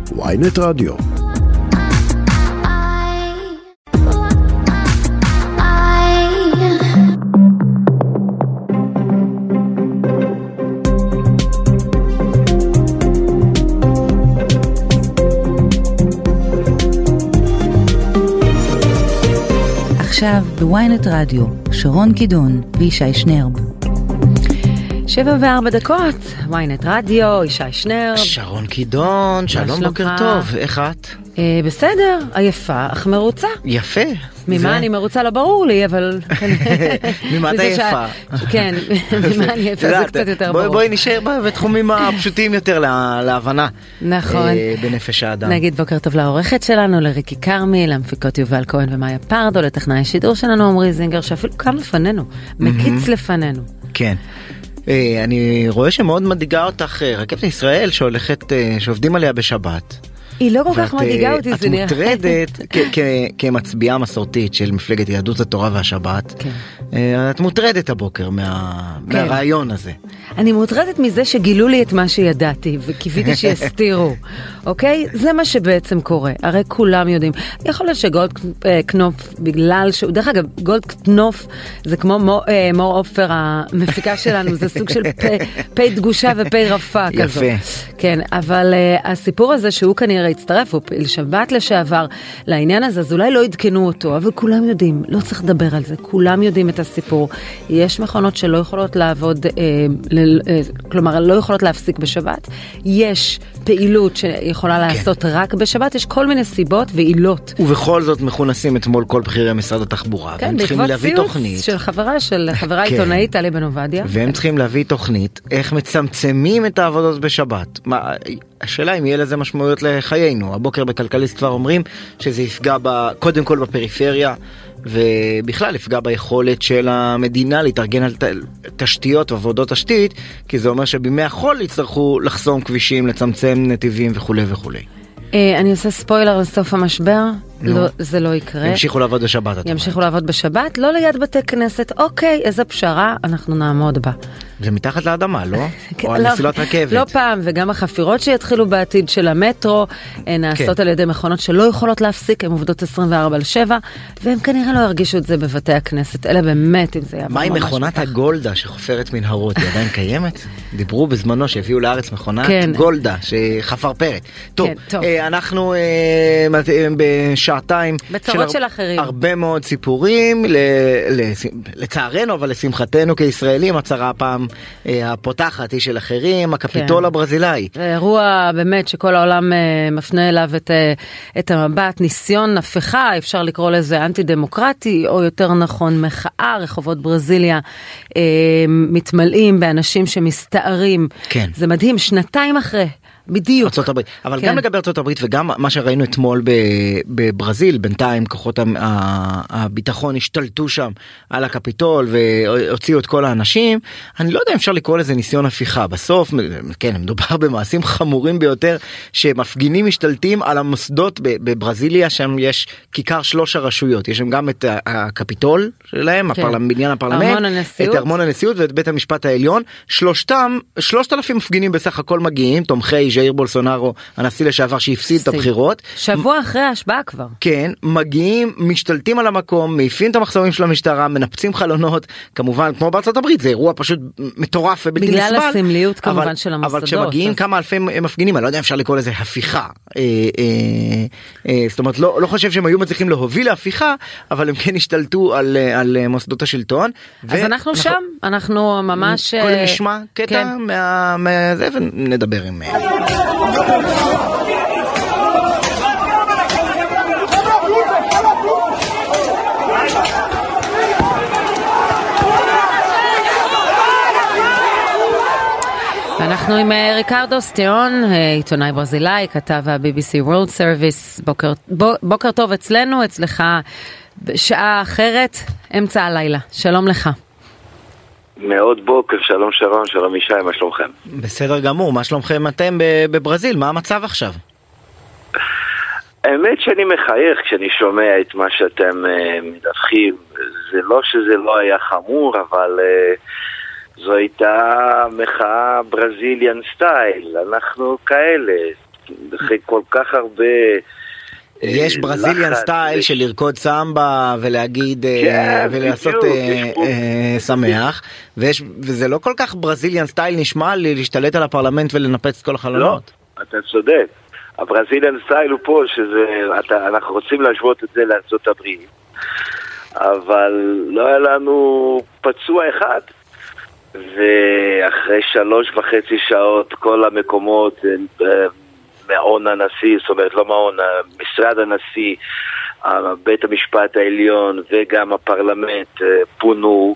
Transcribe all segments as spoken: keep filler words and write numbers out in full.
וויינט רדיו. עכשיו בוויינט רדיו, שרון קידון וישי שנרב. שבע וארבע דקות, וויינט רדיו, ישי שנרב. שרון קידון, שלום, בוקר טוב, איך את? אה, בסדר, עייפה, אך מרוצה. יפה. ממה זה... אני מרוצה לא ברור לי, אבל... ממה אתה יפה? כן, ממה אני יפה, זה קצת יותר ברור. בואי נשאר בתחומים הפשוטים יותר להבנה. נכון. בנפש האדם. נגיד בוקר טוב לעורכת שלנו, לריקי קרמי, למפיקות יובל כהן ומאיה פרדו, לטכנאי השידור שלנו, עמרי זינגר, שאפילו כאן לפנינו, מקיץ לפנינו. כן. אני רואה שמאוד מדאיגה אותך רכבת ישראל שהולכת, שעובדים עליה בשבת. היא לא כל כך מדאיגה אותי, זה נראה. את מוטרדת כמצביעה מסורתית של מפלגת יהדות התורה והשבת. את מוטרדת הבוקר מהרעיון הזה. אני מוטרדת מזה שגילו לי את מה שידעתי וקיוויתי שיסתירו. אוקיי? זה מה שבעצם קורה. הרי כולם יודעים. יכול להיות שגולד קנופ, בגלל שהוא, דרך אגב, גולד קנופ זה כמו מור אופר המפיקה שלנו, זה סוג של פי דגושה ופי רפה כזאת. יפה. כן, אבל הסיפור הזה שהוא כנראה הצטרף, הוא פעיל שבת לשעבר לעניין הזה, אז אולי לא עדכנו אותו, אבל כולם יודעים, לא צריך לדבר על זה, כולם יודעים את הסיפור. יש מכונות שלא יכולות לעבוד, אה, ל, אה, כלומר, לא יכולות להפסיק בשבת. יש פעילות שיכולה לעשות כן. רק בשבת, יש כל מיני סיבות ועילות. ובכל זאת מכונסים אתמול כל בכירי משרד התחבורה, כן, והם צריכים להביא תוכנית. של חברה, של חברה כן. עיתונאית, טלי בן עובדיה. והם כן. צריכים להביא תוכנית, איך מצמצמים את העבודות בשבת. מה, השאלה אם יהיה לזה משמעויות לחיינו. הבוקר בכלכליסט כבר אומרים שזה יפגע ב, קודם כל בפריפריה, ובכלל יפגע ביכולת של המדינה להתארגן על תשתיות ועבודות תשתית, כי זה אומר שבימי החול יצטרכו לחסום כבישים, לצמצם נתיבים וכו' וכו'. אני עושה ספוילר לסוף המשבר, לא, זה לא יקרה. ימשיכו לעבוד בשבת. ימשיכו לעבוד בשבת, לא ליד בתי כנסת. אוקיי, איזה פשרה, אנחנו נעמוד בה. זה מתחת לאדמה, לא? או על מסילות רכבת. לא פעם, וגם החפירות שיתחילו בעתיד של המטרו, נעשות על ידי מכונות שלא יכולות להפסיק, הן עובדות עשרים וארבע על שבע, והם כנראה לא ירגישו את זה בבתי הכנסת, אלא באמת אם זה יעבור ממש. מה עם מכונת הגולדה שחופרת מנהרות? היא עדיין קיימת? דיברו בזמנו שהביאו לארץ מכונת גולדה שחפרפרת. טוב, אנחנו בשעתיים של הרבה מאוד סיפורים, לצערנו, אבל לשמחתנו כישראלים, הצהרה הפעם הפותחת היא של אחרים, הקפיטול הברזילאי. אירוע באמת שכל העולם מפנה אליו את, את המבט, ניסיון הפכה, אפשר לקרוא לזה אנטי דמוקרטי, או יותר נכון מחאה, רחובות ברזיליה מתמלאים באנשים שמסתערים. כן. זה מדהים, שנתיים אחרי. בדיוק. ארצות הברית. אבל כן. גם לגבי ארצות הברית וגם מה שראינו אתמול בברזיל, בינתיים כוחות הביטחון השתלטו שם על הקפיטול והוציאו את כל האנשים. אני לא יודע אם אפשר לקרוא לזה ניסיון הפיכה. בסוף, כן, מדובר במעשים חמורים ביותר שמפגינים משתלטים על המוסדות בברזיליה, שם יש כיכר שלוש הרשויות. יש שם גם את הקפיטול שלהם, כן. הפרלמנט, בניין הפרלמנט, ארמון הנשיאות. את ארמון הנשיאות ואת בית המשפט העליון. שלושתם, שלושת אלפים מפגינים בסך הכל מגיעים, תומכי ז'איר בולסונארו, הנשיא לשעבר שהפסיד את הבחירות. שבוע אחרי ההשבעה כבר. כן, מגיעים, משתלטים על המקום, מעיפים את המחסומים של המשטרה, מנפצים חלונות, כמובן, כמו בארצות הברית, זה אירוע פשוט מטורף ובלתי נסבל. בגלל הסמליות כמובן אבל, של המוסדות. אבל כשמגיעים כמה אלפי מפגינים, אני לא יודע אפשר לקרוא לזה הפיכה. אה, אה, אה, זאת אומרת, לא, לא חושב שהם היו מצליחים להוביל להפיכה, אבל הם כן השתלטו על, על מוסדות השלטון. אז אנחנו שם, אנחנו ממש... קודם נשמע קטע מה, מהזה ונדבר עם... אנחנו עם ריקרדו סטיון, עיתונאי ברזילאי, כתב ה-בי בי סי World Service. בוקר, בוקר טוב אצלנו, אצלך בשעה אחרת, אמצע הלילה. שלום לך. מאוד בוקר, שלום שרון, שלום ישי, מה שלומכם? בסדר גמור, מה שלומכם אתם בברזיל? מה המצב עכשיו? האמת שאני מחייך כשאני שומע את מה שאתם uh, מדווחים. זה לא שזה לא היה חמור, אבל uh, זו הייתה מחאה ברזיליאן סטייל. אנחנו כאלה, אחרי כל כך הרבה... יש ברזיליאן סטייל של לרקוד סמבה ולהגיד ולעשות שמח, וזה לא כל כך ברזיליאן סטייל נשמע לי להשתלט על הפרלמנט ולנפץ כל החלונות. לא, אתה צודק. הברזיליאן סטייל הוא פה, שאנחנו רוצים להשוות את זה לארצות הברית, אבל לא היה לנו פצוע אחד, ואחרי שלוש וחצי שעות כל המקומות מעון הנשיא, זאת אומרת לא מעון, משרד הנשיא, בית המשפט העליון וגם הפרלמנט פונו,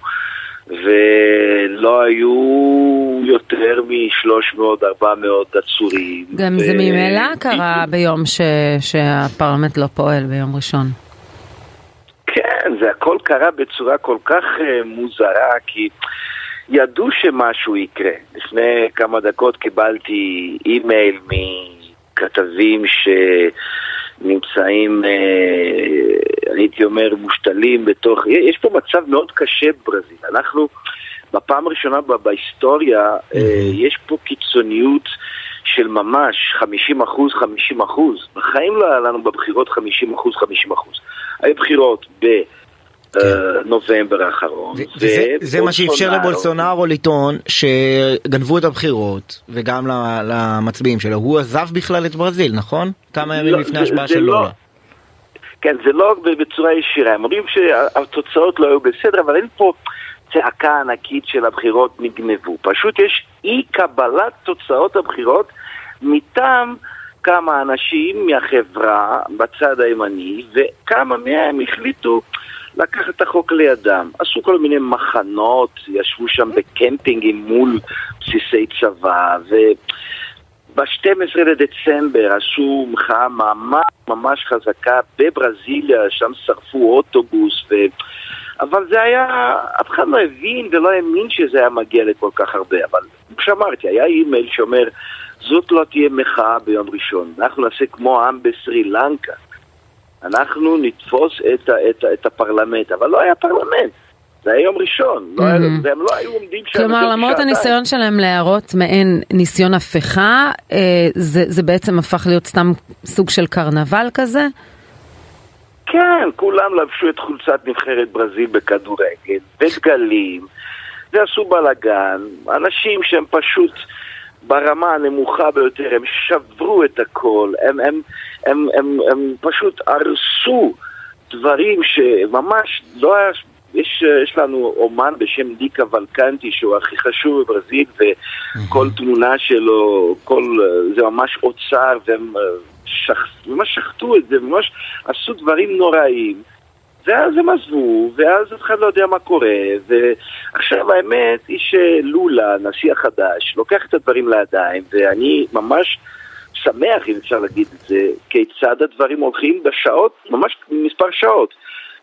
ולא היו יותר מ-שלוש מאות ארבע מאות עצורים. גם זה ממילא קרה ביום שהפרלמנט לא פועל, ביום ראשון. כן, זה הכל קרה בצורה כל כך מוזרה, כי ידעו שמשהו יקרה. לפני כמה דקות קיבלתי אימייל מכתבים שנמצאים, הייתי אומר, מושתלים בתוך... יש פה מצב מאוד קשה בברזיל. אנחנו, בפעם הראשונה בהיסטוריה, יש פה קיצוניות של ממש חמישים אחוז, חמישים אחוז. בחיים לא היה לנו בבחירות חמישים אחוז, חמישים אחוז. היו בחירות ב... נובמבר האחרון. זה מה שאפשר לבולסונארו לטעון שגנבו את הבחירות וגם למצביעים שלו. הוא עזב בכלל את ברזיל, נכון? כמה ימים לפני השפעה של לולה. כן, זה לא בצורה ישירה. הם אומרים שהתוצאות לא היו בסדר, אבל אין פה צעקה ענקית של הבחירות נגנבו. פשוט יש אי קבלת תוצאות הבחירות מטעם כמה אנשים מהחברה בצד הימני, וכמה מהם החליטו לקח את החוק לידם. עשו כל מיני מחנות, ישבו שם בקמפינגים מול בסיסי צבא, וב-שנים עשר לדצמבר עשו מחאה ממש ממש חזקה בברזיליה, שם שרפו אוטובוס, ו... אבל זה היה, אף אחד לא הבין ולא האמין שזה היה מגיע לכל כך הרבה, אבל כשאמרתי, היה אימייל שאומר, זאת לא תהיה מחאה ביום ראשון, אנחנו נעשה כמו העם בסרי לנקה, אנחנו נתפוס את, ה, את, ה, את הפרלמנט, אבל לא היה פרלמנט, זה היה יום ראשון, לא היה, והם לא היו עומדים שם. כלומר, למרות הניסיון שלהם להראות מעין ניסיון הפיכה, זה, זה בעצם הפך להיות סתם סוג של קרנבל כזה? כן, כולם לבשו את חולצת נבחרת ברזיל בכדורגל, בדגלים, ועשו בלגן, אנשים שהם פשוט ברמה הנמוכה ביותר, הם שברו את הכל, הם, הם, הם, הם, הם פשוט הרסו דברים שממש לא היה, יש, יש לנו אומן בשם דיקה ולקנטי שהוא הכי חשוב בברזיל, וכל תמונה שלו, כל, זה ממש אוצר, והם שח, ממש שחטו את זה, ממש עשו דברים נוראים, ואז הם עזבו, ואז אף אחד לא יודע מה קורה, ועכשיו האמת היא שלולה, הנשיא החדש, לוקח את הדברים לידיים, ואני ממש שמח, אם אפשר להגיד את זה, כיצד הדברים הולכים בשעות, ממש מספר שעות.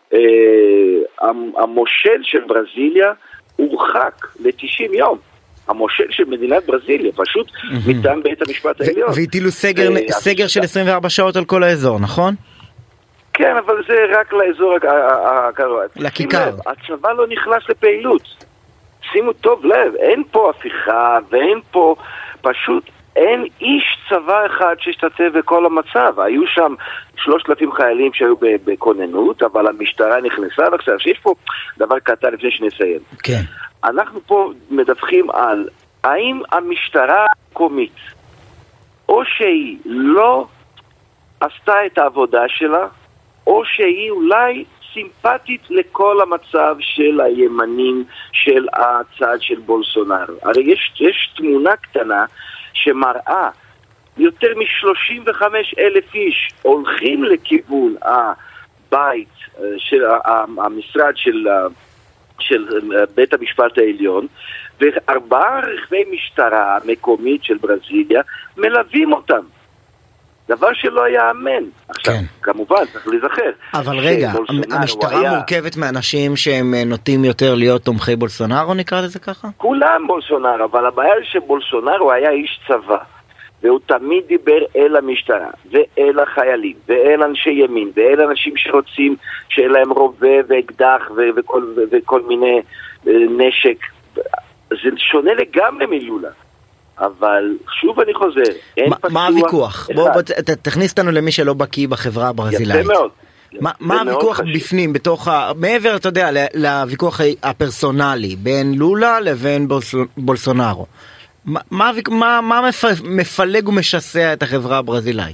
המושל של ברזיליה הורחק ל-תשעים יום. המושל של מדינת ברזיליה, פשוט מטעם בית המשפט העליון. והטילו סגר של עשרים וארבע שעות על כל האזור, נכון? כן, אבל זה רק לאזור הקרוב. לכיכר. הצבא לא נכנס לפעילות. שימו טוב לב, אין פה הפיכה, ואין פה, פשוט אין איש צבא אחד שהשתתף בכל המצב. היו שם שלושת אלפים חיילים שהיו בכוננות, אבל המשטרה נכנסה, ועכשיו שיש פה דבר קטן לפני שנסיים. כן. אנחנו פה מדווחים על האם המשטרה המקומית, או שהיא לא עשתה את העבודה שלה, או שהיא אולי סימפטית לכל המצב של הימנים של הצד של בולסונארו. הרי יש, יש תמונה קטנה שמראה יותר מ-שלושים וחמישה אלף איש הולכים לכיוון הבית של המשרד של, של בית המשפט העליון, וארבעה רכבי משטרה מקומית של ברזיליה מלווים אותם. דבר שלא יאמן. עכשיו, כן. כמובן, צריך להיזכר. אבל רגע, המשטרה היה... מורכבת מאנשים שהם נוטים יותר להיות תומכי בולסונארו, נקרא לזה ככה? כולם בולסונארו, אבל הבעיה היא שבולסונארו היה איש צבא, והוא תמיד דיבר אל המשטרה, ואל החיילים, ואל אנשי ימין, ואל אנשים שרוצים שיהיה להם רובה ואקדח ו- וכל, ו- וכל מיני נשק. זה שונה לגמרי מלולה. אבל שוב אני חוזר, אין מה, פתוח... מה הוויכוח? בוא, בוא ת, תכניס אותנו למי שלא בקיא בחברה הברזילאית. יפה מאוד. מה, מה הוויכוח בפנים, בתוך ה... מעבר, אתה יודע, לוויכוח הפרסונלי, בין לולה לבין בולסונארו? מה, מה, מה, מה מפלג ומשסע את החברה הברזילאית?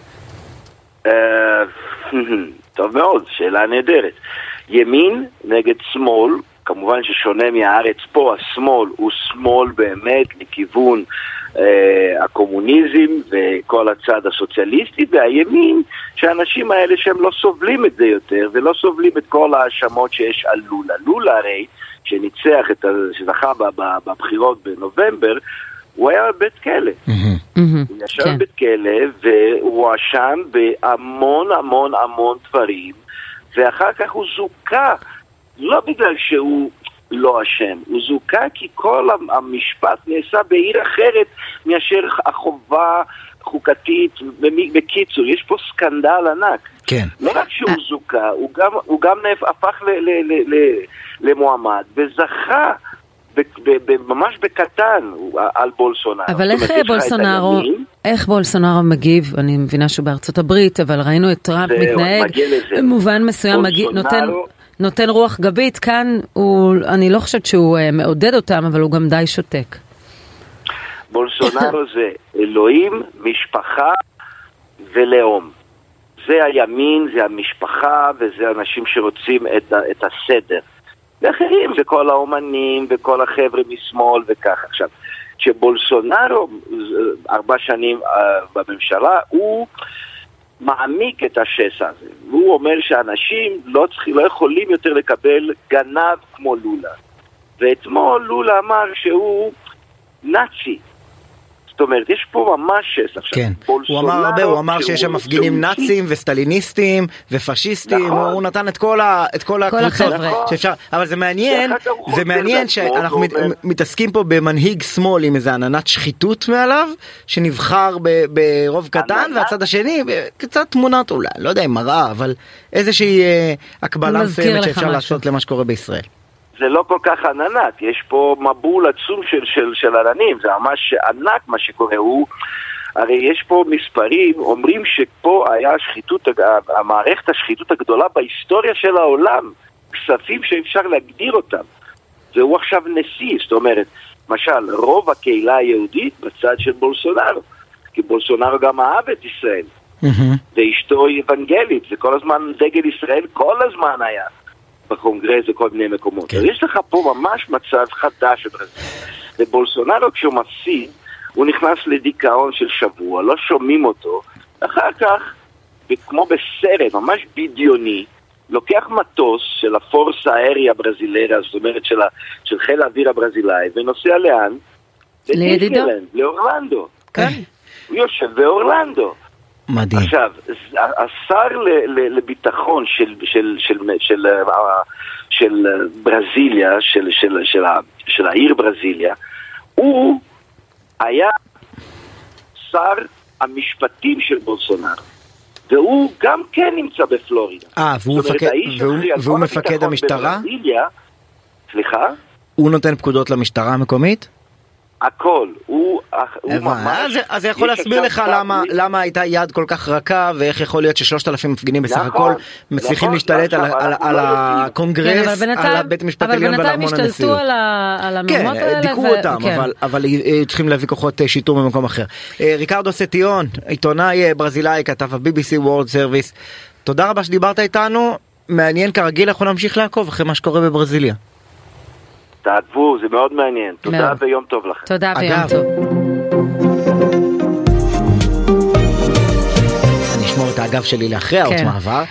טוב מאוד, שאלה נהדרת. ימין נגד שמאל, כמובן ששונה מהארץ פה, השמאל הוא שמאל באמת לכיוון אה, הקומוניזם וכל הצד הסוציאליסטי, והימין שהאנשים האלה שהם לא סובלים את זה יותר ולא סובלים את כל האשמות שיש על לולה. לולה הרי שניצח, את, שזכה בבחירות בנובמבר, הוא היה בבית כלא. הוא ישב בבית כלא והוא אשם בהמון המון המון דברים, ואחר כך הוא זוקה, לא בגלל שהוא לא אשם, הוא זוקה כי כל המשפט נעשה בעיר אחרת מאשר החובה חוקתית. בקיצור, יש פה סקנדל ענק. כן. לא רק שהוא זוקה, הוא גם, הוא גם הפך ל, ל, ל, ל, למועמד וזכה ממש בקטן על בולסונארו. אבל איך בולסונארו, איך בולסונארו מגיב? אני מבינה שהוא בארצות הברית, אבל ראינו את טראמפ מתנהג במובן מסוים, נותן נותן רוח גבית. כאן הוא, אני לא חושבת שהוא מעודד אותם, אבל הוא גם די שותק. בולסונארו זה אלוהים, משפחה ולאום. זה הימין, זה המשפחה, וזה אנשים שרוצים את, את הסדר. ואחרים, וכל האומנים, וכל החבר'ה משמאל וכך. עכשיו, שבולסונארו, ארבע שנים uh, בממשלה, הוא מעמיק את השסע הזה. והוא אומר שאנשים לא, צריכים, לא יכולים יותר לקבל גנב כמו לולה. ואתמול לולה אמר שהוא נאצי. זאת אומרת, יש פה ממש שסע. כן, הוא אמר הרבה, הוא אמר שיש שם מפגינים נאצים וסטליניסטים ופשיסטים, הוא נתן את כל הקבוצות שאפשר, אבל זה מעניין, זה מעניין שאנחנו מתעסקים פה במנהיג שמאל עם איזה עננת שחיתות מעליו, שנבחר ברוב קטן, והצד השני, קצת תמונת אולי, לא יודע אם מראה, אבל איזושהי הקבלה מסוימת שאפשר לעשות למה שקורה בישראל. זה לא כל כך עננת, יש פה מבול עצום של, של, של עננים, זה ממש ענק מה שקורה. הוא, הרי יש פה מספרים, אומרים שפה היה שחיתות, המערכת השחיתות הגדולה בהיסטוריה של העולם, כספים שאפשר להגדיר אותם, והוא עכשיו נשיא. זאת אומרת, למשל, רוב הקהילה היהודית בצד של בולסונארו, כי בולסונארו גם אהב את ישראל, mm-hmm. ואשתו אבנגלית, וכל הזמן דגל ישראל כל הזמן היה בקונגרס וכל מיני מקומות. כן. יש לך פה ממש מצב חדש בברזיל. ובולסונארו כשהוא מפסיד, הוא נכנס לדיכאון של שבוע, לא שומעים אותו. אחר כך, כמו בסרט, ממש בדיוני, לוקח מטוס של הפורס הארי הברזילרה, זאת אומרת של, ה, של חיל האוויר הברזילאי, ונוסע לאן? לדיסנילנד, לאורלנדו. כן. הוא יושב באורלנדו. מדהים. עכשיו, השר לביטחון של, של, של, של, של ברזיליה, של, של, של, של העיר ברזיליה, הוא היה שר המשפטים של בולסונארו, והוא גם כן נמצא בפלורידה. אה, והוא, מפקד, והוא, והוא מפקד המשטרה? סליחה? הוא נותן פקודות למשטרה המקומית? הכל, הוא, הוא ממש... אז, אז זה יכול להסביר לך למה, למה הייתה יד כל כך רכה, ואיך יכול להיות ששלושת אלפים מפגינים בסך הכל מצליחים להשתלט על הקונגרס, על בית המשפט העליון ועל ארמון הנשיאות. אבל בינתיים השתלטו על המהומות האלה. כן, דיכאו אותם, אבל צריכים להביא כוחות שיטור במקום אחר. ריקרדו סטיון, עיתונאי ברזילאי, כתב ה-בי בי סי World Service, תודה רבה שדיברת איתנו, מעניין כרגיל, אנחנו נמשיך לעקוב אחרי מה שקורה בברזיליה. תעקבו, זה מאוד מעניין. תודה ויום טוב לכם. תודה ויום טוב. אני אשמור את האגב שלי לאחרי האות מעבר.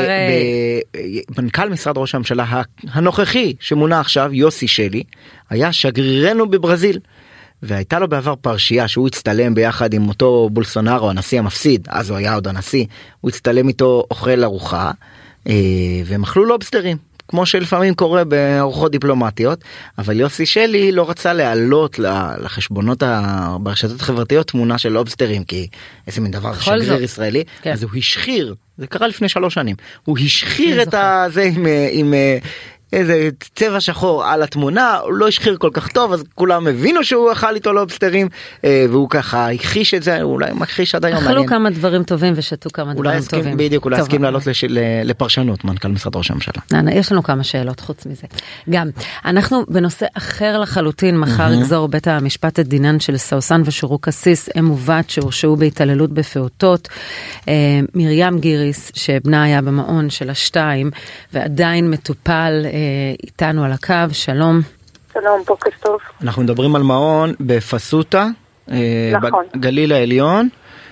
מנכ"ל משרד ראש הממשלה הנוכחי שמונה עכשיו, יוסי שלי, היה שגרירנו בברזיל. והייתה לו בעבר פרשייה שהוא הצטלם ביחד עם אותו בולסונארו, הנשיא המפסיד, אז הוא היה עוד הנשיא, הוא הצטלם איתו אוכל ארוחה, והם אכלו לובסטרים. כמו שלפעמים קורה בארוחות דיפלומטיות, אבל יוסי שלי לא רצה להעלות לחשבונות ברשתות החברתיות תמונה של לובסטרים, כי איזה מין דבר שגריר ישראלי, אז הוא השחיר, זה קרה לפני שלוש שנים, הוא השחיר את זה עם איזה צבע שחור על התמונה, הוא לא השחיר כל כך טוב, אז כולם הבינו שהוא אכל איתו לובסטרים, והוא ככה הכחיש את זה, אולי מכחיש עד היום. אכלו כמה דברים טובים ושתו כמה דברים טובים. בדיוק, אולי הסכים לעלות לפרשנות, מנכ"ל משרד ראש הממשלה. יש לנו כמה שאלות חוץ מזה. גם, אנחנו בנושא אחר לחלוטין, מחר יגזור בית המשפט את דינן של סאוסן ושורוק קסיס, אם ובת שהורשעו בהתעללות בפעוטות, מרים גיריס, שבנה היה במעון של השתיים, ועדיין מטופל איתנו על הקו. שלום. שלום, בוקר טוב. אנחנו מדברים על מעון בפסוטה, נכון. בגליל העליון,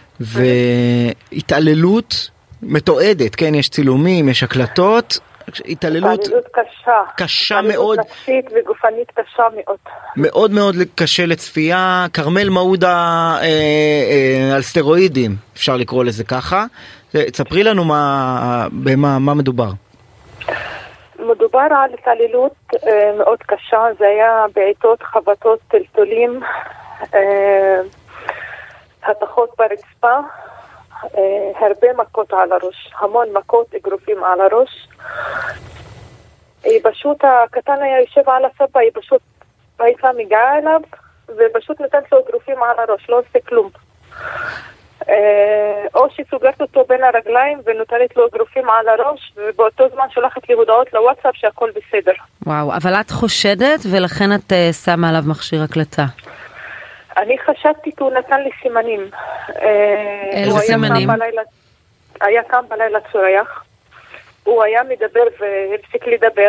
והתעללות מתועדת, כן, יש צילומים, יש הקלטות, התעללות, התעללות קשה. קשה מאוד. התעללות נפשית וגופנית קשה מאוד. מאוד מאוד קשה לצפייה, קרמל מעודה אה, אה, על סטרואידים, אפשר לקרוא לזה ככה. תספרי לנו מה, במה, מה מדובר. מדובר על התעללות אה, מאוד קשה, זה היה בעיתות חבטות טלטולים, אה, התחות ברצפה, אה, הרבה מכות על הראש, המון מכות אגרופים על הראש. היא פשוט, הקטן היה יושב על הספה, היא פשוט הייתה מגיעה אליו, ופשוט נתנת לו אגרופים על הראש, לא עושה כלום. או שסוגרת אותו בין הרגליים ונותנת לו אגרופים על הראש, ובאותו זמן שולחת לי הודעות לוואטסאפ שהכל בסדר. וואו, אבל את חושדת ולכן את uh, שמה עליו מכשיר הקלטה. אני חשדתי כי הוא נתן לי סימנים. איזה סימנים? היה קם בלילה צורח, הוא היה מדבר והפסיק לדבר,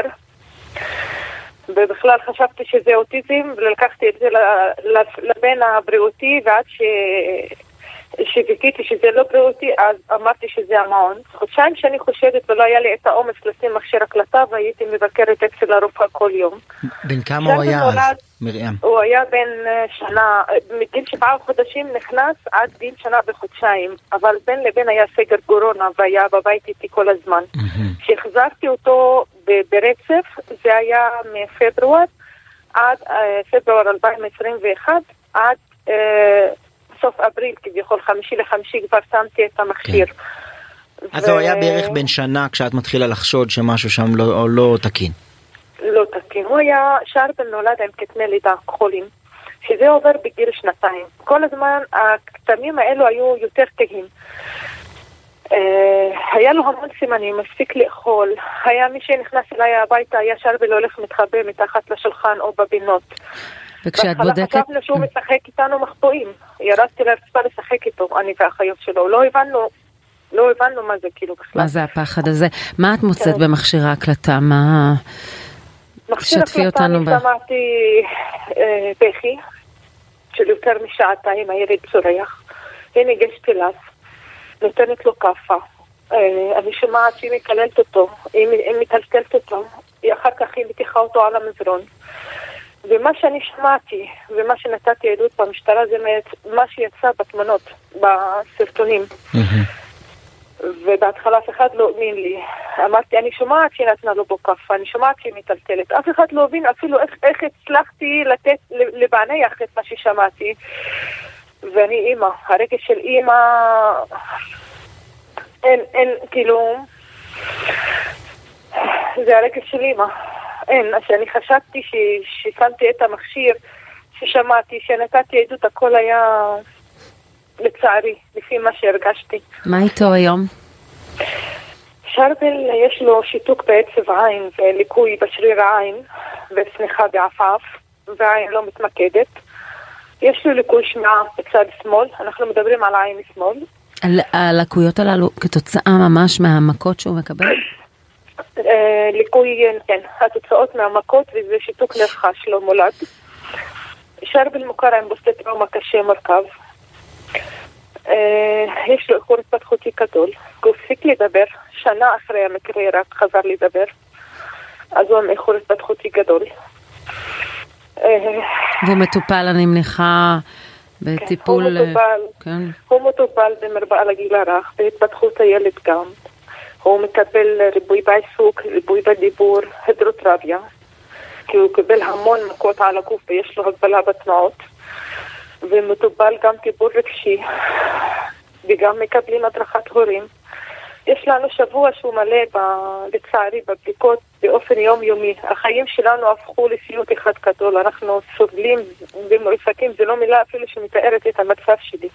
ובכלל חשבתי שזה אוטיזם, ולקחתי את זה לבן הבריאותי, ועד ש... שוויתיתי שזה לא בריאותי, אז אמרתי שזה המעון. חודשיים שאני חושדת ולא היה לי את האומץ לשים מכשיר הקלטה, והייתי מבקרת אצל הרופאה כל יום. בן כמה הוא היה אז, מרים? הוא היה בן שנה, מגיל שבעה חודשים נכנס עד גיל שנה וחודשיים, אבל בין לבין היה סגר קורונה והיה בבית איתי כל הזמן. כשהחזרתי אותו ברצף, זה היה מפברואר עד פברואר אלפיים עשרים ואחת עד סוף אפריל, כביכול חמישי לחמישי כבר שמתי את המכשיר. אז הוא היה בערך בן שנה כשאת מתחילה לחשוד שמשהו שם לא תקין. לא תקין. הוא היה שרבל נולד עם כתמי לידה כחולים, שזה עובר בגיל שנתיים. כל הזמן הכתמים האלו היו יותר כהים. היה לו המון סימנים, מספיק לאכול. היה מי שנכנס אליי הביתה, היה שרבל הולך מתחבא מתחת לשולחן או בבינות. וכשאת בודקת... חשבנו שהוא משחק איתנו מחבואים. ירדתי לרצפה לשחק איתו, אני והאחיות שלו. לא הבנו, לא הבנו מה זה כאילו בכלל. מה זה הפחד הזה? מה את מוצאת במכשיר ההקלטה? מה... מכשיר ההקלטה, אני שמעתי בכי של יותר משעתיים, הילד צורח. היא ניגשת אליו, נותנת לו כפה. אני שומעת שהיא מקללת אותו, היא מטלטלת אותו. אחר כך היא מתיחה אותו על המזרון. ומה שאני שמעתי, ומה שנתתי עדות במשטרה, זה מה שיצא בתמונות, בסרטונים. ובהתחלה אף אחד לא האמין לי. אמרתי, אני שומעת שהיא נתנה לו בו כפה, אני שומעת שהיא מטלטלת. אף אחד לא הבין אפילו איך, איך הצלחתי לתת, לבענח את מה ששמעתי. ואני אימא, הרגש של אימא, אין, אין, כאילו, זה הרגש של אימא. אין, שאני חשבתי ששמתי את המכשיר, ששמעתי, שנתתי עדות, הכל היה לצערי, לפי מה שהרגשתי. מה איתו היום? שרבל יש לו שיתוק בעצב עין וליקוי בשריר העין וצניחה בעפעף, והעין לא מתמקדת. יש לו ליקוי שמיעה בצד שמאל, אנחנו מדברים על העין שמאל. הלקויות הללו כתוצאה ממש מהמכות שהוא מקבל? ליקוי, כן, התוצאות מהמכות, וזה שיתוק לב חש לא מולד. שרבל מוכר עם פוסט-טראומה קשה מורכב. יש לו איחור התפתחותי גדול. הוא הפסיק לדבר, שנה אחרי המקרה רק חזר לדבר. אז הוא עם איחור התפתחותי גדול. והוא מטופל, אני מניחה, בטיפול... הוא מטופל, הוא מטופל במרפאה לגיל הרך, בהתפתחות הילד גם. הוא מקבל ריבוי בעיסוק, ריבוי בדיבור, הידרוטרפיה, כי הוא קיבל המון מכות על הגוף ויש לו הגבלה בתנועות, ומטופל גם טיפול רגשי, וגם מקבלים הדרכת הורים, יש לנו שבוע שהוא מלא ב... לצערי בבדיקות באופן יומיומי. החיים שלנו הפכו לסיוט אחד גדול. אנחנו סובלים ומרופקים, זה לא מילה אפילו שמתארת את המצב שלי.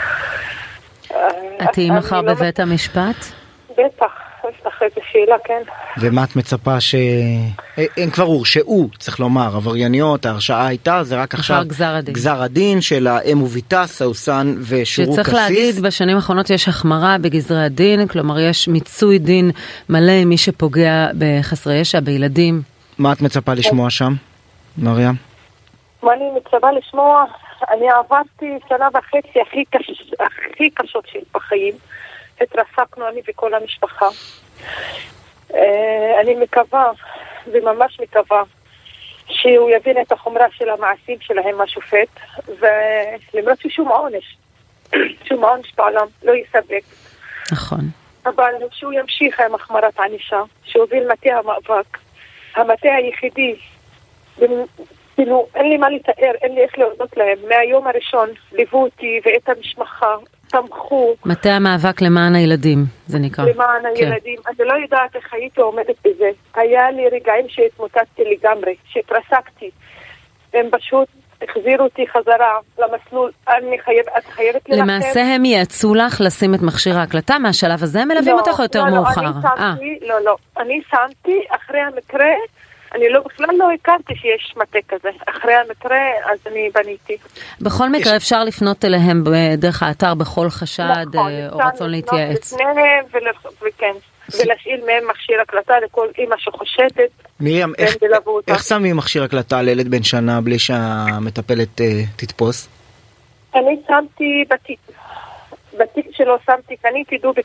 את תהיי מחר בבית המשפט? בטח, יש לך איזו שאלה, כן. ומה את מצפה ש... הם כבר הורשעו, צריך לומר, עברייניות, ההרשעה הייתה, זה רק עכשיו גזר הדין. גזר הדין של האם וביתה, סאוסן ושורוק שצריך כסיס. להגיד, בשנים האחרונות יש החמרה בגזרי הדין, כלומר יש מיצוי דין מלא עם מי שפוגע בחסרי ישע, בילדים. מה את מצפה לשמוע שם, מרים? מה אני מצפה לשמוע? אני עברתי שנה וחצי הכי, קש... הכי קשות של בחיים. התרסקנו אני וכל המשפחה. אני מקווה, וממש מקווה, שהוא יבין את החומרה של המעשים שלהם השופט, ולמרות ששום עונש, שום עונש בעולם לא יספק. נכון. אבל שהוא ימשיך עם החמרת ענישה, שהוביל מטה המאבק, המטה היחידי, כאילו אין לי מה לתאר, אין לי איך להודות להם. מהיום הראשון ליוו אותי ואת המשפחה, תמכו. מטה המאבק למען הילדים, זה נקרא. למען הילדים. אני לא יודעת איך הייתי עומדת בזה. היה לי רגעים שהתמוטטתי לגמרי, שהתרסקתי. הם פשוט החזירו אותי חזרה למסלול. אני חייב, את חייבת ללכם. למעשה הם יעצו לך לשים את מכשיר ההקלטה מהשלב הזה, הם מלווים אותך יותר מאוחר. לא, אני שמתי, לא, לא. אני שמתי אחרי המקרה, אני לא, בכלל לא הכרתי שיש מטה כזה. אחרי המקרה, אז אני בניתי. בכל מקרה אפשר לפנות אליהם בדרך האתר בכל חשד או רצון להתייעץ. נכון, וכן, ולהשאיל מהם מכשיר הקלטה לכל אמא שחושדת. מרים, איך שמים מכשיר הקלטה לילד בן שנה בלי שהמטפלת תתפוס? אני שמתי בתיק. בתיק שלו שמתי, קניתי דובי.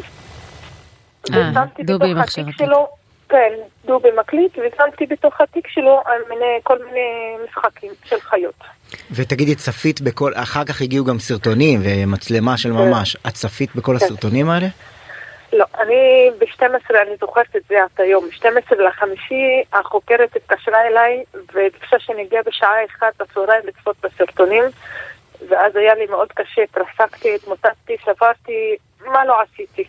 אה, דובי מכשיר הקלטה. כן, דובי מקליט, ושמתי בתוך התיק שלו על מיני, כל מיני משחקים של חיות. ותגידי, צפית בכל, אחר כך הגיעו גם סרטונים ומצלמה של ממש, את צפית בכל הסרטונים האלה? לא, אני ב-שתים עשרה, אני זוכרת את זה עד היום, ב-שתים עשרה לחמישי החוקרת התקשרה אליי וביקשה שנגיע בשעה אחת בצהריים לצפות בסרטונים, ואז היה לי מאוד קשה, התרסקתי, התמוטטתי, שברתי, מה לא עשיתי.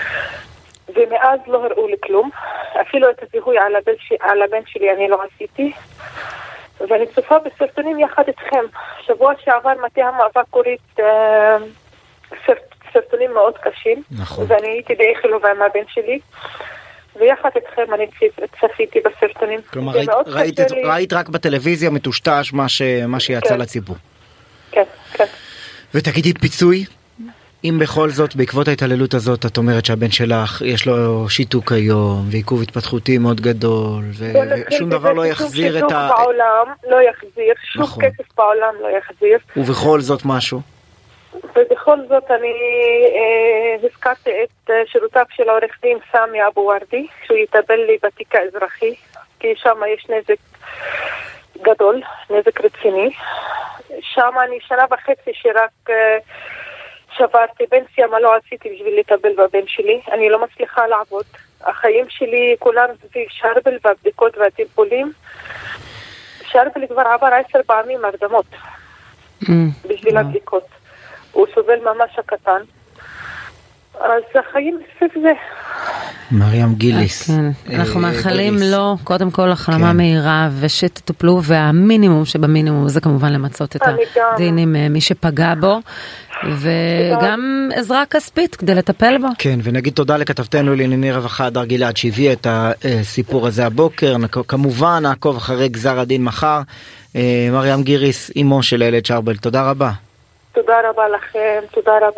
ומאז לא הראו לי כלום, אפילו את הזיהוי על הבן, ש... על הבן שלי אני לא עשיתי, ואני צופה בסרטונים יחד איתכם. שבוע שעבר מטה המאבק קורית אה, סרט... סרטונים מאוד קשים, נכון. ואני הייתי די חילובה עם הבן שלי, ויחד איתכם אני צפיתי בסרטונים. כלומר, ראית, ראית, את, לי... ראית רק בטלוויזיה מטושטש מה, ש... מה שיצא כן. לציבור. כן, כן. ותגידי פיצוי? אם בכל זאת, בעקבות ההתעללות הזאת, את אומרת שהבן שלך, יש לו שיתוק היום, ועיכוב התפתחותי מאוד גדול, ושום דבר לא יחזיר את ה... בעולם לא יחזיר, שום כסף בעולם לא יחזיר. ובכל זאת משהו? ובכל זאת אני הזכרתי את שירותיו של העורך דין סמי אבו ורדי, שהוא יטפל לי בתיק האזרחי, כי שם יש נזק גדול, נזק רציני. שם אני שנה וחצי שרק... שברתי פנסיה, מה לא עשיתי בשביל לטפל בבן שלי. אני לא מצליחה לעבוד. החיים שלי כולם סביב שרבל והבדיקות והטיפולים. שרבל כבר עבר עשר פעמים הרדמות mm. בשביל wow. הבדיקות. הוא סובל ממש הקטן. אז החיים סביב זה. מרים גיליס. כן. אנחנו מאחלים לו קודם כל החלמה מהירה ושתטופלו, והמינימום שבמינימום זה כמובן למצות את הדין עם מי שפגע בו. וגם עזרה כספית כדי לטפל בו. כן, ונגיד תודה לכתבתנו לענייני רווחה הדר גלעד שהביא את הסיפור הזה הבוקר. כמובן נעקוב אחרי גזר הדין מחר. מרים גיריס, אמו של הילד שרבל, תודה רבה. תודה רבה לכם, תודה רבה.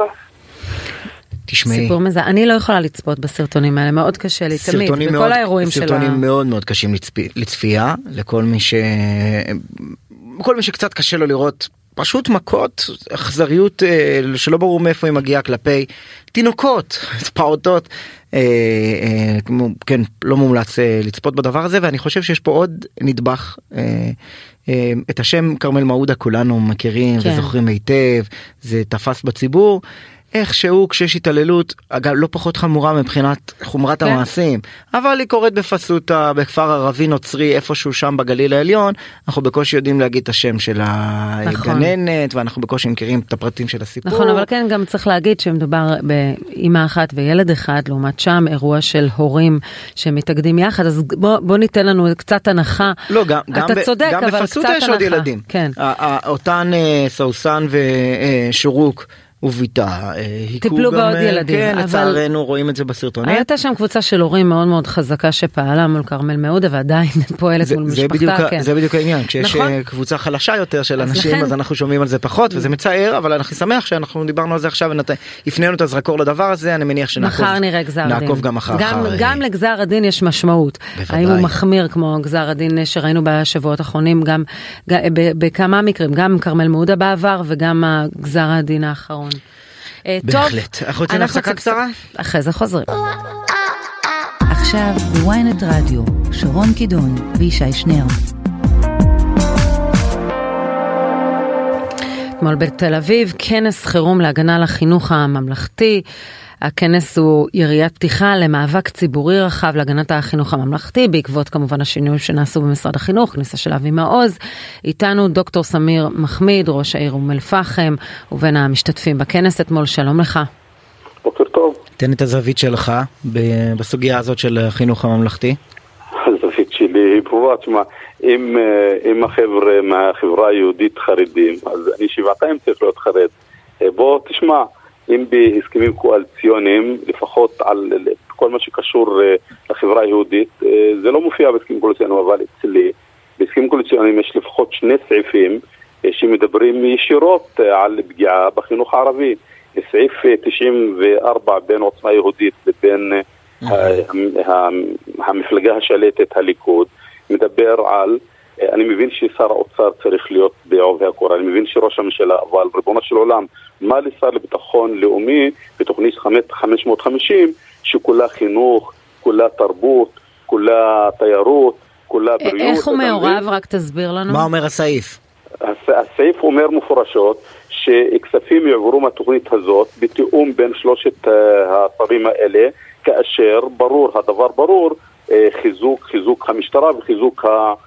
תשמעי. סיפור מזה, אני לא יכולה לצפות בסרטונים האלה, מאוד קשה לי תמיד, בכל מאוד, האירועים שלה. סרטונים מאוד מאוד קשים לצפי, לצפייה, לכל מי ש... כל מי שקצת קשה לו לראות פשוט מכות, אכזריות שלא ברור מאיפה היא מגיעה כלפי תינוקות, פעוטות, כן, לא מומלץ לצפות בדבר הזה, ואני חושב שיש פה עוד נדבך, את השם כרמל מעודה כולנו מכירים וזוכרים היטב, זה תפס בציבור, איכשהו כשיש התעללות, אגב לא פחות חמורה מבחינת חומרת כן. המעשים, אבל היא קורית בפסוטה, בכפר ערבי נוצרי, איפשהו שם בגליל העליון, אנחנו בקושי יודעים להגיד את השם של הגננת, נכון. ואנחנו בקושי מכירים את הפרטים של הסיפור. נכון, אבל כן גם צריך להגיד שמדובר באמא אחת וילד אחד, לעומת שם אירוע של הורים שמתאגדים יחד, אז בוא, בוא ניתן לנו קצת הנחה. לא, גם, אתה גם צודק, גם אבל קצת הנחה. יש עוד ילדים. כן. אותן סאוסן ושורוק וביתה, טיפלו בעוד ילדים. כן, לצערנו רואים את זה בסרטונים. הייתה שם קבוצה של הורים מאוד מאוד חזקה שפעלה מול כרמל מעודה, ועדיין פועלת מול משפחתה. זה בדיוק העניין, כשיש קבוצה חלשה יותר של אנשים, אז אנחנו שומעים על זה פחות, וזה מצער, אבל אנחנו שמח שאנחנו דיברנו על זה עכשיו, הפנינו את הזרקור לדבר הזה, אני מניח שנעקוב גם אחר. גם לגזר הדין יש משמעות. האם הוא מחמיר כמו גזר הדין שראינו בשבועות האחרונים, גם בכמה מקרים, גם כרמל מעודה בעבר, וגם גזר הדין האחרון. בהחלט. אנחנו רוצים הפסקה קצרה? אחרי זה חוזרים. עכשיו בוויינט רדיו, שרון קידון וישי שנר. אתמול בתל אביב, כנס חירום להגנה לחינוך הממלכתי. הכנס הוא יריית פתיחה למאבק ציבורי רחב להגנת החינוך הממלכתי, בעקבות כמובן השינויים שנעשו במשרד החינוך, כניסה של אבי מעוז. איתנו דוקטור סמיר מחמיד, ראש העיר אום אל-פחם, ובין המשתתפים בכנס אתמול. שלום לך. בוקר טוב. תן את הזווית שלך בסוגיה הזאת של החינוך הממלכתי. הזווית שלי היא ברורה, תשמע, אם, אם החבר'ה מהחברה היהודית חרדים, אז אני שבעתיים צריך להיות חרד. בוא תשמע, אם בהסכמים קואליציוניים, לפחות על כל מה שקשור לחברה היהודית, זה לא מופיע בהסכמים קואליציוניים, אבל אצלי, בהסכמים קואליציוניים יש לפחות שני סעיפים שמדברים ישירות על פגיעה בחינוך הערבי. סעיף תשעים וארבע בין עוצמה יהודית לבין המפלגה השלטת הליכוד, מדבר על, אני מבין ששר האוצר צריך להיות בעובי הקורה, אני מבין שראש הממשלה, אבל ריבונו של עולם, מה לשר לביטחון לאומי בתוכנית חמש מאות וחמישים שכולה חינוך, כולה תרבות, כולה תיירות, כולה בריאות. איך הוא מעורב? רק תסביר לנו. מה אומר הסעיף? הסעיף אומר מפורשות שכספים יעברו מהתוכנית הזאת בתיאום בין שלושת השרים האלה, כאשר ברור, הדבר ברור, חיזוק, חיזוק המשטרה וחיזוק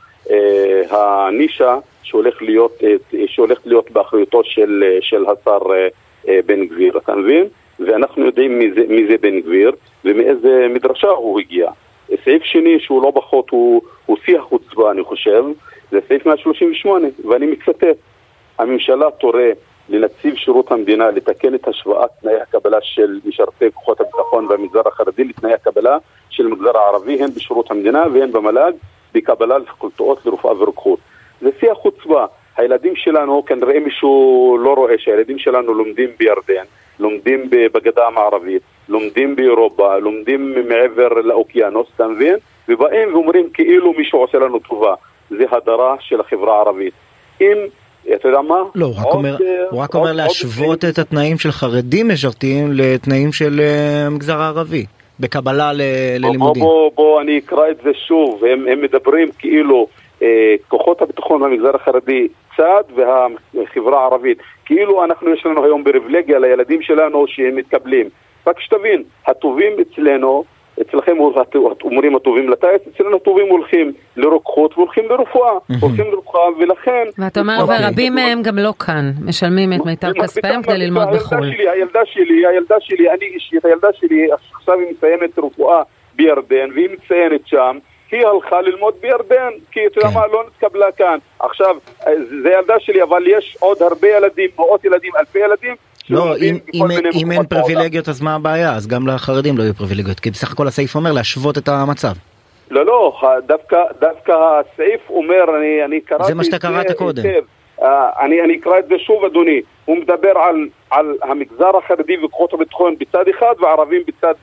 הנישה שהולך להיות, שהולך להיות באחריותו של, של השר בן גביר, אתה מבין? ואנחנו יודעים מי זה, מי זה בן גביר ומאיזה מדרשה הוא הגיע. סעיף שני שהוא לא פחות, הוא, הוא שיא החוצפה, אני חושב, זה סעיף מאה שלושים ושמונה, ואני מצטט, הממשלה תורה לנציב שירות המדינה לתקן את השוואת תנאי הקבלה של משרתי כוחות הביטחון והמגזר החרדי לתנאי הקבלה של המגזר הערבי, הן בשירות המדינה והן במל"ג, בקבלה לפקולטות לרפואה ורוקחות. זה שיא החוצפה. הילדים שלנו, כנראה מישהו לא רואה שהילדים שלנו לומדים בירדן, לומדים בגדה המערבית, לומדים באירופה, לומדים מעבר לאוקיינוס, אתה מבין? ובאים ואומרים כאילו מישהו עושה לנו טובה. זה הדרה של החברה הערבית. אם, אתה יודע מה? לא, הוא רק אומר, הוא רק אומר להשוות את התנאים של חרדים משרתים לתנאים של המגזר הערבי, בקבלה ללימודים. בוא, בוא, אני אקרא את זה שוב. הם, הם מדברים כאילו אה, כוחות הביטחון במגזר החרדי צד והחברה הערבית. כאילו אנחנו יש לנו היום פריבילגיה לילדים שלנו שהם מתקבלים. רק שתבין, הטובים אצלנו, אצלכם אומרים הטובים לטייס, אצלנו הטובים הולכים לרוקחות והולכים לרפואה, הולכים לרפואה ולכן... ואתה אומר, ורבים מהם גם לא כאן, משלמים את מיטב כספיהם כדי ללמוד בחו"ל. הילדה שלי, הילדה שלי, אני אישית, הילדה שלי עכשיו היא מציינת רפואה בירדן, והיא מציינת שם, היא הלכה ללמוד בירדן, כי אתה יודע מה, לא נתקבלה כאן. עכשיו, זה ילדה שלי, אבל יש עוד הרבה ילדים, מאות ילדים, אלפי ילדים, לא, אם אין פריבילגיות אז מה הבעיה? אז גם לחרדים לא יהיו פריבילגיות, כי בסך הכל הסעיף אומר להשוות את המצב. לא, לא, דווקא הסעיף אומר, אני קראתי... זה מה שאתה קראת קודם. אני אקרא את זה שוב, אדוני. הוא מדבר על המגזר החרדי וכוחות הביטחון בצד אחד, וערבים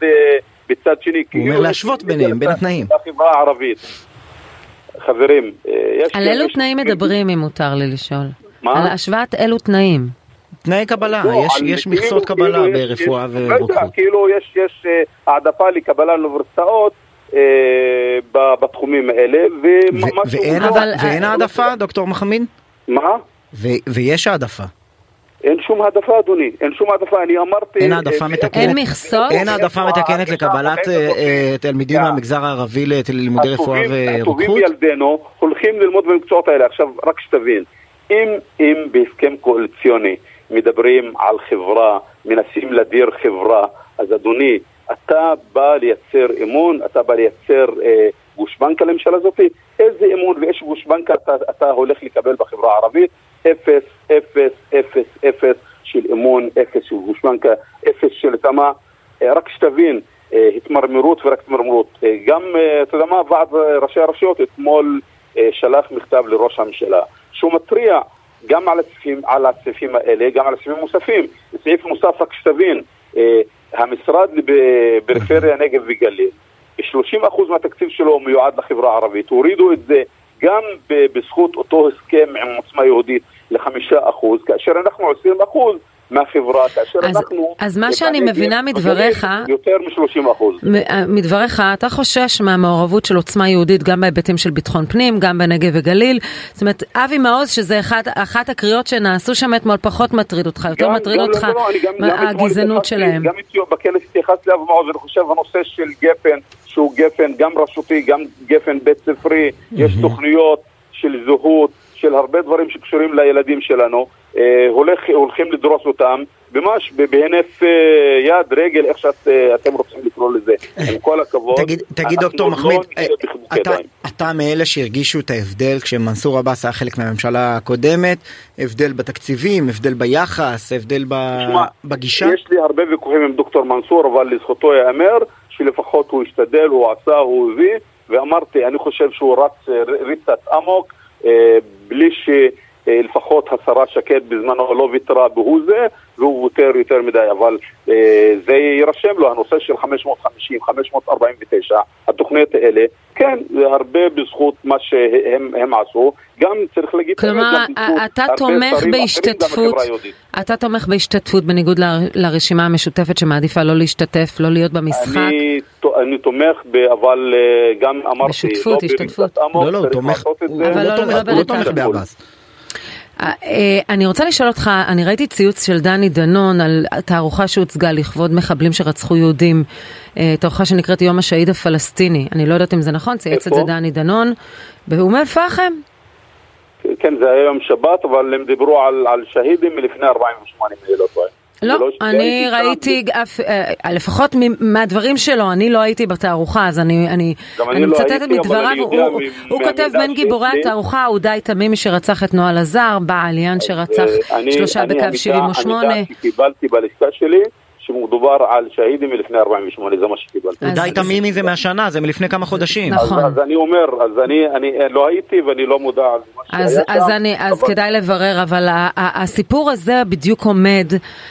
בצד שני. הוא אומר להשוות ביניהם, בין התנאים. לחברה הערבית. חברים, על אילו תנאים מדברים, אם מותר לי לשאול? מה? על השוואת אילו תנאים. תנאי קבלה, יש מכסות קבלה ברפואה ורוקחות. כאילו יש העדפה לקבלה לאוניברסיטאות בתחומים האלה. ואין העדפה, דוקטור מחמיד? מה? ויש העדפה. אין שום העדפה, אדוני, אין שום העדפה, אני אמרתי... אין העדפה מתקנת? אין מכסות? אין העדפה מתקנת לקבלת תלמידים מהמגזר הערבי ללימודי רפואה ורוקחות? הטובים ילדינו הולכים ללמוד במקצועות האלה. עכשיו, רק שתבין, אם בהסכם קואליציוני מדברים על חברה, מנסים לדיר חברה, אז אדוני, אתה בא לייצר אמון, אתה בא לייצר גושבנקה לממשלה הזאת, איזה אמון ואיזה גושבנקה אתה הולך לקבל בחברה הערבית? אפס, אפס, אפס, אפס של אמון, אפס של גושבנקה, אפס של כמה, רק שתבין, התמרמרות ורק התמרמרות. גם, אתה יודע מה, ועד ראשי הרשויות אתמול שלח מכתב לראש הממשלה, שהוא מטריע גם על הסעיפים, על הסעיפים האלה, גם על הסעיפים מוספים. סעיף מוסף, רק שתבין, המשרד בפריפריה נגב וגליל, ב-שלושים אחוז מהתקציב שלו מיועד לחברה הערבית. הורידו את זה גם בזכות אותו הסכם עם עוצמה יהודית לחמישה אחוז, כאשר אנחנו עשרים אחוז מהחברה, כאשר אז, אנחנו... אז מה שאני מבינה מדבריך... יותר מ-שלושים אחוז. מדבריך, אתה חושש מהמעורבות של עוצמה יהודית גם בהיבטים של ביטחון פנים, גם בנגב וגליל. זאת אומרת, אבי מעוז, שזה אחת, אחת הקריאות שנעשו שם אתמול, פחות מטריד אותך, יותר גם, מטריד גם, אותך לא, לא, גם, הגזענות שלהם. גם בכנס התייחס לאבי מעוז, אני חושב, הנושא של גפן, שהוא גפן גם רשותי, גם גפן בית ספרי, יש תוכניות של זהות, של הרבה דברים שקשורים לילדים שלנו, אה, הולך, הולכים לדרוס אותם, ממש בהינף אה, יד, רגל, איך שאתם רוצים לקרוא לזה. עם כל הכבוד. תגיד, תגיד דוקטור מחמיד, לא אתה, אתה מאלה שהרגישו את ההבדל כשמנסור עבאס היה חלק מהממשלה הקודמת, הבדל בתקציבים, הבדל ביחס, הבדל שמה, בגישה? יש לי הרבה ויכוחים עם דוקטור מנסור, אבל לזכותו יאמר שלפחות הוא השתדל, הוא עשה, הוא הביא, ואמרתי, אני חושב שהוא רץ ריצת עמוק, בלי שלפחות השרה שקד בזמנו לא ויתרה בהו זה, והוא ויתר יותר מדי, אבל זה יירשם לו, הנושא של חמש מאות וחמישים, חמש מאות ארבעים ותשע, התוכניות האלה, כן, זה הרבה בזכות מה שהם הם עשו, גם צריך להגיד... כלומר, אתה תומך בהשתתפות, אתה תומך בהשתתפות בניגוד לרשימה המשותפת שמעדיפה לא להשתתף, לא להיות במשחק? אני, אני תומך, אבל גם אמרתי... בשותפות, השתתפות. לא, לא, הוא תומך, הוא לא תומך בעבאס. אני רוצה לשאול אותך, אני ראיתי ציוץ של דני דנון על תערוכה שהוצגה לכבוד מחבלים שרצחו יהודים, תערוכה שנקראת יום השהיד הפלסטיני. אני לא יודעת אם זה נכון, צייץ את זה דני דנון, באום אל-פחם. כן, זה היה יום שבת, אבל הם דיברו על, על שהידים מלפני ארבעים ושמונה מילות. לא, אני ראיתי, לפחות מהדברים שלו, אני לא הייתי בתערוכה, אז אני מצטטת מדבריו, הוא כותב בין גיבורי התערוכה, הוא די תמימי שרצח את נועל הזר, בעליין שרצח שלושה בקו שבעים ושמונה. אני קיבלתי בלשכה שלי, שמדובר על שהידים מלפני ארבעים ושמונה, זה מה שקיבלתי. די תמימי זה מהשנה, זה מלפני כמה חודשים. נכון. אז אני אומר, אז אני לא הייתי ואני לא מודע על מה שהיה שם. אז כדאי לברר, אבל הסיפור הזה בדיוק עומד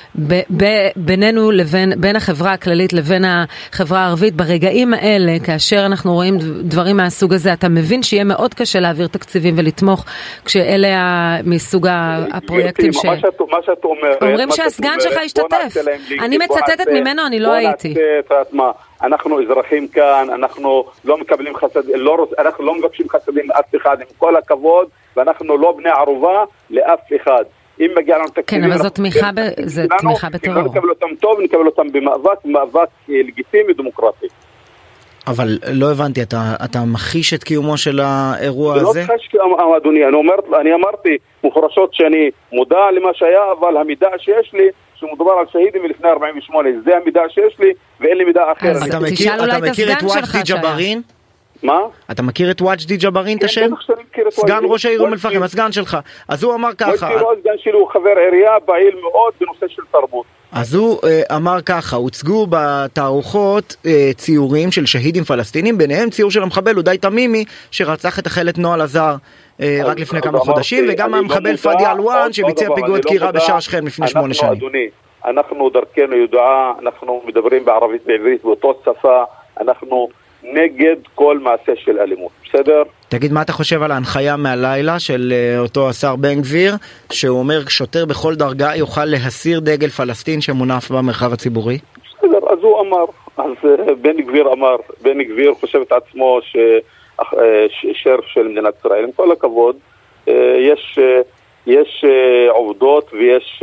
בינינו לבין, בין החברה הכללית לבין החברה הערבית, ברגעים האלה, כאשר אנחנו רואים דברים מהסוג הזה, אתה מבין שיהיה מאוד קשה להעביר תקציבים ולתמוך, כשאלה מסוג הפרויקטים ש... מה שאת אומרת... אומרים שהסגן שלך ישתתף. אני מצטטת ממנו, אני לא הייתי. אנחנו אזרחים כאן, אנחנו לא מקבלים חסדים, אנחנו לא מבקשים חסדים לאף אחד, עם כל הכבוד, ואנחנו לא בני ערובה לאף אחד. אם מגיע לנו תקציבים... כן, אבל זו תמיכה בטרור. אם לא נקבל אותם טוב, נקבל אותם במאבק, מאבק לגיטימי דמוקרטי. אבל לא הבנתי, אתה, אתה מכחיש את קיומו של האירוע הזה? לא מכחיש, אדוני, אני, אומר, אני אמרתי מפורשות שאני מודע למה שהיה, אבל המידע שיש לי, שמדובר על שהידים מלפני ארבעים ושמונה, זה המידע שיש לי, ואין לי מידע אחר. אז אתה מכיר, אתה מכיר את וואג'די ג'בארין? מה? אתה מכיר את וואג'די ג'בארין, את השם? סגן ראש העיר אום אל-פחם, הסגן שלך. אז הוא אמר ככה... הסגן שלי הוא חבר עירייה, פעיל מאוד בנושא של תרבות. אז הוא אמר ככה, הוצגו בתערוכות ציורים של שהידים פלסטינים, ביניהם ציור של המחבל, הוא די תמימי, שרצח את החלת נועל הזר רק לפני כמה חודשים, וגם המחבל פאדי אלואן, שביצע פיגוע דקירה בשער שכם לפני שמונה שנים. אדוני, אנחנו דרכנו ידועה, אנחנו מדברים בערבית בעברית באותו שפה, אנחנו נגד כל מעשה של אלימות, בסדר? תגיד, מה אתה חושב על ההנחיה מהלילה של אותו השר בן גביר, שהוא אומר שוטר בכל דרגה יוכל להסיר דגל פלסטין שמונף במרחב הציבורי? בסדר, אז הוא אמר, אז בן גביר אמר, בן גביר חושב את עצמו ששרף של מדינת ישראל, עם כל הכבוד, יש יש עובדות ויש,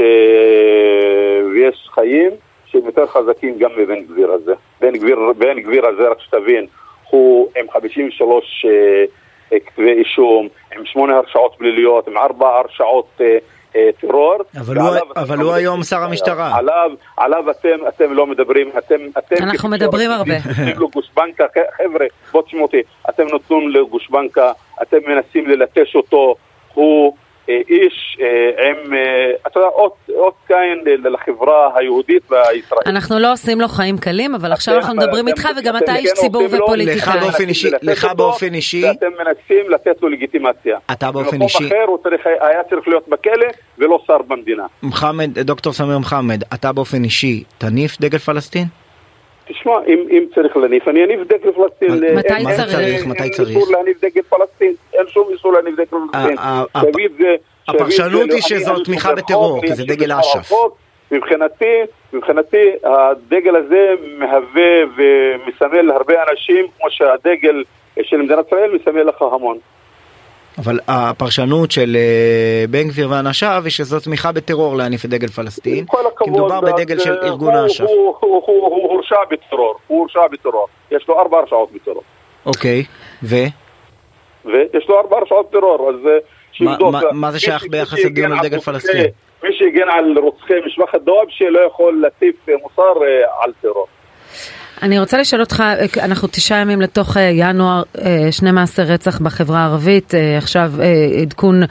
ויש חיים שהם יותר חזקים גם מבן גביר הזה. בן גביר, בן גביר הזה, רק שתבין, הוא עם חמישים ושלוש כתבי אישום, עם שמונה הרשעות פליליות, עם ארבע הרשעות טרור. אבל הוא, אבל הוא היום שר המשטרה. עליו, עליו אתם, אתם לא מדברים, אתם, אתם אנחנו מדברים הרבה. נותנים לו גושבנקה, חבר'ה, בוא תשמעו אותי, אתם נותנים לו גושבנקה, אתם מנסים ללטש אותו, הוא איש עם, אתה יודע, אות קין לחברה היהודית והישראלית. אנחנו לא עושים לו חיים קלים, אבל עכשיו אנחנו מדברים איתך, וגם אתה איש ציבור ופוליטיקאי. לך באופן אישי. ואתם מנסים לתת לו לגיטימציה. אתה באופן אישי. במקום אחר הוא צריך, היה צריך להיות בכלא, ולא שר במדינה. מוחמד, דוקטור סמיר מוחמד, אתה באופן אישי תניף דגל פלסטין? תשמע, אם, אם צריך להניף, אני אניף דגל פלסטין. מתי אין, צריך? מתי צריך? אין איסור להניף דגל פלסטין. אין שום איסור להניף דגל פלסטין. שביט זה... הפרשנות היא שזו תמיכה בטרור, כי זה דגל אש"ף. מבחינתי, מבחינתי, הדגל הזה מהווה ומסמל להרבה אנשים, כמו שהדגל של מדינת ישראל מסמל לך המון. אבל הפרשנות של בן גביר ואנשיו היא שזו תמיכה בטרור להניף את דגל פלסטין, כי מדובר בדגל של ארגון אש"ף. הוא הורשע בטרור, הוא הורשע בטרור. יש לו ארבע הרשעות בטרור. אוקיי, ו? ויש לו ארבע הרשעות טרור, אז... מה זה שייך ביחס לדיון על דגל פלסטין? מי שהגן על רוצחי משפחת דוואבשה לא יכול להטיף מוסר על טרור. אני רוצה לשאול אותך, אנחנו תשעה ימים לתוך ינואר, שני מעשי רצח בחברה הערבית, עכשיו עדכון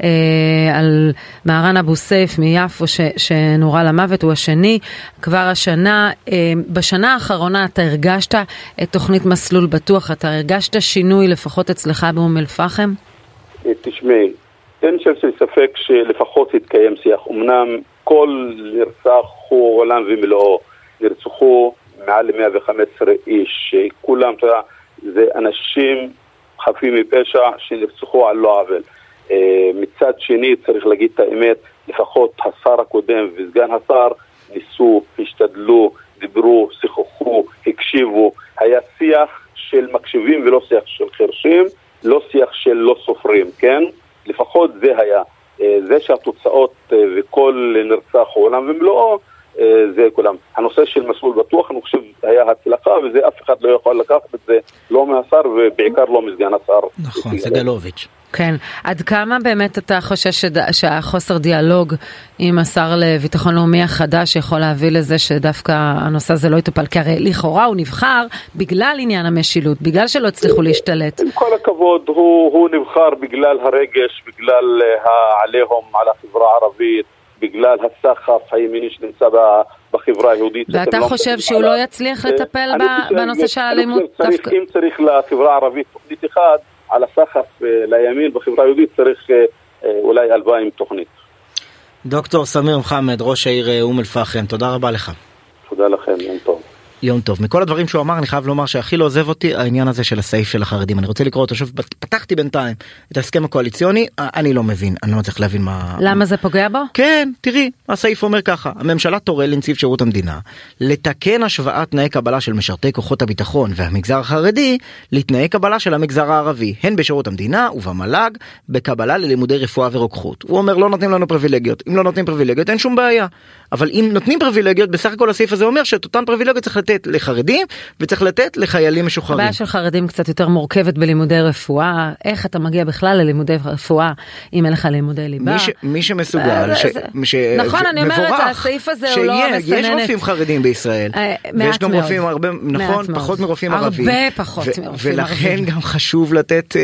על מהרן אבו סייף מיפו שנורה למוות, הוא השני, כבר השנה, בשנה האחרונה אתה הרגשת את תוכנית מסלול בטוח, אתה הרגשת שינוי לפחות אצלך באום אל-פחם? תשמעי, אין שם של ספק שלפחות יתקיים שיח. אמנם כל נרצח הוא עולם ומלואו, נרצחו מעל מאה וחמש עשרה איש, כולם, אתה יודע, זה אנשים חפים מפשע שנרצחו על לא עוול. מצד שני צריך להגיד את האמת, לפחות השר הקודם וסגן השר ניסו, השתדלו, דיברו, שיחכו, הקשיבו, היה שיח של מקשיבים ולא שיח של חרשים, לא שיח של לא סופרים, כן? לפחות זה היה. זה שהתוצאות וכל נרצח עולם ומלואו, זה כולם. הנושא של מסלול בטוח, אני חושב, היה הצלחה, וזה אף אחד לא יכול לקחת את זה, לא מהשר ובעיקר לא מסגן השר. נכון, סגלוביץ'. כן. עד כמה באמת אתה חושש שהחוסר דיאלוג עם השר לביטחון לאומי החדש יכול להביא לזה שדווקא הנושא הזה לא יטופל? כי הרי לכאורה הוא נבחר בגלל עניין המשילות, בגלל שלא הצליחו להשתלט. עם כל הכבוד, הוא, הוא נבחר בגלל הרגש, בגלל העליהום על החברה הערבית, בגלל הסחף הימיני שנמצא בחברה היהודית. ואתה חושב שהוא לא יצליח לטפל בנושא של האלימות? אם צריך לחברה הערבית תוכנית אחד, על הסחף לימין בחברה היהודית צריך אולי אלפיים תוכנית. דוקטור סמיר מוחמד, ראש העיר אום אל-פחם, תודה רבה לך. תודה לכם, יום טוב. יום טוב. מכל הדברים שהוא אמר, אני חייב לומר שהכי לא עוזב אותי העניין הזה של הסעיף של החרדים. אני רוצה לקרוא אותו שוב, פתחתי בינתיים את ההסכם הקואליציוני, אני לא מבין, אני לא צריך להבין מה... למה זה פוגע בו? כן, תראי, הסעיף אומר ככה, הממשלה תורה לנציב שירות המדינה, לתקן השוואת תנאי קבלה של משרתי כוחות הביטחון והמגזר החרדי, לתנאי קבלה של המגזר הערבי, הן בשירות המדינה ובמל"ג, בקבלה ללימודי רפואה ורוקחות. הוא אומר, לא נותנים לנו פריבילגיות. אם לא נותנים פריבילגיות, אין שום בעיה. אבל אם נותנים פריבילגיות, בסך הכל הסעיף הזה אומר שאת אותן פריבילגיות צריך לתת לחרדים וצריך לתת לחיילים משוחררים. הבעיה של חרדים קצת יותר מורכבת בלימודי רפואה. איך אתה מגיע בכלל ללימודי רפואה אם אין לך לימודי ליבה? מי, ש, מי שמסוגל, ש, ש, נכון, ש, אני אומרת, הסעיף הזה הוא לא מסננת. יש רופאים חרדים בישראל. ויש גם רופאים הרבה, נכון, פחות מרופאים ערבים. הרבה פחות מרופאים ערבים. ולכן גם חשוב לתת,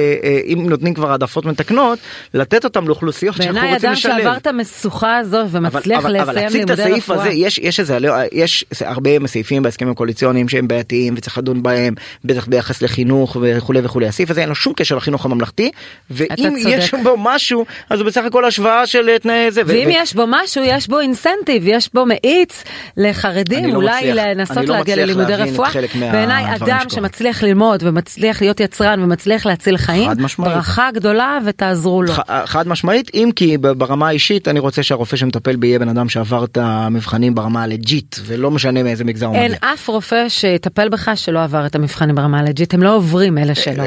אם נותנים כבר העדפות מתקנות, לתת אותם לאוכלוסיות שאנחנו רוצים לשלב. בעיניי אדם שעבר את המשוכה הזו ומצליח לסיים לימודי רפואה. יש איזה, יש הרבה מסעיפים בהסכמים הקואליציוניים שהם בעייתיים וצריך לדון בהם, בטח ביחס לחינוך וכו' וכו'. הסעיף הזה אין לו שום קשר לחינוך הממלכתי, ואם יש בו משהו, אז בסך הכל השוואה של תנאי זה. ואם יש בו משהו, יש בו אינסנטיב, יש בו מאיץ לחרדים, אולי לנסות להגיע ללימודי רפואה. בעיניי אדם שמצליח ללמוד ומצליח להיות יצרן ומצליח להציל חיים, ברכה גדולה ותעזרו לו. חד משמעית, אם כי ברמה האישית אני רוצה שהרופא שמטפל בי יהיה בן אדם שעבר את המבחנים ברמה הלג'יט, ולא משנה מאיזה מגזר. אין אף רופא שיטפל בך שלא עבר את המבחנים ברמה הלג'ית, הם לא עוברים אלה שלו.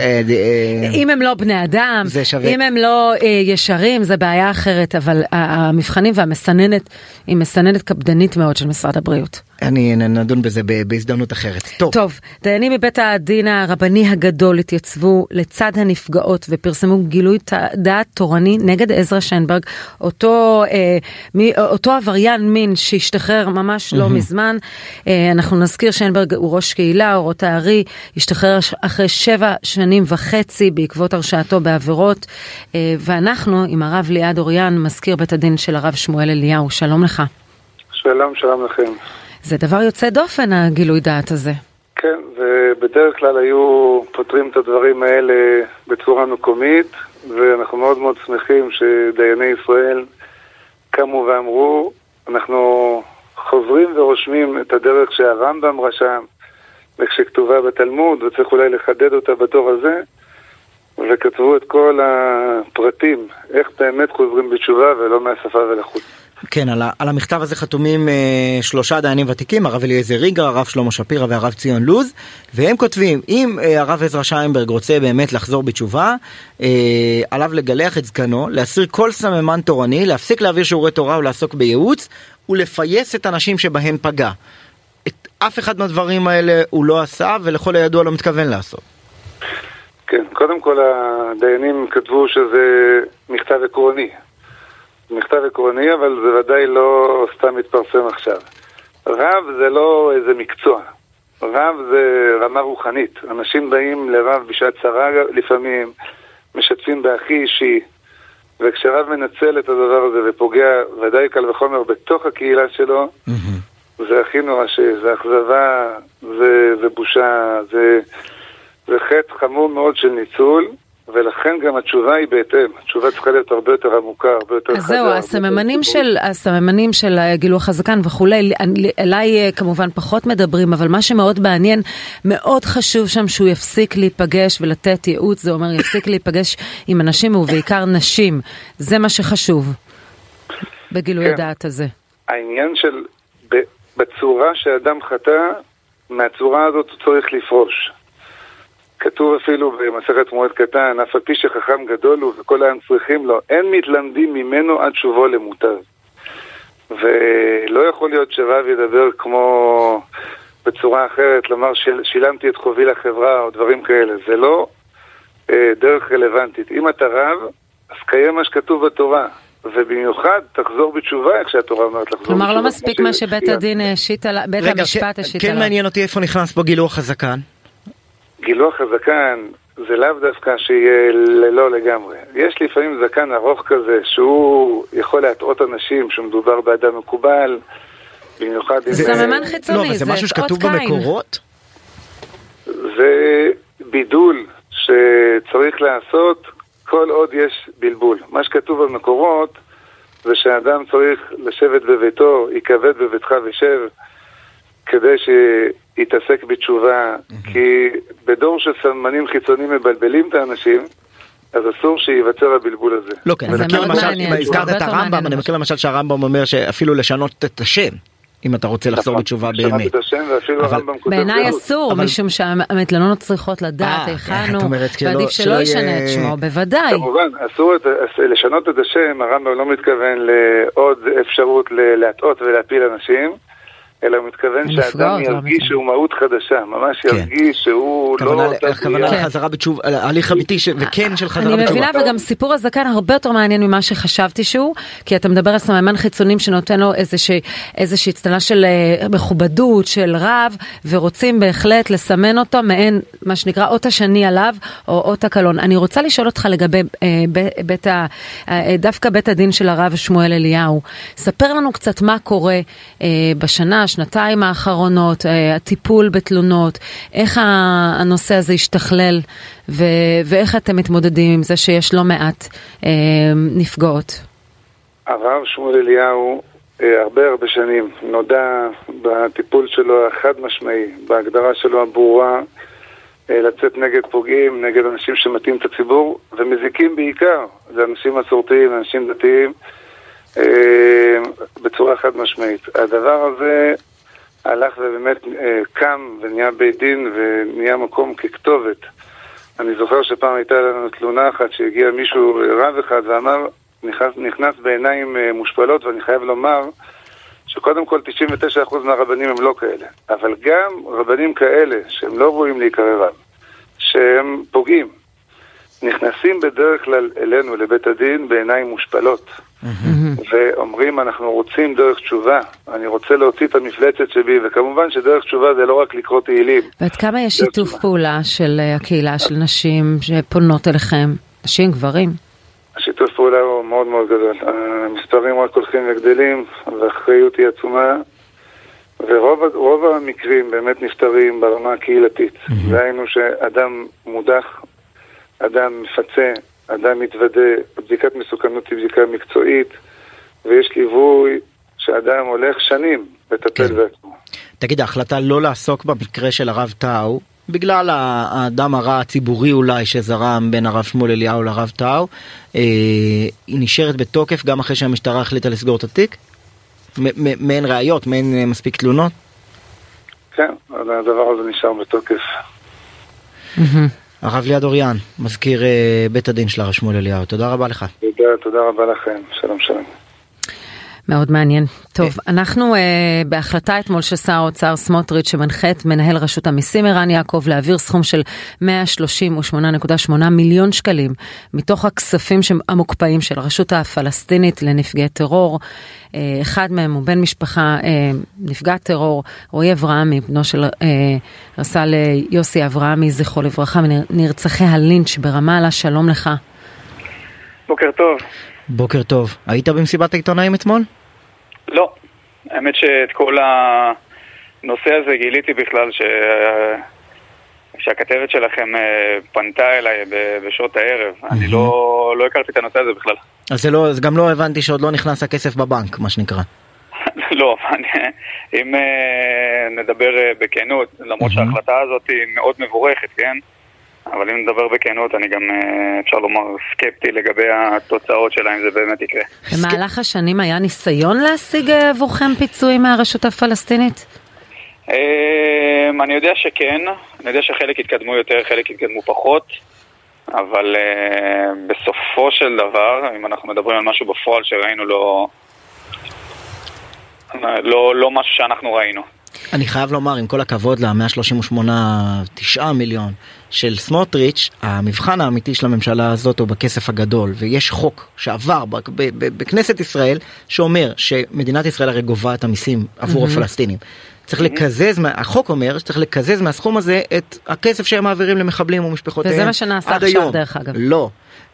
אם הם לא בני אדם, אם הם לא ישרים, זה בעיה אחרת, אבל המבחנים והמסננת היא מסננת קפדנית מאוד של משרד הבריאות. אני נדון בזה בהזדמנות אחרת. טוב. טוב, דיינים מבית הדין הרבני הגדול התייצבו לצד הנפגעות ופרסמו גילוי דעת תורני נגד עזרא שיינברג, אותו, אה, מי, אותו עבריין מין שהשתחרר ממש לא מזמן. אה, אנחנו נזכיר שיינברג הוא ראש קהילה, אורות הארי, השתחרר אחרי שבע שנים וחצי בעקבות הרשעתו בעבירות, אה, ואנחנו עם הרב ליעד אוריאן, מזכיר בית הדין של הרב שמואל אליהו. שלום לך. שלום, שלום לכם. זה דבר יוצא דופן, הגילוי דעת הזה. כן, ובדרך כלל היו פותרים את הדברים האלה בצורה מקומית, ואנחנו מאוד מאוד שמחים שדייני ישראל קמו ואמרו, אנחנו חוזרים ורושמים את הדרך שהרמב"ם רשם, וכשכתובה בתלמוד, וצריך אולי לחדד אותה בתור הזה, וכתבו את כל הפרטים, איך באמת חוזרים בתשובה ולא מהשפה ולחוץ. כן, על, על המכתב הזה חתומים אה, שלושה דיינים ותיקים, הרב אליעזר ריגר, הרב שלמה שפירא והרב ציון לוז, והם כותבים, אם אה, הרב עזרא שיינברג רוצה באמת לחזור בתשובה, אה, עליו לגלח את זקנו, להסיר כל סממן תורני, להפסיק להעביר שיעורי תורה ולעסוק בייעוץ, ולפייס את אנשים שבהם פגע. את אף אחד מהדברים האלה הוא לא עשה, ולכל הידוע לא מתכוון לעשות. כן, קודם כל הדיינים כתבו שזה מכתב עקרוני. מכתב עקרוני, אבל זה ודאי לא סתם מתפרסם עכשיו. רב זה לא איזה מקצוע. רב זה רמה רוחנית. אנשים באים לרב בשעת צרה לפעמים, משתפים בהכי אישי, וכשרב מנצל את הדבר הזה ופוגע ודאי קל וחומר בתוך הקהילה שלו, mm-hmm. זה הכי נורא שזה אכזבה, זה, זה בושה, זה, זה חטא חמור מאוד של ניצול, ולכן גם התשובה היא בהתאם. התשובה צריכה להיות הרבה יותר עמוקה, הרבה יותר חדה. אז זהו, הסממנים של, הסממנים של גילוח הזקן וכולי, אליי כמובן פחות מדברים, אבל מה שמאוד מעניין, מאוד חשוב שם שהוא יפסיק להיפגש ולתת ייעוץ, זה אומר יפסיק להיפגש עם אנשים ובעיקר נשים. זה מה שחשוב בגילוי כן. הדעת הזה. העניין של, בצורה שאדם חטא, מהצורה הזאת הוא צריך לפרוש. כתוב אפילו במסכת מועד קטן, אף על פי שחכם גדול הוא וכל העם צריכים לו, אין מתלמדים ממנו עד שובו למוטב. ולא יכול להיות שרב ידבר כמו בצורה אחרת, לומר של, שילמתי את חובי לחברה או דברים כאלה. זה לא אה, דרך רלוונטית. אם אתה רב, אז קיים מה שכתוב בתורה. ובמיוחד תחזור בתשובה איך שהתורה אומרת לחזור בתשובה. כלומר לא מספיק מה שבית הדין השית על... בית המשפט השית עליו. כן מעניין אותי איפה נכנס פה גילוח הזקן. גילוח הזקן זה לאו דווקא שיהיה ללא לגמרי. יש לפעמים זקן ארוך כזה שהוא יכול להטעות אנשים שמדובר באדם מקובל, במיוחד... זה סממן חיצוני, לא, אבל זה משהו שכתוב במקורות? זה בידול שצריך לעשות כל עוד יש בלבול. מה שכתוב במקורות זה שהאדם צריך לשבת בביתו, יקבד בביתך ושב, כדי שיתעסק בתשובה, כי בדור של סממנים חיצוניים מבלבלים את האנשים, אז אסור שיווצר הבלבול הזה. לא, כן, אני מכיר למשל, אם הזכרת את הרמב"ם, אני מכיר למשל שהרמב"ם אומר שאפילו לשנות את השם, אם אתה רוצה לחזור בתשובה באמת. בעיניי אסור, משום שהמתלוננות צריכות לדעת היכן הוא, ועדיף שלא ישנה את שמו, בוודאי. כמובן, אסור לשנות את השם, הרמב"ם לא מתכוון לעוד אפשרות להטעות ולהפיל אנשים, אלא הוא מתכוון שאדם ירגיש שהוא מהות חדשה, ממש ירגיש שהוא לא... הכוונה לחזרה בתשובה, הליך אמיתי וכן של חזרה בתשובה. אני מבינה, וגם סיפור הזקן הרבה יותר מעניין ממה שחשבתי שהוא, כי אתה מדבר על סממן חיצונים שנותן לו איזושהי הצטלה של מכובדות, של רב, ורוצים בהחלט לסמן אותו מעין, מה שנקרא, אות השני עליו, או אות הקלון. אני רוצה לשאול אותך לגבי דווקא בית הדין של הרב שמואל אליהו. ספר לנו קצת מה קורה בשנה, שנתיים האחרונות, הטיפול בתלונות, איך הנושא הזה ישתכלל, ואיך אתם מתמודדים עם זה שיש לא מעט נפגעות? הרב שמואל אליהו הרבה הרבה שנים נודע בטיפול שלו החד משמעי, בהגדרה שלו הברורה, לצאת נגד פוגעים, נגד אנשים שמתאים את הציבור, ומזיקים בעיקר, זה אנשים מסורתיים, אנשים דתיים, בצורה חד משמעית. הדבר הזה הלך ובאמת קם ונהיה בית דין ונהיה מקום ככתובת. אני זוכר שפעם הייתה לנו תלונה אחת שהגיע מישהו, רב אחד, ואמר, נכנס, נכנס בעיניים מושפלות, ואני חייב לומר שקודם כל תשעים ותשעה אחוז מהרבנים הם לא כאלה. אבל גם רבנים כאלה שהם לא רואים להיקרא רב, שהם פוגעים, נכנסים בדרך כלל אלינו, לבית הדין, בעיניים מושפלות. ואומרים, אנחנו רוצים דרך תשובה, אני רוצה להוציא את המפלצת שבי, וכמובן שדרך תשובה זה לא רק לקרוא תהילים. ועד כמה יש שיתוף פעולה של הקהילה, של נשים שפונות אליכם, נשים, גברים? השיתוף פעולה הוא מאוד מאוד גדול. המספרים רק הולכים וגדלים, והאחריות היא עצומה, ורוב המקרים באמת נפטרים ברמה הקהילתית. והיינו שאדם מודח, אדם מפצה, אדם מתוודה, בדיקת מסוכנות היא בדיקה מקצועית, ויש ליווי שאדם הולך שנים לטפל כן. בעצמו. תגיד, ההחלטה לא לעסוק במקרה של הרב טאו, בגלל האדם הרע הציבורי אולי שזרם בין הרב שמואל אליהו לרב טאו, אה, היא נשארת בתוקף גם אחרי שהמשטרה החליטה לסגור את התיק? מעין ראיות, מעין מספיק תלונות? כן, הדבר הזה נשאר בתוקף. הרב ליעד אוריאן, מזכיר בית הדין של הרב שמואל אליהו, תודה רבה לך. תודה, תודה רבה לכם, שלום שלום. מאוד מעניין. טוב, אנחנו אה, בהחלטה אתמול של שר האוצר סמוטריץ' שמנחה את מנהל רשות המיסים ערן יעקב להעביר סכום של מאה שלושים ושמונה נקודה שמונה מיליון שקלים מתוך הכספים המוקפאים של הרשות הפלסטינית לנפגעי טרור. אה, אחד מהם הוא בן משפחה אה, נפגע טרור, רועי אברהמי, בנו של אה, רס"ל יוסי אברהמי, זכרו לברכה, מנרצחי הלינץ' ברמאללה. שלום לך. בוקר טוב. בוקר טוב. היית במסיבת העיתונאים אתמול? לא. האמת שאת כל הנושא הזה גיליתי בכלל ש... שהכתבת שלכם פנתה אליי בשעות הערב. אני לא, לא הכרתי את הנושא הזה בכלל. אז זה לא, אז גם לא הבנתי שעוד לא נכנס הכסף בבנק, מה שנקרא. לא, אם נדבר בכנות, למרות שההחלטה הזאת היא מאוד מבורכת, כן? אבל אם נדבר בכנות, אני גם, אפשר לומר, סקפטי לגבי התוצאות שלה, אם זה באמת יקרה. במהלך השנים היה ניסיון להשיג עבורכם פיצויים מהרשות הפלסטינית? אני יודע שכן, אני יודע שחלק התקדמו יותר, חלק התקדמו פחות, אבל בסופו של דבר, אם אנחנו מדברים על משהו בפועל שראינו, לא, לא, לא משהו שאנחנו ראינו. אני חייב לומר, עם כל הכבוד ל-מאה שלושים ושמונה תשעה מיליון של סמוטריץ', המבחן האמיתי של הממשלה הזאת הוא בכסף הגדול, ויש חוק שעבר בכנסת ישראל שאומר שמדינת ישראל הרי גובה את המיסים עבור הפלסטינים. צריך לקזז, החוק אומר שצריך לקזז מהסכום הזה את הכסף שהם מעבירים למחבלים ומשפחותיהם. וזה מה שנעשה עכשיו דרך אגב. לא.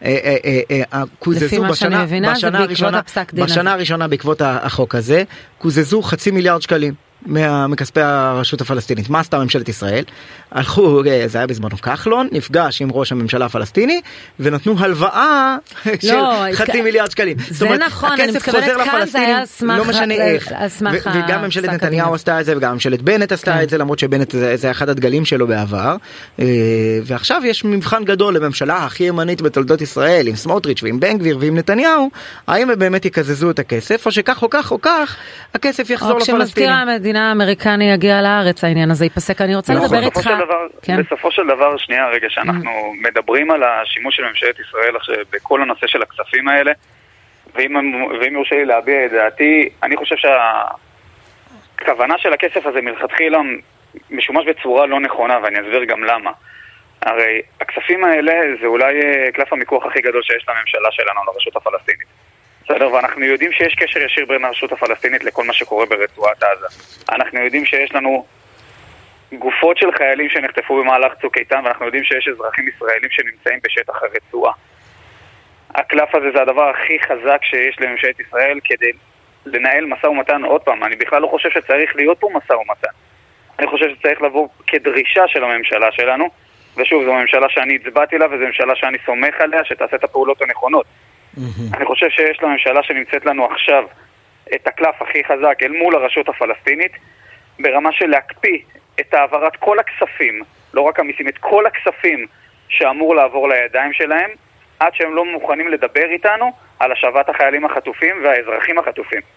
לפי מה שאני מבינה זה בעקבות הפסק דין. בשנה הראשונה בעקבות החוק הזה, קוזזו חצי מיליארד שקלים. מכספי הרשות הפלסטינית. מה עשתה ממשלת ישראל? הלכו, זה היה בזמנו כחלון, נפגש עם ראש הממשלה הפלסטיני, ונתנו הלוואה של חצי מיליארד שקלים. זה נכון, אני מתכוונת כאן זה היה לא משנה איך. וגם ממשלת נתניהו עשתה את זה, וגם ממשלת בנט עשתה את זה, למרות שבנט זה אחד הדגלים שלו בעבר. ועכשיו יש מבחן גדול לממשלה הכי ימנית בתולדות ישראל, עם סמוטריץ' ועם בן גביר ועם נתניהו, האם הם באמת יקזזו את הכסף, או שכך או כך או כך, הכסף יחזור לפלסטינים. המדינה האמריקני יגיע לארץ, העניין הזה ייפסק. אני רוצה לדבר איתך. בסופו של דבר, שנייה רגע, שאנחנו מדברים על השימוש של ממשלת ישראל בכל הנושא של הכספים האלה, ואם יורשה לי להביע את דעתי, אני חושב שהכוונה של הכסף הזה מלכתחילה משומש בצורה לא נכונה, ואני אסביר גם למה. הרי הכספים האלה זה אולי קלף המיקוח הכי גדול שיש לממשלה שלנו, לרשות הפלסטינית. בסדר, ואנחנו יודעים שיש קשר ישיר בין הרשות הפלסטינית לכל מה שקורה ברצועת עזה. אנחנו יודעים שיש לנו גופות של חיילים שנחטפו במהלך צוק איתן, ואנחנו יודעים שיש אזרחים ישראלים שנמצאים בשטח הרצועה. הקלף הזה זה הדבר הכי חזק שיש לממשלת ישראל כדי לנהל משא ומתן. עוד פעם, אני בכלל לא חושב שצריך להיות פה משא ומתן. אני חושב שצריך לבוא כדרישה של הממשלה שלנו, ושוב, זו ממשלה שאני הצבעתי לה, וזו ממשלה שאני סומך עליה, שתעשה את הפעולות הנכונות. אני חושב שיש לממשלה שנמצאת לנו עכשיו את הקלף הכי חזק אל מול הרשות הפלסטינית, ברמה של להקפיא את העברת כל הכספים, לא רק המיסים, את כל הכספים שאמור לעבור לידיים שלהם, עד שהם לא מוכנים לדבר איתנו על השבת החיילים החטופים והאזרחים החטופים.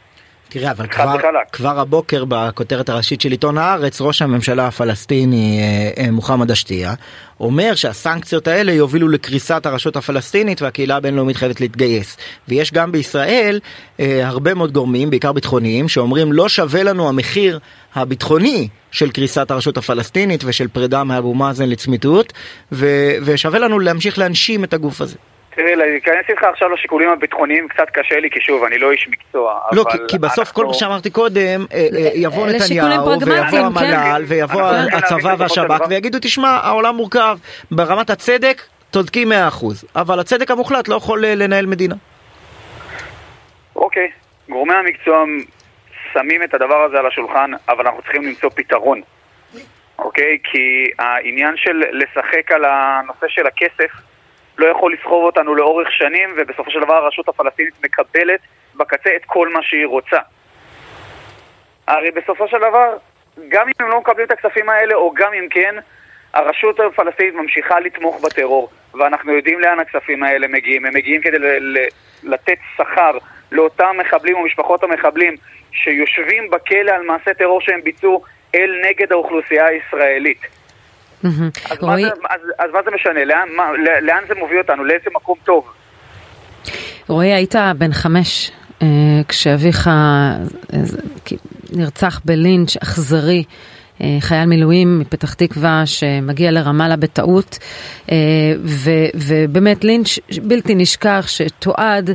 תראה, אבל כבר, כבר הבוקר בכותרת הראשית של עיתון הארץ, ראש הממשלה הפלסטיני מוחמד אשתיה אומר שהסנקציות האלה יובילו לקריסת הרשות הפלסטינית והקהילה הבינלאומית חייבת להתגייס. ויש גם בישראל הרבה מאוד גורמים, בעיקר ביטחוניים, שאומרים לא שווה לנו המחיר הביטחוני של קריסת הרשות הפלסטינית ושל פרידה מאבו מאזן לצמיתות, ושווה לנו להמשיך להנשים את הגוף הזה. תראי, להיכנס איתך עכשיו לשיקולים הביטחוניים קצת קשה לי, כי שוב, אני לא איש מקצוע. לא, כי בסוף כל מה שאמרתי קודם, יבוא נתניהו, ויבוא המל"ל, ויבוא הצבא והשב"כ, ויגידו, תשמע, העולם מורכב, ברמת הצדק, צודקים מאה אחוז, אבל הצדק המוחלט לא יכול לנהל מדינה. אוקיי, גורמי המקצוע שמים את הדבר הזה על השולחן, אבל אנחנו צריכים למצוא פתרון. אוקיי? כי העניין של לשחק על הנושא של הכסף, לא יכול לסחוב אותנו לאורך שנים, ובסופו של דבר הרשות הפלסטינית מקבלת בקצה את כל מה שהיא רוצה. הרי בסופו של דבר, גם אם הם לא מקבלים את הכספים האלה, או גם אם כן, הרשות הפלסטינית ממשיכה לתמוך בטרור, ואנחנו יודעים לאן הכספים האלה מגיעים. הם מגיעים כדי ל- ל- לתת שכר לאותם מחבלים או משפחות המחבלים שיושבים בכלא על מעשה טרור שהם ביצעו אל נגד האוכלוסייה הישראלית. אז, מה זה, אז, אז מה זה משנה? לאן, מה, לאן זה מוביל אותנו? לאיזה מקום טוב? רועי, היית בן חמש אה, כשאביך אה, נרצח בלינץ' אכזרי, אה, חייל מילואים מפתח תקווה שמגיע לרמאללה בטעות, אה, ו, ובאמת לינץ' בלתי נשכח שתועד.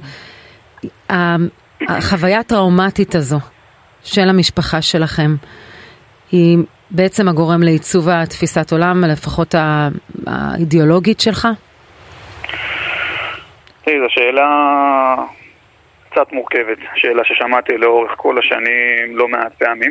החוויה הטראומטית הזו של המשפחה שלכם היא בעצם הגורם לעיצוב התפיסת עולם, לפחות האידיאולוגית שלך? זו שאלה קצת מורכבת, שאלה ששמעתי לאורך כל השנים לא מעט פעמים.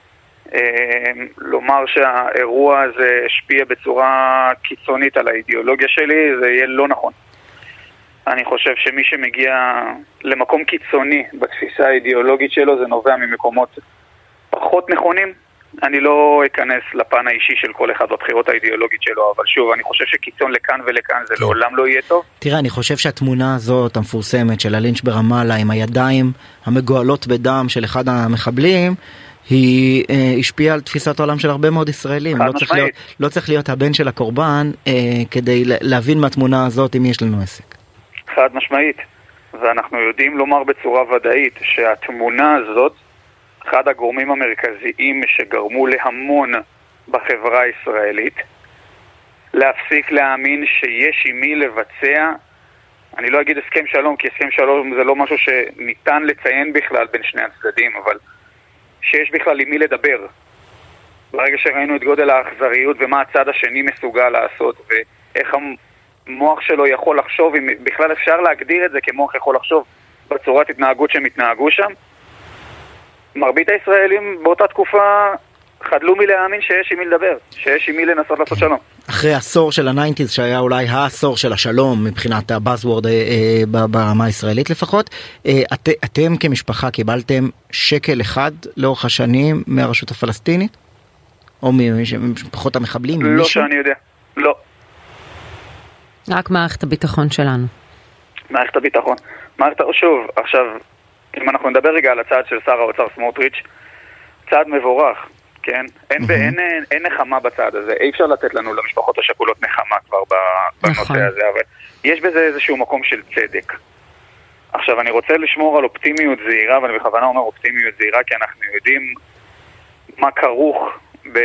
לומר שהאירוע הזה השפיע בצורה קיצונית על האידיאולוגיה שלי, זה יהיה לא נכון. אני חושב שמי שמגיע למקום קיצוני בתפיסה האידיאולוגית שלו, זה נובע ממקומות פחות נכונים. אני לא אכנס לפן האישי של כל אחד בבחירות האידיאולוגית שלו, אבל שוב, אני חושב שקיצון לכאן ולכאן זה לעולם לא יהיה טוב. תראה, אני חושב שהתמונה הזאת המפורסמת של הלינץ' ברמאללה עם הידיים המגועלות בדם של אחד המחבלים, היא אה, השפיעה על תפיסת העולם של הרבה מאוד ישראלים. לא צריך, להיות, לא צריך להיות הבן של הקורבן אה, כדי להבין מהתמונה הזאת אם יש לנו עסק. חד משמעית. ואנחנו יודעים לומר בצורה ודאית שהתמונה הזאת, אחד הגורמים המרכזיים שגרמו להמון בחברה הישראלית, להפסיק להאמין שיש עם מי לבצע, אני לא אגיד הסכם שלום, כי הסכם שלום זה לא משהו שניתן לציין בכלל בין שני הצדדים, אבל שיש בכלל עם מי לדבר. ברגע שראינו את גודל האכזריות ומה הצד השני מסוגל לעשות, ואיך המוח שלו יכול לחשוב, אם בכלל אפשר להגדיר את זה כמוח יכול לחשוב בצורת התנהגות שהם התנהגו שם, מרבית הישראלים באותה תקופה חדלו מלהאמין שיש עם מי לדבר, שיש עם מי לנסות לעשות שלום. אחרי עשור של הניינטיז שהיה אולי העשור של השלום מבחינת הבאזוורד ברמה הישראלית לפחות, את, אתם כמשפחה קיבלתם שקל אחד לאורך השנים מהרשות הפלסטינית? או ממשפחות המחבלים? לא מישהו? שאני יודע, לא. רק מערכת הביטחון שלנו. מערכת הביטחון. מערכת, שוב, עכשיו, אם אנחנו נדבר רגע על הצעד של שר האוצר סמוטריץ', צעד מבורך, כן? אין, mm-hmm. אין, אין, אין נחמה בצעד הזה. אי אפשר לתת לנו למשפחות השכולות נחמה כבר בנושא נכון. הזה, אבל יש בזה איזשהו מקום של צדק. עכשיו, אני רוצה לשמור על אופטימיות זהירה, ואני בכוונה אומר אופטימיות זהירה, כי אנחנו יודעים מה כרוך ב...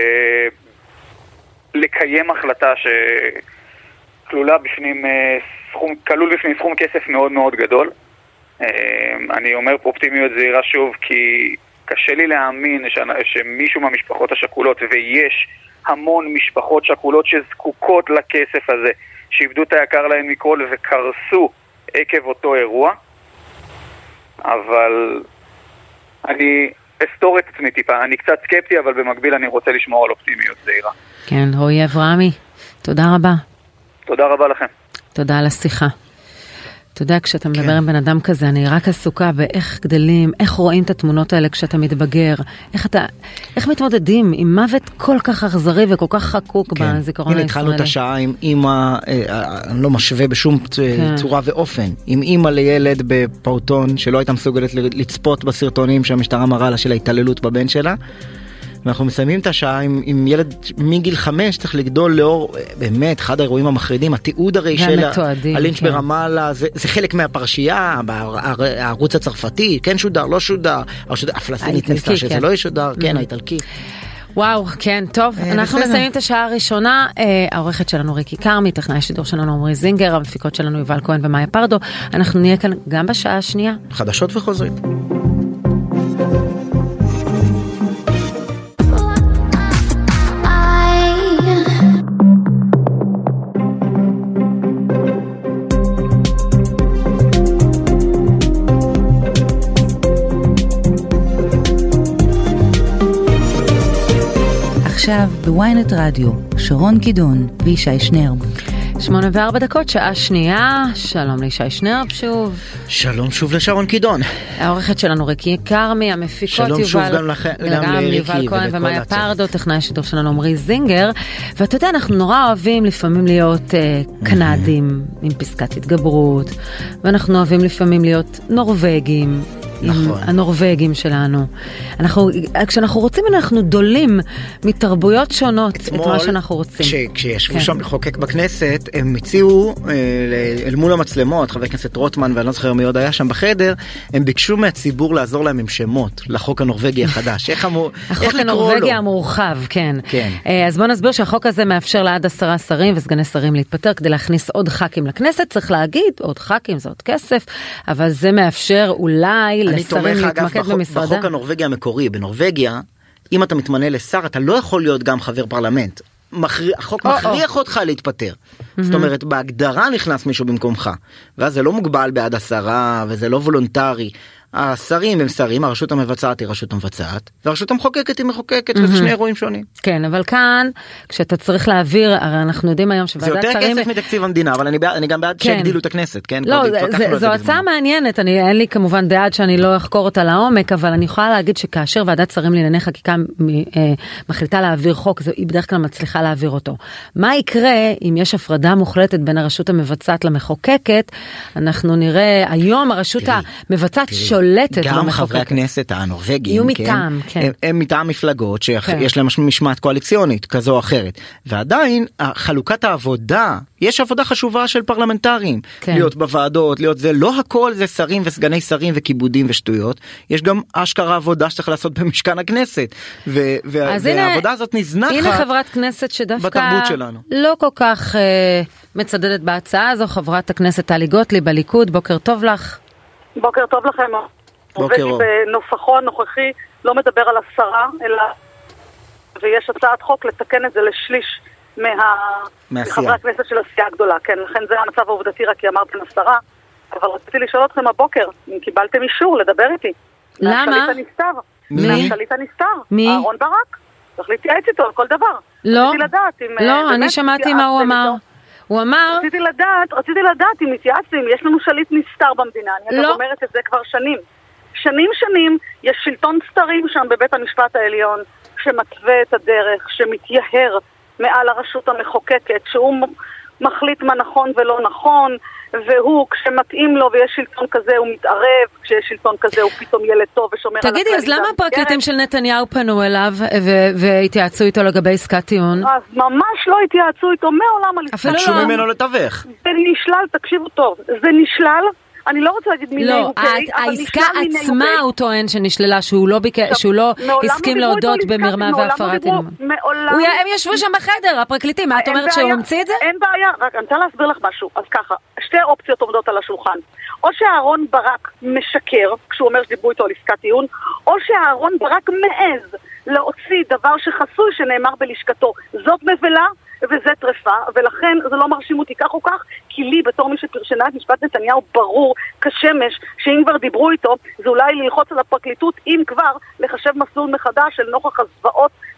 לקיים החלטה שכלולה בפנים סכום, כלול בפנים סכום כסף מאוד מאוד גדול. אני אומר פה אופטימיות זהירה שוב, כי קשה לי להאמין שמישהו מהמשפחות השכולות, ויש המון משפחות שכולות שזקוקות לכסף הזה, שאיבדו את היקר להם מכל וקרסו עקב אותו אירוע, אבל אני אסתור את עצמי טיפה, אני קצת סקפטי, אבל במקביל אני רוצה לשמור על אופטימיות זהירה. כן, רועי אברהמי, תודה רבה. תודה רבה לכם. תודה על השיחה. אתה יודע, כשאתה מדבר עם בן אדם כזה, אני רק עסוקה באיך גדלים, איך רואים את התמונות האלה כשאתה מתבגר, איך אתה, איך מתמודדים עם מוות כל כך אכזרי וכל כך חקוק בזיכרון הישראלי. הנה, התחלנו את השעה עם אמא, אני לא משווה בשום צורה ואופן, עם אמא לילד בפעוטון שלא הייתה מסוגלת לצפות בסרטונים שהמשטרה מראה לה של ההתעללות בבן שלה, ואנחנו מסיימים את השעה עם, עם ילד מגיל חמש, צריך לגדול לאור, באמת, אחד האירועים המחרידים, התיעוד הרי של הלינץ' כן. ברמאללה, זה, זה חלק מהפרשייה, הערוץ הצרפתי, כן שודר, לא שודר, הפלסטינית ניסתה שזה כן. לא ישודר, כן, האיטלקי. וואו, כן, טוב, אנחנו מסיימים את השעה הראשונה, העורכת שלנו ריקי קרמי, טכנאי השידור שלנו עמרי זינגר, המפיקות שלנו יובל כהן ומאיה פרדו, אנחנו נהיה כאן גם בשעה השנייה. חדשות וחוזרים. עכשיו בוויינט רדיו, שרון קידון וישי שנרב. שמונה וארבע דקות, שעה שנייה, שלום לישי שנרב שוב. שלום שוב לשרון קידון. העורכת שלנו ריקי קרמי, המפיקות יובל, שוב גם, לכ... גם, גם יובל כהן ומאיה פרדו, טכנאי השידור שלנו עמרי זינגר, ואתה יודע, אנחנו נורא אוהבים לפעמים להיות uh, קנדים עם פסקת התגברות, ואנחנו אוהבים לפעמים להיות נורווגים, נכון. הנורווגים שלנו. אנחנו, כשאנחנו רוצים, אנחנו דולים מתרבויות שונות את מה שאנחנו רוצים. כש, כשישבו כן. שם לחוקק בכנסת, הם הציעו אה, אל מול המצלמות, חבר הכנסת רוטמן, ואני לא זוכר מי עוד היה שם בחדר, הם ביקשו מהציבור לעזור להם עם שמות לחוק הנורווגי החדש. איך, המו, החוק איך הנורווגי המורחב, כן. כן. אה, אז בוא נסביר שהחוק הזה מאפשר לעד עשרה שרים וסגני שרים להתפטר כדי להכניס עוד ח"כים לכנסת. צריך להגיד, עוד ח"כים זה עוד כסף, אבל זה מאפשר אולי אני תומך אגב בחוק, בחוק הנורווגי המקורי. בנורווגיה, אם אתה מתמנה לשר, אתה לא יכול להיות גם חבר פרלמנט. מכריח, החוק מכריח אותך להתפטר. זאת אומרת, בהגדרה נכנס מישהו במקומך. ואז זה לא מוגבל בעד השרה, וזה לא וולונטרי. השרים הם שרים, הרשות המבצעת היא רשות המבצעת, והרשות המחוקקת היא מחוקקת, וזה שני אירועים שונים. כן, אבל כאן, כשאתה צריך להעביר, הרי אנחנו יודעים היום שוועדת שרים... זה יותר כסף מתקציב המדינה, אבל אני גם בעד שהגדילו את הכנסת, כן? לא, זו הצעה מעניינת, אין לי כמובן בעד שאני לא אחקור אותה לעומק, אבל אני יכולה להגיד שכאשר ועדת שרים לענייני חקיקה מחליטה להעביר חוק, היא בדרך כלל מצליחה להעביר אותו. מה יקרה אם יש הפרדה מוחלטת בין הרשות המבצעת למחוקקת? אנחנו נראה, היום הרשות המבצעת גם חברי הכנסת הנורווגיים, יהיו מטעם, כן. הם מטעם מפלגות שיש להם משמעת קואליציונית כזו או אחרת, ועדיין חלוקת העבודה, יש עבודה חשובה של פרלמנטרים, להיות בוועדות, להיות זה, לא הכל זה שרים וסגני שרים וכיבודים ושטויות, יש גם אשכרה עבודה שצריך לעשות במשכן הכנסת, והעבודה הזאת נזנחת הנה חברת כנסת שדווקא לא כל כך מצדדת בהצעה הזו, חברת הכנסת טלי גוטליב בליכוד, בוקר טוב לך. בוקר טוב לכם. בוקר טוב. בנופחון נוכחי לא מדבר על עשרה, אלא ויש הצעת חוק לתקן את זה לשליש מחברי הכנסת של הסיעה הגדולה. כן, לכן זה המצב העובדתי, רק כי אמרתם עשרה. אבל רציתי לשאול אתכם הבוקר, אם קיבלתם אישור לדבר איתי. למה? מהשליט הנסתר. מי? מהשליט הנסתר. מי? אהרון ברק. צריך להתייעץ איתו על כל דבר. לא, לדעת, אם, לא, אני שמעתי מה הוא אמר. הוא אמר... רציתי לדעת, רציתי לדעת אם התייעצים, יש לנו שליט נסתר במדינה. אני לא. אומרת את זה כבר שנים. שנים שנים יש שלטון סתרים שם בבית המשפט העליון, שמתווה את הדרך, שמתייהר מעל הרשות המחוקקת, שהוא מחליט מה נכון ולא נכון, והוא כשמתאים לו ויש שלטון כזה הוא מתערב, כשיש שלטון כזה הוא פתאום ילד טוב ושומר על הכללים. תגידי, אז למה הפרקליטים של נתניהו פנו אליו והתייעצו איתו לגבי עסקת טיעון? אז ממש לא התייעצו איתו מעולם על עסקת טיעון. ביקשו ממנו לתווך. זה נשלל, תקשיבו טוב, זה נשלל. אני לא רוצה להגיד מיני הוקי, אבל העסקה עצמה הוא טוען שנשללה, שהוא לא הסכים להודות במרמה והפרת אמון. הם ישבו שם בחדר, הפרקליטים, מה את אומרת שהוא המציא את זה? אין בעיה, רק אני רוצה להסביר לך משהו. אז ככה, שתי אופציות עומדות על השולחן. או שאהרון ברק משקר, כשהוא אומר שדיברו איתו על עסקת טיעון, או שאהרון ברק מעז להוציא דבר שחסוי שנאמר בלשכתו. זאת מבלה וזה טרפה, ולכן זה לא מרשים אותי כך או כך, כי לי בתור מי שפרשנה את משפט נתניהו ברור כשמש שאם כבר דיברו איתו, זה אולי ללחוץ על הפרקליטות, אם כבר לחשב מסלול מחדש של נוכח הזוועות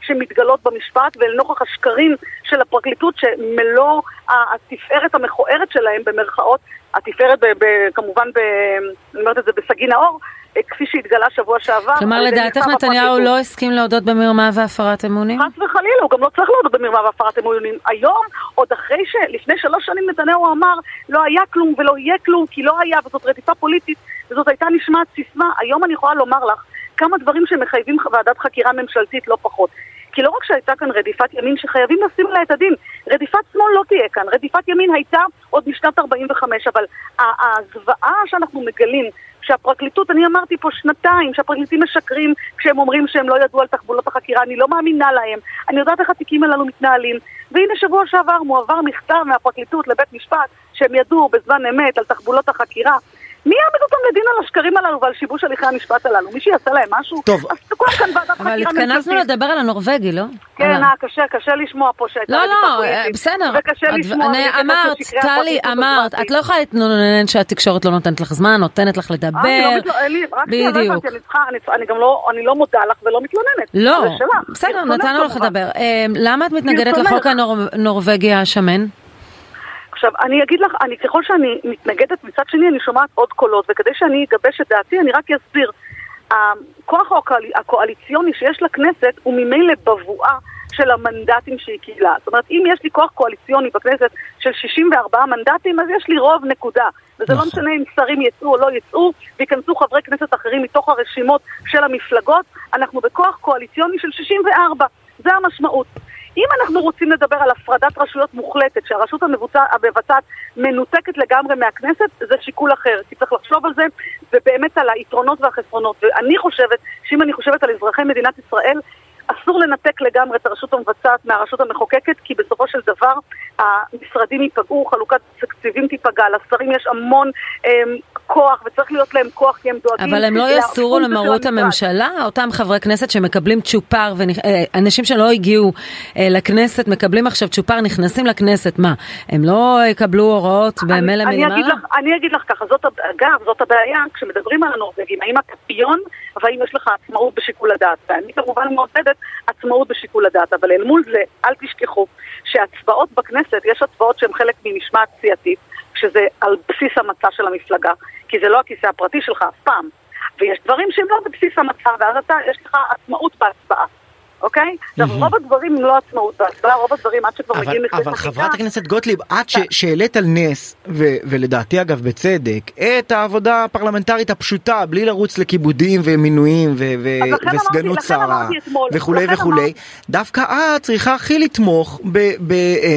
שמתגלות במשפט, ולנוכח השקרים של הפרקליטות שמלוא התפארת המכוערת שלהם במרכאות, התפארת ב, ב, כמובן, ב, אני אומרת את זה בסגין האור, כפי שהתגלה שבוע שעבר. כלומר, לדעתך נתניהו לא הסכים להודות במרמה והפרת אמונים? חס וחלילה, הוא גם לא צריך להודות במרמה והפרת אמונים. היום, עוד אחרי שלפני שלוש שנים נתניהו אמר, לא היה כלום ולא יהיה כלום, כי לא היה, וזאת רדיפה פוליטית, וזאת הייתה נשמעת סיסמה. היום אני יכולה לומר לך כמה דברים שמחייבים ועדת חקירה ממשלתית לא פחות. כי לא רק שהייתה כאן רדיפת ימין שחייבים לשים לה את הדין, רדיפת שמאל לא תהיה כאן, רדיפת ימין הייתה עוד משנת ארבעים וחמש, אבל הזוועה שאנחנו מגלים, שהפרקליטות, אני אמרתי פה שנתיים, שהפרקליטים משקרים כשהם אומרים שהם לא ידעו על תחבולות החקירה, אני לא מאמינה להם, אני יודעת איך התיקים הללו מתנהלים, והנה שבוע שעבר מועבר מכתב מהפרקליטות לבית משפט, שהם ידעו בזמן אמת על תחבולות החקירה, מי יעמיד אותם לדין על השקרים הללו ועל שיבוש הליכי המשפט הללו? מי שיעשה להם משהו? טוב. אז תקוע כאן ועדת חקירה ממשלתית. אבל התכנסנו לדבר על הנורווגי, לא? כן, קשה, קשה לשמוע פה שהייתה לא, לא, בסדר. וקשה לשמוע. אמרת, טלי, אמרת, את לא יכולה להתנונן שהתקשורת לא נותנת לך זמן, נותנת לך לדבר. בדיוק. אני גם לא, אני לא מודה לך ולא מתלוננת. לא, בסדר, נתנו לך לדבר. למה את מתנגדת לחוק הנורווגי השמן? עכשיו, אני אגיד לך, אני, ככל שאני מתנגדת מצד שני, אני שומעת עוד קולות, וכדי שאני אגבש את דעתי, אני רק אסביר. הכוח הקואליציוני שיש לכנסת הוא ממילא בבואה של המנדטים שהיא קיבלה. זאת אומרת, אם יש לי כוח קואליציוני בכנסת של שישים וארבעה מנדטים, אז יש לי רוב נקודה. וזה לא משנה אם שרים יצאו או לא יצאו, ויכנסו חברי כנסת אחרים מתוך הרשימות של המפלגות, אנחנו בכוח קואליציוני של שישים וארבע. זה המשמעות. אם אנחנו רוצים לדבר על הפרדת רשויות מוחלטת, שהרשות המבצעת מנותקת לגמרי מהכנסת, זה שיקול אחר. כי צריך לחשוב על זה, ובאמת על היתרונות והחסרונות. ואני חושבת, שאם אני חושבת על אזרחי מדינת ישראל, אסור לנתק לגמרי את הרשות המבצעת מהרשות המחוקקת, כי בסופו של דבר המשרדים ייפגעו, חלוקת תקציבים תיפגע, לשרים יש המון אה, כוח, וצריך להיות להם כוח כי הם דואגים. אבל הם לא יסורו למרות הממשלה? אותם חברי כנסת שמקבלים צ'ופר, אנשים שלא הגיעו אה, לכנסת, מקבלים עכשיו צ'ופר, נכנסים לכנסת, מה? הם לא יקבלו הוראות במילא מלמעלה? אני, אני אגיד לך ככה, זאת, אגב, זאת הבעיה, כשמדברים על הנורווגים, האם הקפיון, והאם יש לך עצמאות בשיקול הדעת? ואני כמובן מעודדת עצמאות בשיקול הדעת, אבל אל מול זה, אל תשכחו שהצבעות בכנסת, יש הצבעות שהן חלק ממשמעת סיעתית, שזה על בסיס המצע של המפלגה, כי זה לא הכיסא הפרטי שלך אף פעם, ויש דברים שהם לא בבסיס המצע, ואז אתה, יש לך עצמאות בהצבעה. אוקיי? עכשיו, רוב הדברים לא עצמאות בהצבעה, רוב הדברים עד שכבר מגיעים לכנסת חקיקה. אבל חברת הכנסת גוטליב, עד שהעלית על נס, ולדעתי אגב בצדק, את העבודה הפרלמנטרית הפשוטה, בלי לרוץ לכיבודים ומינויים וסגנות שרה וכולי וכולי, דווקא את צריכה הכי לתמוך ב...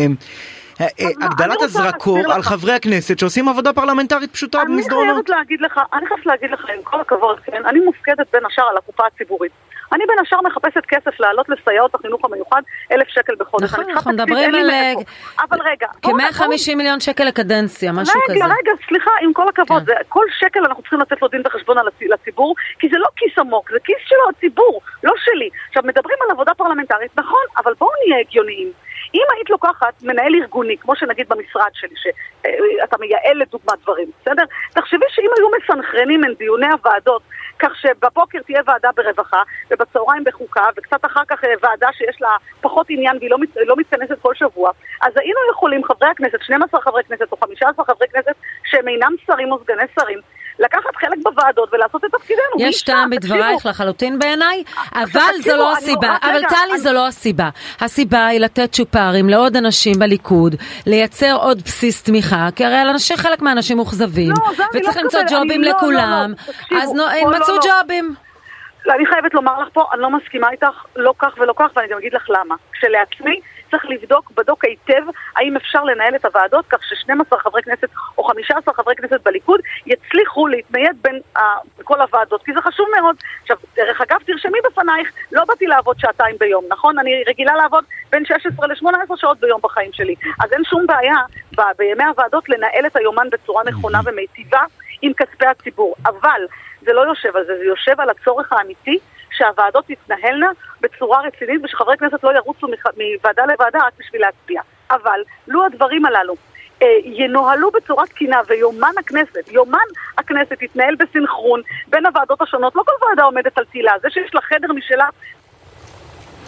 הגדלת הזרקור על חברי הכנסת שעושים עבודה פרלמנטרית פשוטה במסדרונות. אני חייבת להגיד לך, אני חייבת להגיד לך, עם כל הכבוד, כן, אני מופקדת בין השאר על הקופה הציבורית. אני בין השאר מחפשת כסף לעלות לסייעות החינוך המיוחד אלף שקל בחודש. נכון, אנחנו מדברים על... אבל רגע... כ-מאה וחמישים מיליון שקל לקדנציה, משהו כזה. רגע, רגע, סליחה, עם כל הכבוד, כל שקל אנחנו צריכים לתת לו דין בחשבון לציבור, כי זה לא כיס עמוק, זה כיס שלו, הציבור, לא שלי. עכשיו, מדברים על עבודה פרלמנטרית, נכון, אבל בואו נהיה הגיוניים. אם היית לוקחת מנהל ארגוני, כמו שנגיד במשרד שלי, שאתה מייעל לדוגמה דברים, בסדר? תחשבי שאם היו מסנכרנים בין דיוני הוועדות, כך שבבוקר תהיה ועדה ברווחה, ובצהריים בחוקה, וקצת אחר כך ועדה שיש לה פחות עניין והיא לא, מת, לא מתכנסת כל שבוע, אז היינו יכולים חברי הכנסת, שנים עשר חברי כנסת או חמישה עשר חברי כנסת, שהם אינם שרים או סגני שרים, לקחת חלק בוועדות ולעשות את תפקידנו. יש טעם בדברייך לחלוטין בעיניי, אבל זו לא הסיבה. אבל טלי, זו לא הסיבה. הסיבה היא לתת צ'ופרים לעוד אנשים בליכוד, לייצר עוד בסיס תמיכה, כי הרי אנשים, חלק מהאנשים מוכזבים, וצריך למצוא ג'ובים לכולם, אז מצאו ג'ובים. אני חייבת לומר לך פה, אני לא מסכימה איתך, לא כך ולא כך, ואני גם אגיד לך למה. כשלעצמי צריך לבדוק, בדוק היטב, האם אפשר לנהל את הוועדות, כך ש-שנים עשר חברי כנסת או חמישה עשר חברי כנסת בליכוד יצליחו להתנייד בין uh, כל הוועדות, כי זה חשוב מאוד. עכשיו, דרך אגב, תרשמי בפנייך, לא באתי לעבוד שעתיים ביום, נכון? אני רגילה לעבוד בין שש עשרה לשמונה עשרה שעות ביום בחיים שלי. אז אין שום בעיה ב- בימי הוועדות לנהל את היומן בצורה נכונה ומיטיבה עם כספי הציבור. אבל זה לא יושב על זה, זה יושב על הצורך האמיתי שהוועדות תתנהלנה בצורה רצינית ושחברי כנסת לא ירוצו מוועדה לוועדה רק בשביל להצביע. אבל לו הדברים הללו אה, ינוהלו בצורה תקינה ויומן הכנסת, יומן הכנסת יתנהל בסנכרון בין הוועדות השונות, לא כל ועדה עומדת על תילה, זה שיש לה חדר משלה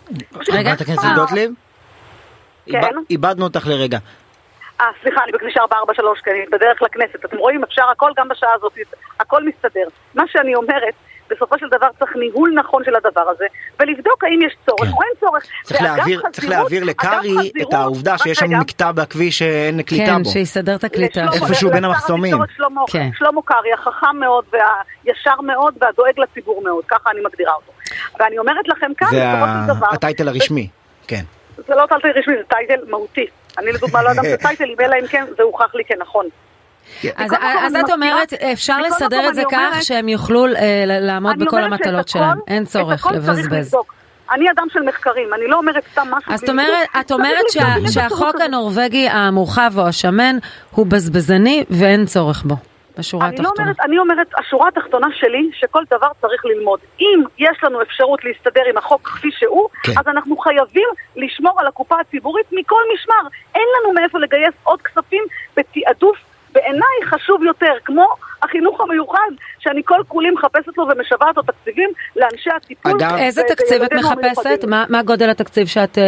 חברת הכנסת גוטליב? כן. איבדנו אותך לרגע. אה, סליחה, אני בכביש ארבע ארבע שלוש, כי אני בדרך לכנסת. אתם רואים, אפשר הכל גם בשעה הזאת, הכל מסתדר. מה שאני אומרת, בסופו של דבר צריך ניהול נכון של הדבר הזה, ולבדוק האם יש צורך או אין צורך. צריך להעביר לקרי את העובדה שיש שם מקטע בכביש שאין קליטה בו. כן, שיסדר את הקליטה. איפשהו בין המחסומים. שלמה קרי, החכם מאוד והישר מאוד והדואג לציבור מאוד, ככה אני מגדירה אותו. ואני אומרת לכם כאן, בסופו של דבר... זה הטייטל הרשמי, כן. זה לא טייטל רשמי, זה טייטל מהותי. אני לדוגמה לא אדם זה טייטל, אלא אם כן זה הוכח לי כנכון. אז את אומרת, אפשר לסדר את זה כך שהם יוכלו לעמוד בכל המטלות שלהם, אין צורך לבזבז. אני אדם של מחקרים, אני לא אומרת סתם משהו. אז את אומרת שהחוק הנורווגי המורחב או השמן הוא בזבזני ואין צורך בו, בשורה התחתונה. אני אומרת, השורה התחתונה שלי, שכל דבר צריך ללמוד. אם יש לנו אפשרות להסתדר עם החוק כפי שהוא, אז אנחנו חייבים לשמור על הקופה הציבורית מכל משמר. אין לנו מאיפה לגייס עוד כספים בתעדוף בעיניי חשוב יותר, כמו החינוך המיוחד, שאני כל כולי מחפשת לו ומשוועת לו תקציבים לאנשי הטיפול. אגב, איזה תקציב את מחפשת? מה גודל התקציב שאת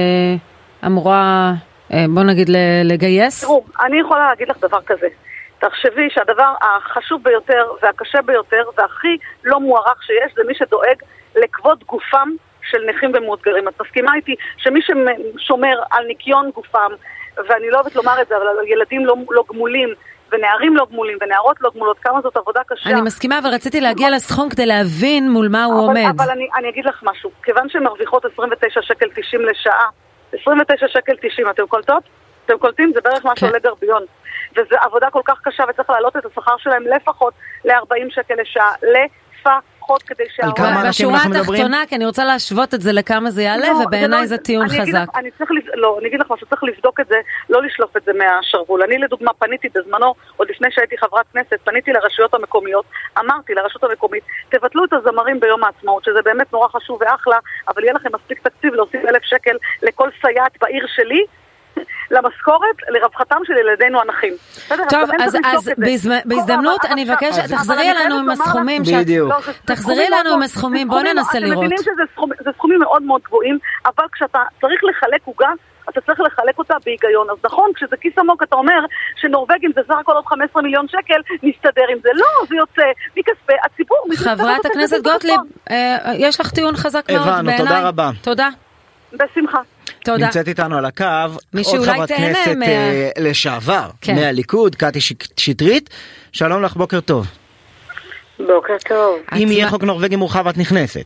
אמורה, בוא נגיד, לגייס? תראו, אני יכולה להגיד לך דבר כזה. תחשבי שהדבר החשוב ביותר והקשה ביותר והכי לא מוערך שיש, זה מי שדואג לכבוד גופם של נכים ומאותגרים. את מסכימה איתי שמי ששומר על ניקיון גופם, ואני לא אוהבת לומר את זה, אבל ילדים לא, לא גמולים, ונערים לא גמולים, ונערות לא גמולות, כמה זאת עבודה קשה. אני מסכימה, ורציתי להגיע לסכום כדי להבין מול מה הוא אבל, עומד. אבל אני, אני אגיד לך משהו, כיוון שהן מרוויחות עשרים ותשע שקל תשעים לשעה, עשרים ותשע שקל תשעים, אתם קולטות? אתם קולטים? זה בערך מה שעולה גרביון. וזו עבודה כל כך קשה, וצריך להעלות את השכר שלהם לפחות ל-ארבעים שקל לשעה, לפחות כדי שההורים... בשורה התחתונה, כי אני רוצה להשוות את זה לכמה זה יעלה, ובעיניי זה טיעון חזק. אני צריך, לא, אני אגיד לך משהו, צריך לבדוק את זה, לא לשלוף את זה מהשרוול. אני לדוגמה פניתי בזמנו, עוד לפני שהייתי חברת כנסת, פניתי לרשויות המקומיות, אמרתי לרשות המקומית, תבטלו את הזמרים ביום העצמאות, שזה באמת נורא חשוב ואחלה, אבל יהיה לכם מספיק תקציב להוסיף אלף שקל לכל סייעת בעיר שלי, למשכורת, לרווחתם של ילדינו הנכים. טוב, אז בהזדמנות אני מבקש, תחזרי אלינו עם הסכומים, תחזרי אלינו עם הסכומים, בואו ננסה לראות. אתם מבינים שזה סכומים מאוד מאוד גבוהים, אבל כשאתה צריך לחלק עוגה, אתה צריך לחלק אותה בהיגיון. אז נכון, כשזה כיס עמוק, אתה אומר שנורווגים זה סך הכל עוד חמישה עשר מיליון שקל, נסתדר עם זה. לא, זה יוצא מכספי הציבור. חברת הכנסת גוטליב, יש לך טיעון חזק מאוד בעיניי. הבנו, תודה רבה. תודה. בשמחה. תודה. נמצאת איתנו על הקו עוד חברת כנסת מה... לשעבר, כן. מהליכוד, קטי שטרית. שלום לך, בוקר טוב. בוקר טוב. אם יהיה חוק נורווגי מורחב, את נכנסת.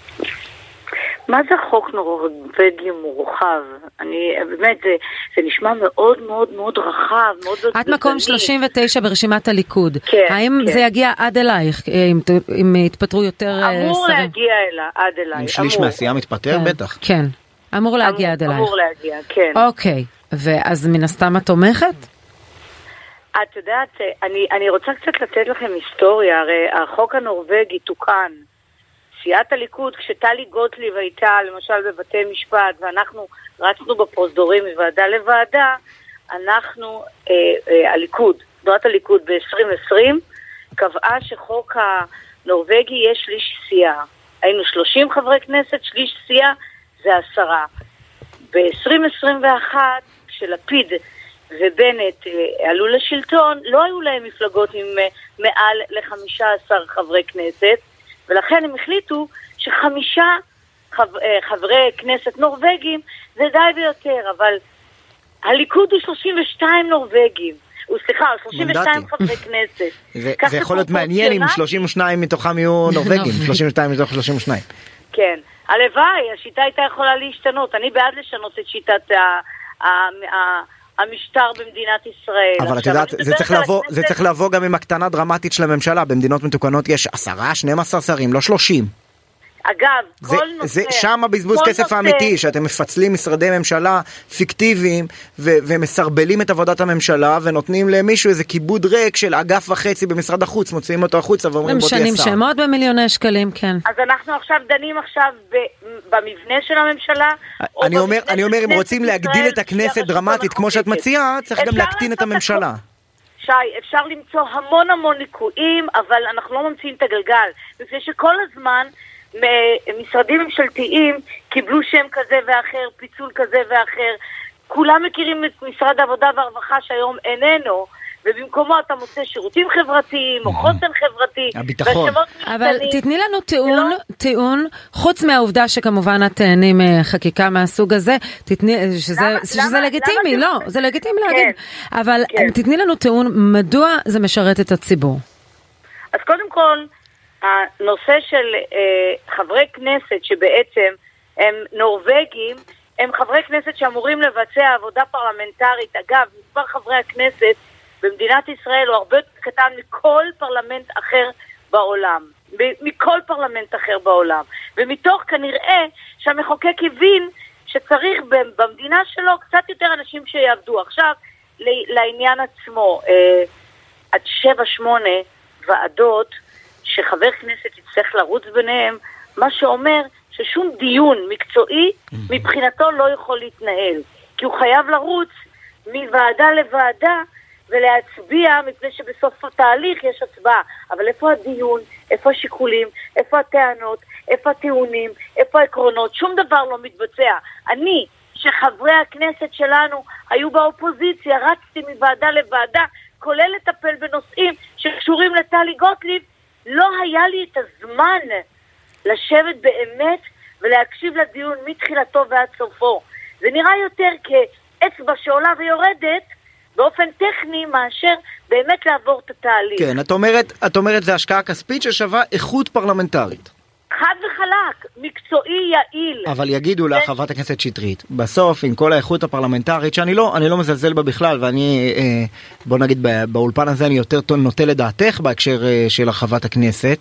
מה זה חוק נורווגי מורחב? אני, באמת, זה, זה נשמע מאוד מאוד מאוד רחב, מאוד מאוד... את מקום שלושים ותשע ברשימת הליכוד. כן, האם כן. זה יגיע עד אלייך, אם, אם יתפטרו יותר שרים? אמור להגיע אלה, עד אליי. אם שליש מהסיעה מתפטר, כן, בטח. כן. אמור להגיע עד אלייך. אמור להגיע, כן. אוקיי, ואז מן הסתם את תומכת? את יודעת, אני, אני רוצה קצת לתת לכם היסטוריה, הרי החוק הנורווגי תוקן, סיעת הליכוד, כשטלי גוטליב הייתה למשל בבתי משפט, ואנחנו רצנו בפרוזדורים מוועדה לוועדה, אנחנו, אה, אה, הליכוד, תנועת הליכוד ב-עשרים עשרים, קבעה שחוק הנורווגי יש שליש סיעה. היינו שלושים חברי כנסת, שליש סיעה זה עשרה. ב-עשרים עשרים ואחת, כשלפיד ובנט אה, עלו לשלטון, לא היו להם מפלגות עם אה, מעל ל-חמישה עשר חברי כנסת, ולכן הם החליטו שחמישה חב... אה, חברי כנסת נורווגים זה די ביותר, אבל הליכוד הוא שלושים ושתיים נורווגים. הוא סליחה, שלושים ושתיים חברי כנסת. זה, זה יכול להיות מעניין אם שלושים ושניים מתוכם יהיו נורווגים, שלושים ושתיים מתוך שלושים ושניים. כן, הלוואי, השיטה הייתה יכולה להשתנות. אני בעד לשנות את שיטת ה... ה... ה... המשטר במדינת ישראל. אבל את יודעת, זה צריך לבוא, זה צריך לבוא גם עם הקטנה דרמטית של הממשלה. במדינות מתוקנות יש עשרה, שנים עשר שרים, לא שלושים. אגב, זה, כל נושא... זה שם הבזבוז כסף נושא... האמיתי, שאתם מפצלים משרדי ממשלה פיקטיביים, ו- ומסרבלים את עבודת הממשלה, ונותנים למישהו איזה כיבוד ריק של אגף וחצי במשרד החוץ, מוציאים אותו החוצה ואומרים בוא תהיה שר. הם שנים שמות במיליוני שקלים, כן. אז אנחנו עכשיו דנים עכשיו ב- במבנה של הממשלה, אני אומר, אני אומר, אם רוצים להגדיל את הכנסת דרמטית, כמו שאת מציעה, צריך גם להקטין את הממשלה. שי, אפשר למצוא המון המון ליקויים, אבל אנחנו לא ממציאים את הגלגל. בגלל שכל הזמן משרדים ממשלתיים קיבלו שם כזה ואחר, פיצול כזה ואחר. כולם מכירים את משרד העבודה והרווחה שהיום איננו, ובמקומו אתה מוצא שירותים חברתיים או חוסן חברתי. הביטחון. אבל תתני לנו טיעון, טיעון, חוץ מהעובדה שכמובן את תהנים חקיקה מהסוג הזה, תתני, שזה לגיטימי, לא, זה לגיטימי להגיד. אבל תתני לנו טיעון, מדוע זה משרת את הציבור? אז קודם כל, הנושא של חברי כנסת שבעצם הם נורווגים, הם חברי כנסת שאמורים לבצע עבודה פרלמנטרית. אגב, מספר חברי הכנסת במדינת ישראל הוא הרבה יותר קטן מכל פרלמנט אחר בעולם. מכל פרלמנט אחר בעולם. ומתוך כנראה שהמחוקק הבין שצריך במדינה שלו קצת יותר אנשים שיעבדו. עכשיו, לעניין עצמו, עד שבע שמונה ועדות שחבר כנסת יצטרך לרוץ ביניהם, מה שאומר ששום דיון מקצועי מבחינתו לא יכול להתנהל. כי הוא חייב לרוץ מוועדה לוועדה ולהצביע, מפני שבסוף התהליך יש הצבעה. אבל איפה הדיון, איפה השיקולים, איפה הטענות, איפה הטיעונים, איפה העקרונות? שום דבר לא מתבצע. אני, שחברי הכנסת שלנו היו באופוזיציה, רצתי מוועדה לוועדה, כולל לטפל בנושאים שקשורים לטלי גוטליב, לא היה לי את הזמן לשבת באמת ולהקשיב לדיון מתחילתו ועד סופו. זה נראה יותר כאצבע שעולה ויורדת באופן טכני מאשר באמת לעבור את התהליך. כן, את אומרת, את אומרת זה השקעה כספית ששווה איכות פרלמנטרית. חד וחלק, מקצועי יעיל. אבל יגידו לה, חברת הכנסת שטרית, בסוף עם כל האיכות הפרלמנטרית, שאני לא, אני לא מזלזל בה בכלל, ואני, בוא נגיד, באולפן הזה אני יותר נוטה לדעתך בהקשר של חברת הכנסת.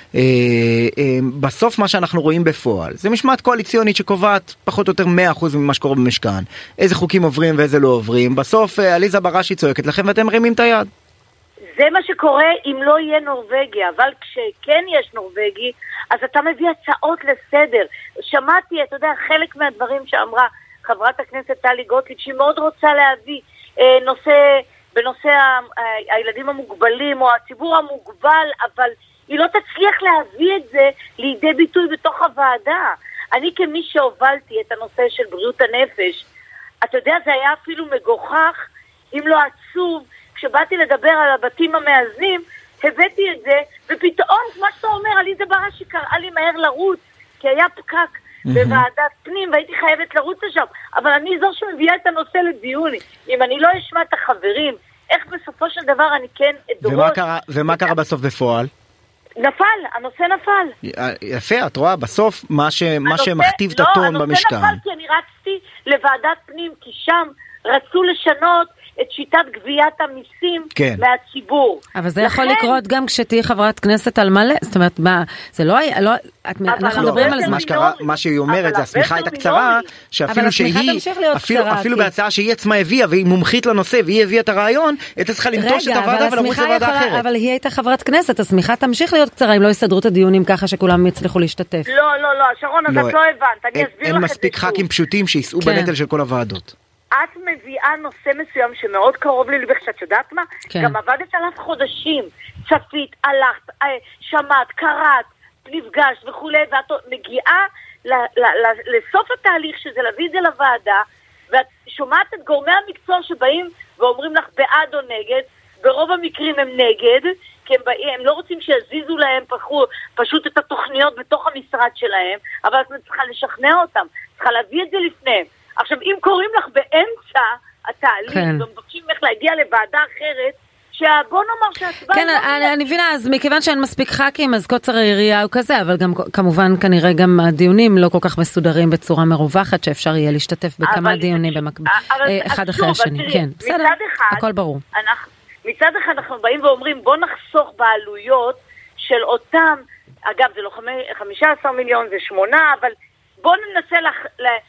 בסוף מה שאנחנו רואים בפועל, זה משמעת קואליציונית שקובעת פחות או יותר מאה אחוז ממה שקורה במשכן. איזה חוקים עוברים ואיזה לא עוברים. בסוף עליזה בראשי צועקת לכם ואתם מרימים את היד. זה מה שקורה אם לא יהיה נורווגי, אבל כשכן יש נורווגי, אז אתה מביא הצעות לסדר. שמעתי, אתה יודע, חלק מהדברים שאמרה חברת הכנסת טלי גוטליב, שהיא מאוד רוצה להביא אה, נושא, בנושא ה, ה, הילדים המוגבלים או הציבור המוגבל, אבל היא לא תצליח להביא את זה לידי ביטוי בתוך הוועדה. אני כמי שהובלתי את הנושא של בריאות הנפש, אתה יודע, זה היה אפילו מגוחך, אם לא עצוב, כשבאתי לדבר על הבתים המאזנים, הבאתי את זה, ופתאום, כמו שאתה אומר, עליזה בראשי קראה לי מהר לרוץ, כי היה פקק בוועדת פנים, והייתי חייבת לרוץ לשם, אבל אני זו שמביאה את הנושא לדיון. אם אני לא אשמע את החברים, איך בסופו של דבר אני כן אדרוש... ומה קרה, ומה קרה בסוף בפועל? נפל, הנושא נפל. יפה, את רואה, בסוף מה, ש... מה שמכתיב את הטון במשכן. לא, הנושא נפל כי אני רצתי לוועדת פנים, כי שם רצו לשנות את שיטת גביית המיסים כן. מהציבור. אבל זה לכן... יכול לקרות גם כשתהי חברת כנסת על מלא, זאת אומרת, מה, זה לא היה, לא, את, אנחנו מדברים לא, על זה. מה, שקרה, מה שהיא אומרת זה השמיכה הייתה קצרה, שאפילו שהיא, אפילו, קצרה, אפילו כי... בהצעה שהיא עצמה הביאה, והיא מומחית לנושא, והיא הביאה את הרעיון, הייתה צריכה לנטוש את הוועדה ולרוץ לוועדה אחרת. אבל היא הייתה חברת כנסת, השמיכה תמשיך להיות קצרה, אם לא יסדרו את הדיונים ככה שכולם יצליחו להשתתף. לא, לא, לא, שרון, אז את לא הבנת, אני אסביר לך את זה שוב. אין מספיק ח"כים פשוטים שיסעו בנטל של כל הוועדות. את מביאה נושא מסוים שמאוד קרוב ללבך, שאת יודעת מה? כן. גם עבדת עליו חודשים, צפית, הלכת, שמעת, קראת, נפגשת וכו', ואת מגיעה ל- ל- ל- לסוף התהליך שזה להביא את זה לוועדה, ואת שומעת את גורמי המקצוע שבאים ואומרים לך בעד או נגד, ברוב המקרים הם נגד, כי הם, באים, הם לא רוצים שיזיזו להם פחו, פשוט את התוכניות בתוך המשרד שלהם, אבל את צריכה לשכנע אותם, צריכה להביא את זה לפניהם. עכשיו, אם קוראים לך באמצע התהליך, כן. ומבקשים איך להגיע לוועדה אחרת, שבוא נאמר שהצבא... כן, לא אני, אני מבינה, אז מכיוון שאין מספיק ח"כים, אז קוצר היריעה הוא כזה, אבל גם, כמובן, כנראה גם הדיונים לא כל כך מסודרים בצורה מרווחת, שאפשר יהיה להשתתף בכמה דיונים במקביל, אחד אחרי השני. כן, בסדר, הכל ברור. אנחנו, מצד אחד אנחנו באים ואומרים, בוא נחסוך בעלויות של אותם, אגב, זה לא חמישה עשר מיליון, זה שמונה, אבל בוא ננסה לח...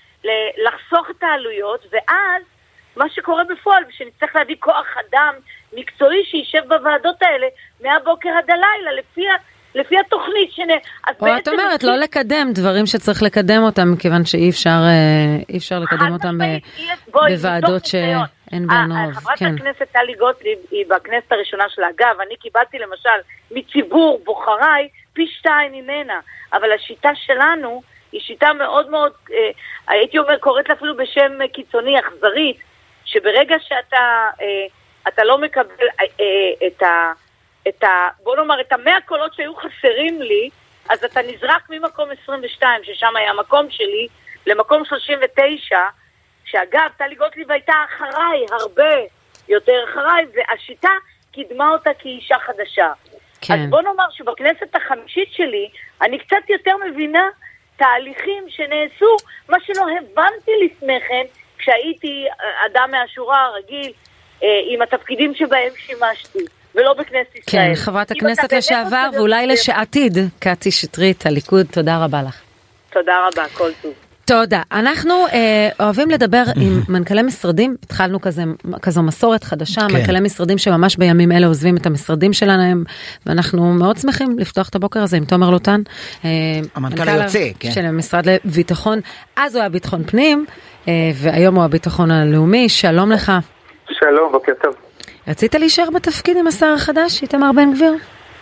לחסוך את העלויות, ואז מה שקורה בפועל, שנצטרך להביא כוח אדם מקצועי שישב בוועדות האלה מהבוקר עד הלילה, לפי, לפי התוכנית. שנה, או את אומרת, לפי... לא לקדם דברים שצריך לקדם אותם, מכיוון שאי אפשר, אי אפשר לקדם אותם ב... בוועדות שאין בהן רוב. חברת כן. הכנסת טלי גוטליב היא בכנסת הראשונה שלה. אגב, אני קיבלתי למשל מציבור בוחריי פי שתיים ממנה, אבל השיטה שלנו היא שיטה מאוד מאוד, אה, הייתי אומר, קוראת לה אפילו בשם קיצוני, אכזרית, שברגע שאתה אה, אתה לא מקבל אה, אה, את ה... את ה... בוא נאמר, את המאה קולות שהיו חסרים לי, אז אתה נזרק ממקום עשרים ושתיים, ששם היה המקום שלי, למקום שלושים ותשע, שאגב, טלי גוטליב הייתה אחריי, הרבה יותר אחריי, והשיטה קידמה אותה כאישה חדשה. כן. אז בוא נאמר שבכנסת החמישית שלי, אני קצת יותר מבינה תהליכים שנעשו, מה שלא הבנתי לפני כן, כשהייתי אדם מהשורה הרגיל, עם התפקידים שבהם שימשתי. ולא בכנסת ישראל. כן, חברת הכנסת לשעבר, ואולי לשעתיד, קטי שטרית, הליכוד, תודה רבה לך. תודה רבה, כל טוב. תודה. אנחנו אה, אוהבים לדבר עם מנכ"לי משרדים, התחלנו כזה, כזו מסורת חדשה, כן. מנכ"לי משרדים שממש בימים אלה עוזבים את המשרדים שלהם, ואנחנו מאוד שמחים לפתוח את הבוקר הזה עם תומר לוטן. אה, המנכ"ל היוצא, כן. של המשרד לביטחון, אז הוא היה ביטחון פנים, אה, והיום הוא הביטחון הלאומי. שלום לך. שלום, בוקר טוב. רצית להישאר בתפקיד עם השר החדש, איתמר בן גביר?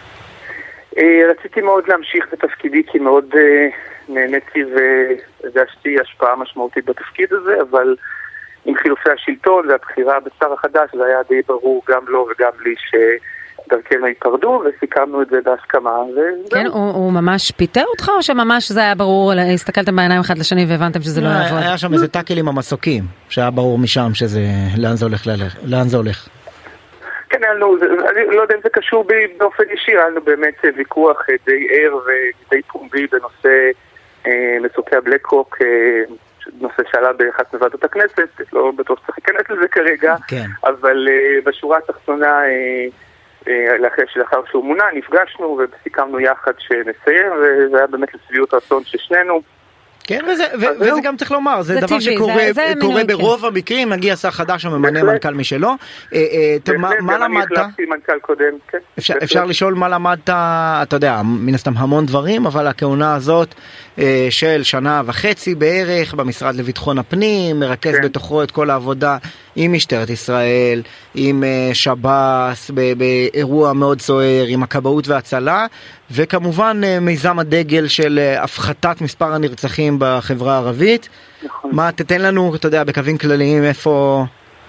רציתי מאוד להמשיך בתפקידי, כי מאוד נהניתי והרגשתי השפעה משמעותית בתפקיד הזה, אבל עם חילופי השלטון והבחירה בשר החדש, זה היה די ברור גם לו וגם לי שדרכנו ייפרדו, וסיכמנו את זה בהסכמה. כן, הוא ממש פיתר אותך, או שממש זה היה ברור, הסתכלתם בעיניים אחד לשני והבנתם שזה לא יעבוד? היה שם איזה טאקל עם המסוקים, שהיה ברור משם שזה, לאן זה הולך, לאן זה הולך. כן, אני לא יודע אם זה קשור בי באופן ישיר, היה לנו באמת ויכוח די ער ודי פומבי בנושא מצוקי הבלקרוק, נושא שעלה באחת מוועדות הכנסת, לא בטוח שצריך להיכנס לזה כרגע, אבל בשורה התחתונה, לאחר שהוא מונה, נפגשנו וסיכמנו יחד שנסיים, וזה היה באמת לשביעות רצון של שנינו. כן, וזה, ו- וזה גם צריך לומר, זה, זה דבר טבעי, שקורה זה, זה קורה ברוב כן. המקרים, מגיע שר חדש וממנה מנכ"ל משלו. מה, מה למדת? קודם, כן. אפשר, אפשר לשאול מה למדת, אתה יודע, מן הסתם המון דברים, אבל הכהונה הזאת של שנה וחצי בערך במשרד לביטחון הפנים, מרכז כן. בתוכו את כל העבודה עם משטרת ישראל, עם שב"ס, באירוע מאוד סוער, עם הכבאות והצלה, וכמובן מיזם הדגל של הפחתת מספר הנרצחים בחברה הערבית. נכון. מה, תתן לנו, אתה יודע, בקווים כלליים, איפה...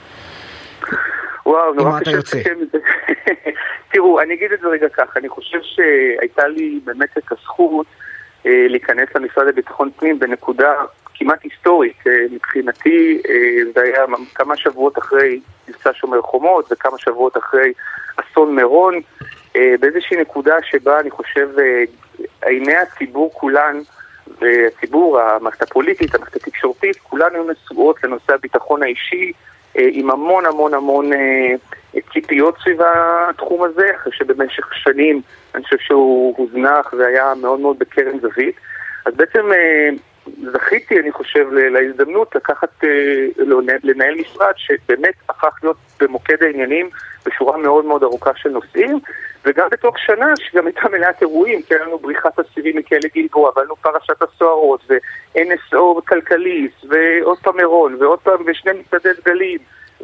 וואו, נורא קשה לסכם את זה. תראו, אני אגיד את זה רגע ככה, אני חושב שהייתה לי באמת את הזכות אה, להיכנס למשרד לביטחון פנים בנקודה כמעט היסטורית. אה, מבחינתי, אה, זה היה כמה שבועות אחרי מבצע שומר חומות, וכמה שבועות אחרי אסון מירון, אה, באיזושהי נקודה שבה אני חושב אה, עיני הציבור כולן, והציבור, המערכת הפוליטית, המערכת התקשורתית, כולן היו נשואות לנושא הביטחון האישי, עם המון המון המון ציפיות סביב התחום הזה, אחרי שבמשך שנים אני חושב שהוא הוזנח והיה מאוד מאוד בקרן זווית. אז בעצם זכיתי, אני חושב, להזדמנות לקחת, לנהל משרד שבאמת הפך להיות במוקד העניינים בשורה מאוד מאוד ארוכה של נושאים, וגם בתוך שנה שגם הייתה מלאת אירועים, כי היה לנו בריחת אסירים מכלא גלבוע, ועלנו פרשת הסוהרות, ו-אן אס או כלכליסט, ועוד פעם מירון, ועוד פעם ושני מצעדי דגלים.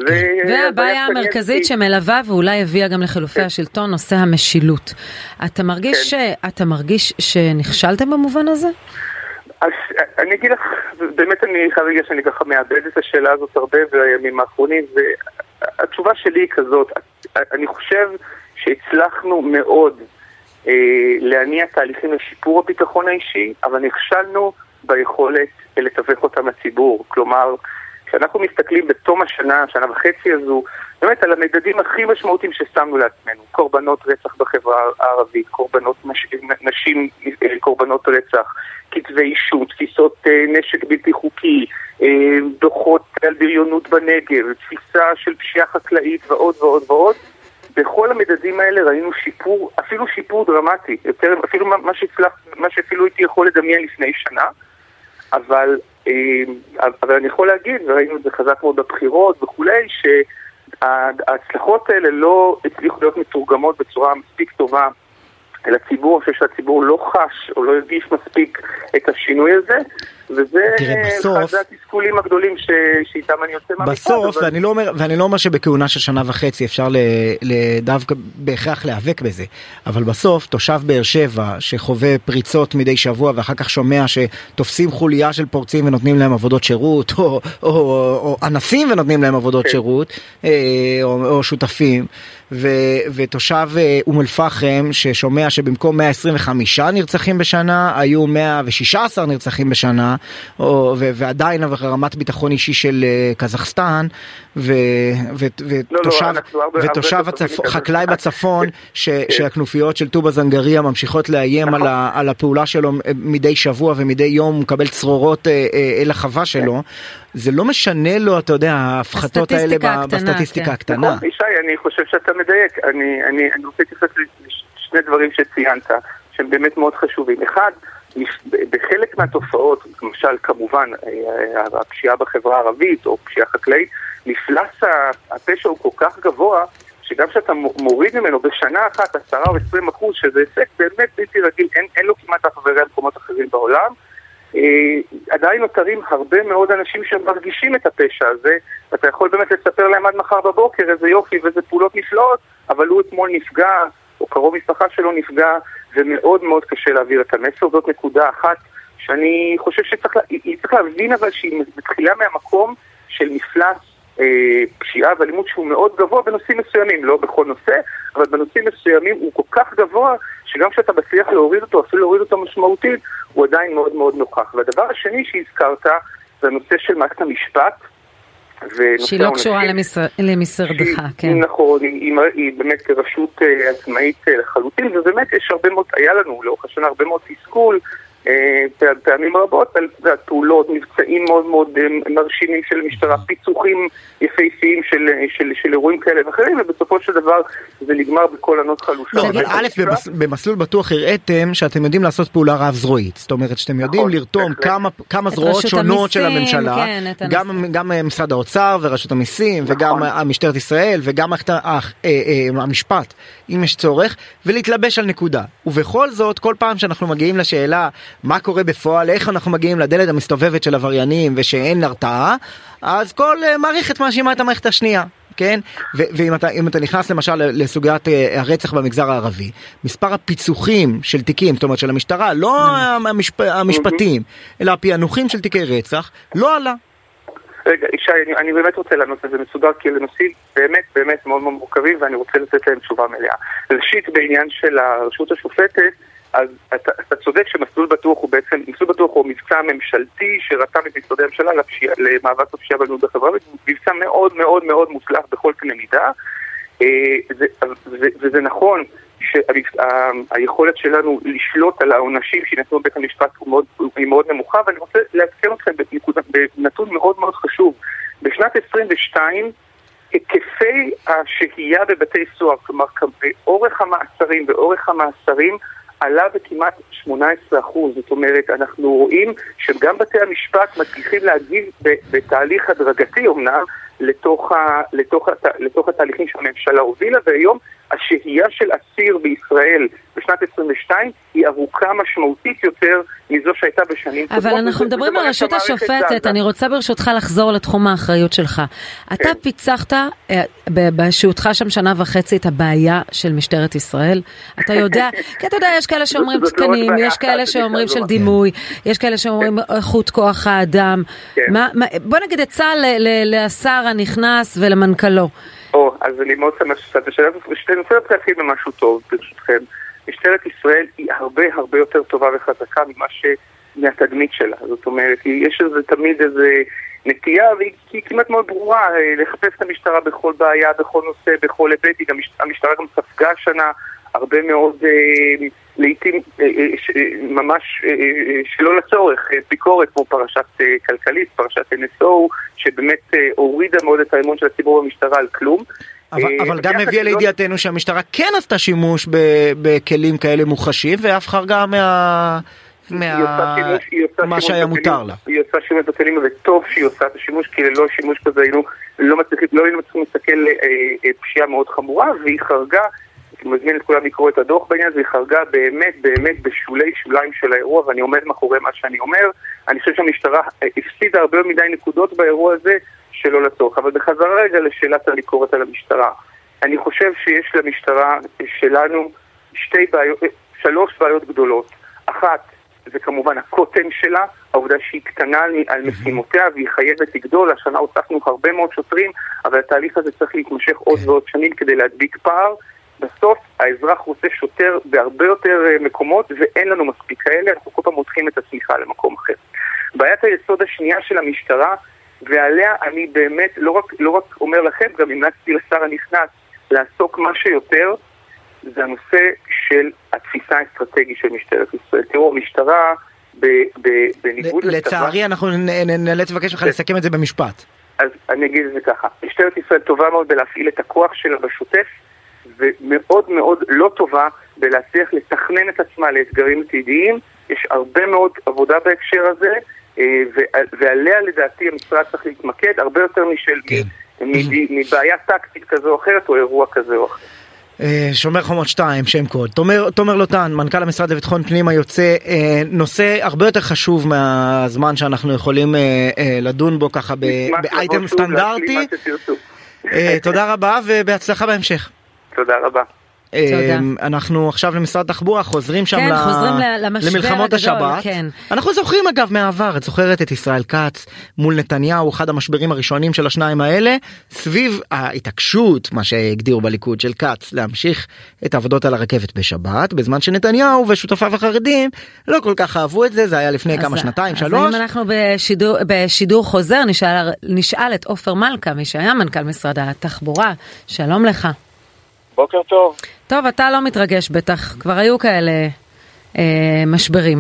והבעיה המרכזית שמלווה ואולי הביאה גם לחילופי השלטון, נושא המשילות. אתה מרגיש אתה מרגיש שנכשלתם במובן הזה? אז אני אגיד לך, באמת אני חייב להגיד שאני ככה מאבד את השאלה הזאת הרבה בימים האחרונים, והתשובה שלי היא כזאת, אני חושב שהצלחנו מאוד אה, להניע תהליכים לשיפור הביטחון האישי, אבל נכשלנו ביכולת לתווך אותם לציבור. כלומר, כשאנחנו מסתכלים בתום השנה, השנה וחצי הזו, באמת על המדדים הכי משמעותיים ששמנו לעצמנו, קורבנות רצח בחברה הערבית, קורבנות נש... נשים, קורבנות רצח, כתבי אישום, תפיסות נשק בלתי חוקי, דוחות על בריונות בנגב, תפיסה של פשיעה חקלאית ועוד ועוד ועוד. בכל המדדים האלה ראינו שיפור, אפילו שיפור דרמטי, יותר, אפילו מה שהצלח, מה שאפילו הייתי יכול לדמיין לפני שנה, אבל, אבל אני יכול להגיד, וראינו את זה חזק מאוד בבחירות וכולי, שההצלחות האלה לא הצליחו להיות מתורגמות בצורה מספיק טובה לציבור, אני חושב שהציבור לא חש או לא הרגיש מספיק את השינוי הזה, וזה אחד התסכולים הגדולים שאיתם אני יוצא מהמשפט. בסוף, ואני לא אומר, ואני לא אומר שבכהונה של שנה וחצי אפשר דווקא בהכרח להיאבק בזה, אבל בסוף תושב באר שבע שחווה פריצות מדי שבוע ואחר כך שומע שתופסים חוליה של פורצים ונותנים להם עבודות שירות, או, או, או אנסים ונותנים להם עבודות שירות, או, או שותפים, ו, ותושב אום אל-פחם ששומע שבמקום מאה עשרים וחמישה נרצחים בשנה היו מאה ושישה עשר נרצחים בשנה, או, ו, ועדיין רמת ביטחון אישי של קזחסטן, ו, ו, ותושב, לא, לא, הרבה, ותושב הרבה הצפ... חקלאי בצפון ש, שהכנופיות של טובה זנגריה ממשיכות לאיים על, ה, על הפעולה שלו מדי שבוע ומדי יום הוא מקבל צרורות אל החווה שלו. זה לא משנה לו, אתה יודע, ההפחתות האלה בסטטיסטיקה הקטנה. נכון, ישי, אני חושב שאתה מדייק. אני, אני, אני רוצה להתייחס לשני דברים שציינת, שהם באמת מאוד חשובים. אחד, בחלק מהתופעות, למשל, כמובן, הפשיעה בחברה הערבית או פשיעה חקלאית, מפלס הפשע הוא כל כך גבוה, שגם שאתה מוריד ממנו בשנה אחת עשרה או עשרים אחוז, שזה הישג באמת בלתי רגיל, אין, אין לו כמעט החברה במקומות אחרים בעולם, עדיין נותרים הרבה מאוד אנשים שמרגישים את הפשע הזה, אתה יכול באמת לספר להם עד מחר בבוקר איזה יופי ואיזה פעולות נפלאות, אבל הוא אתמול נפגע, או קרוב משפחה שלו נפגע, ומאוד מאוד קשה להעביר את המסר. זאת נקודה אחת שאני חושב שצריך לה, צריך להבין, אבל שהיא מתחילה מהמקום של מפלס אה, פשיעה ואלימות שהוא מאוד גבוה בנושאים מסוימים, לא בכל נושא, אבל בנושאים מסוימים הוא כל כך גבוה, שגם כשאתה מצליח להוריד אותו, אפילו להוריד אותו משמעותית, הוא עדיין מאוד מאוד נוכח. והדבר השני שהזכרת, זה הנושא של מערכת המשפט, שהיא לא קשורה למשרדך, כן. נכון, היא באמת רשות עצמאית לחלוטין, ובאמת יש הרבה מאוד, היה לנו לאורך השנה הרבה מאוד תסכול, פעמים רבות, על פעולות, מבצעים מאוד מאוד מרשימים של משטרה, פיצוחים יפהפיים של אירועים כאלה ואחרים, ובסופו של דבר זה נגמר בכל ענות חלושה. לא, אבל א', במסלול בטוח הראיתם שאתם יודעים לעשות פעולה רב זרועית, זאת אומרת שאתם יודעים לרתום כמה זרועות שונות של הממשלה, גם משרד האוצר ורשות המיסים, וגם משטרת ישראל, וגם המשפט, אם יש צורך, ולהתלבש על נקודה. ובכל זאת, כל פעם שאנחנו מגיעים לשאלה מה קורה בפועל, איך אנחנו מגיעים לדלת המסתובבת של עבריינים ושאין הרתעה, אז כל מערכת מאשימה את המערכת השנייה, כן? ואם אתה, אם אתה נכנס למשל לסוגיית הרצח במגזר הערבי, מספר הפיצוחים של תיקים, זאת אומרת של המשטרה, לא המשפטים, אלא הפענוחים של תיקי רצח, לא עלה. רגע, ישי, אני, אני באמת רוצה לענות את זה מסודר, כי אלה נושאים באמת באמת מאוד מאוד מורכבים, ואני רוצה לתת להם תשובה מלאה. ראשית, בעניין של הרשות השופטת, אז אתה, אתה צודק שמסלול בטוח הוא בעצם, מסלול בטוח הוא מבצע ממשלתי שרתם את משרדי הממשלה לפשיע, למאבק בפשיעה ואלימות בחברה, מבצע מאוד מאוד מאוד מוצלח בכל קנה מידה, וזה נכון שהיכולת שלנו לשלוט על העונשים שנתנו בבית המשפט היא מאוד נמוכה, ואני רוצה להזכיר אתכם בנתון מאוד מאוד חשוב. בשנת עשרים ושתיים היקפי השהייה בבתי סוהר, כלומר באורך המאסרים ואורך המאסרים עלה בכמעט שמונה עשרה אחוז. זאת אומרת, אנחנו רואים שגם בתי המשפט מצליחים להגיב בתהליך הדרגתי אומנם לתוך, ה, לתוך, הת, לתוך התהליכים שהממשלה הובילה, והיום השהייה של אסיר בישראל בשנת עשרים ושתיים היא ארוכה משמעותית יותר מזו שהייתה בשנים קודמות. אבל אנחנו מדברים על רשות השופטת, אני רוצה ברשותך לחזור לתחום האחריות שלך. אתה פיצחת בשהותך שם שנה וחצי את הבעיה של משטרת ישראל? אתה יודע, כי אתה יודע, יש כאלה שאומרים תקנים, יש כאלה שאומרים של דימוי, יש כאלה שאומרים איכות כוח האדם. בוא נגיד את צה"ל לשר הנכנס ולמנכ"לו. או, אז אני מאוד שמח שצאת השאלה, ושאני רוצה להתחיל במשהו טוב, ברשותכם. משטרת ישראל היא הרבה הרבה יותר טובה וחזקה ממה ש... מהתדמית שלה. זאת אומרת, יש איזה תמיד איזה נטייה, והיא כמעט מאוד ברורה, לחפש את המשטרה בכל בעיה, בכל נושא, בכל היבט. המשטרה גם ספגה השנה הרבה מאוד, לעתים ממש שלא לצורך, ביקורת כמו פרשת כלכלית, פרשת אן אס או, שבאמת הורידה מאוד את האמון של הציבור במשטרה על כלום. אבל גם הביאה לידיעתנו שהמשטרה כן עשתה שימוש בכלים כאלה מוחשים, ואף חרגה מה... מה שהיה מותר לה. היא עושה שימוש בכלים, וטוב שהיא עושה את השימוש, כי ללא שימוש כזה היינו לא מצליחים להסתכל פשיעה מאוד חמורה, והיא חרגה מזמין את כולם לקרוא את הדוח בעניין, זה חרגה באמת באמת בשולי שוליים של האירוע, ואני עומד מאחורי מה שאני אומר. אני חושב שהמשטרה הפסידה הרבה מדי נקודות באירוע הזה שלא לצורך. אבל בחזרה רגע לשאלת הביקורת על המשטרה. אני חושב שיש למשטרה שלנו שתי בעיות, שלוש בעיות גדולות. אחת, זה כמובן הקוטן שלה, העובדה שהיא קטנה על משימותיה והיא חייבת לגדול. השנה הוספנו הרבה מאוד שוטרים, אבל התהליך הזה צריך להתמשך עוד ועוד שנים כדי להדביק פער. בסוף האזרח רוצה שוטר בהרבה יותר מקומות, ואין לנו מספיק כאלה, אנחנו כל פעם מותחים את הצמיחה למקום אחר. בעיית היסוד השנייה של המשטרה, ועליה אני באמת לא רק, לא רק אומר לכם, גם המלצתי לשר הנכנס לעסוק מה שיותר, זה הנושא של התפיסה האסטרטגית של משטרת ישראל. תראו, המשטרה בניגוד לצבא... לצערי אנחנו נאלץ לבקש לך לסכם את זה במשפט. אז אני אגיד את זה ככה. משטרת ישראל טובה מאוד בלהפעיל את הכוח שלה בשוטף, ומאוד מאוד לא טובה בלהצליח לתכנן את עצמה לאתגרים עתידיים. יש הרבה מאוד עבודה בהקשר הזה, ועליה לדעתי המשרד צריך להתמקד הרבה יותר משל מבעיה טקטית כזו או אחרת או אירוע כזה או אחר. שומר חומות שתיים, שם קוד. תומר, תומר לוטן, מנכ"ל המשרד לביטחון פנים היוצא, נושא הרבה יותר חשוב מהזמן שאנחנו יכולים לדון בו ככה באייטם סטנדרטי. תודה רבה ובהצלחה בהמשך. תודה רבה. אנחנו עכשיו למשרד התחבורה חוזרים שם כן, חוזרים למלחמות השבת. כן. אנחנו זוכרים אגב מהעבר, את זוכרת את ישראל כץ מול נתניהו, אחד המשברים הראשונים של השניים האלה, סביב ההתעקשות, מה שהגדירו בליכוד של כץ, להמשיך את העבודות על הרכבת בשבת, בזמן שנתניהו ושותפיו החרדים לא כל כך אהבו את זה, זה היה לפני כמה שנתיים, אז שלוש. אז אם אנחנו בשידור, בשידור חוזר, נשאל, נשאל את עופר מלכה, מי שהיה מנכ"ל משרד התחבורה, שלום לך. בוקר טוב. טוב, אתה לא מתרגש בטח, כבר היו כאלה אה, משברים.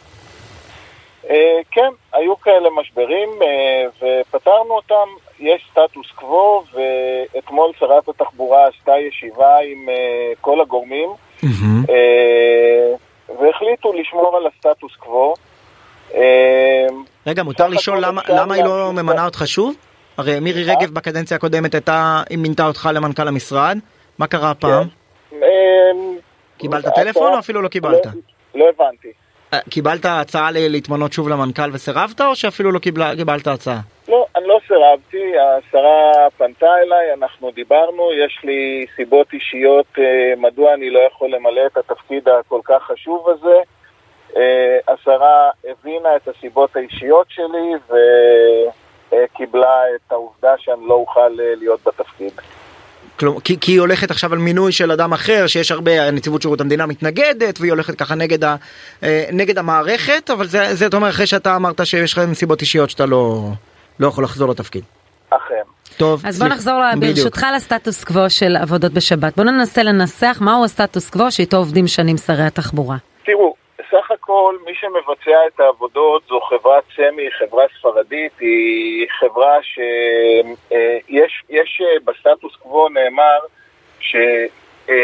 אה, כן, היו כאלה משברים אה, ופתרנו אותם, יש סטטוס קוו, ואתמול שרת התחבורה עשתה ישיבה עם אה, כל הגורמים, mm-hmm. אה, והחליטו לשמור על הסטטוס קוו. אה, רגע, מותר לשאול למה, למה היא לא ממנה אותך שוב? הרי מירי רגב בקדנציה הקודמת הייתה, היא מינתה אותך למנכ"ל המשרד, מה קרה הפעם? קיבלת טלפון או אפילו לא קיבלת? לא הבנתי. קיבלת הצעה להתמנות שוב למנכ"ל וסירבת או שאפילו לא קיבלת הצעה? לא, אני לא סירבתי, השרה פנתה אליי, אנחנו דיברנו, יש לי סיבות אישיות מדוע אני לא יכול למלא את התפקיד הכל כך חשוב הזה. השרה הבינה את הסיבות האישיות שלי וקיבלה את העובדה שאני לא אוכל להיות בתפקיד. כי, כי היא הולכת עכשיו על מינוי של אדם אחר, שיש הרבה, נציבות שירות המדינה מתנגדת, והיא הולכת ככה נגד, ה, נגד המערכת, אבל זה, זה אומר אחרי שאתה אמרת שיש לך סיבות אישיות שאתה לא, לא יכול לחזור לתפקיד. אכן. טוב. אז בוא נחזור ברשותך לסטטוס קוו של עבודות בשבת. בוא ננסה לנסח מהו הסטטוס קוו שאיתו עובדים שנים שרי התחבורה. תראו, סך הכל מי שמבצע את העבודות זו חברת סמי, חברה ספרדית, היא חברה שיש יש בסטטוס קוו נאמר שניתן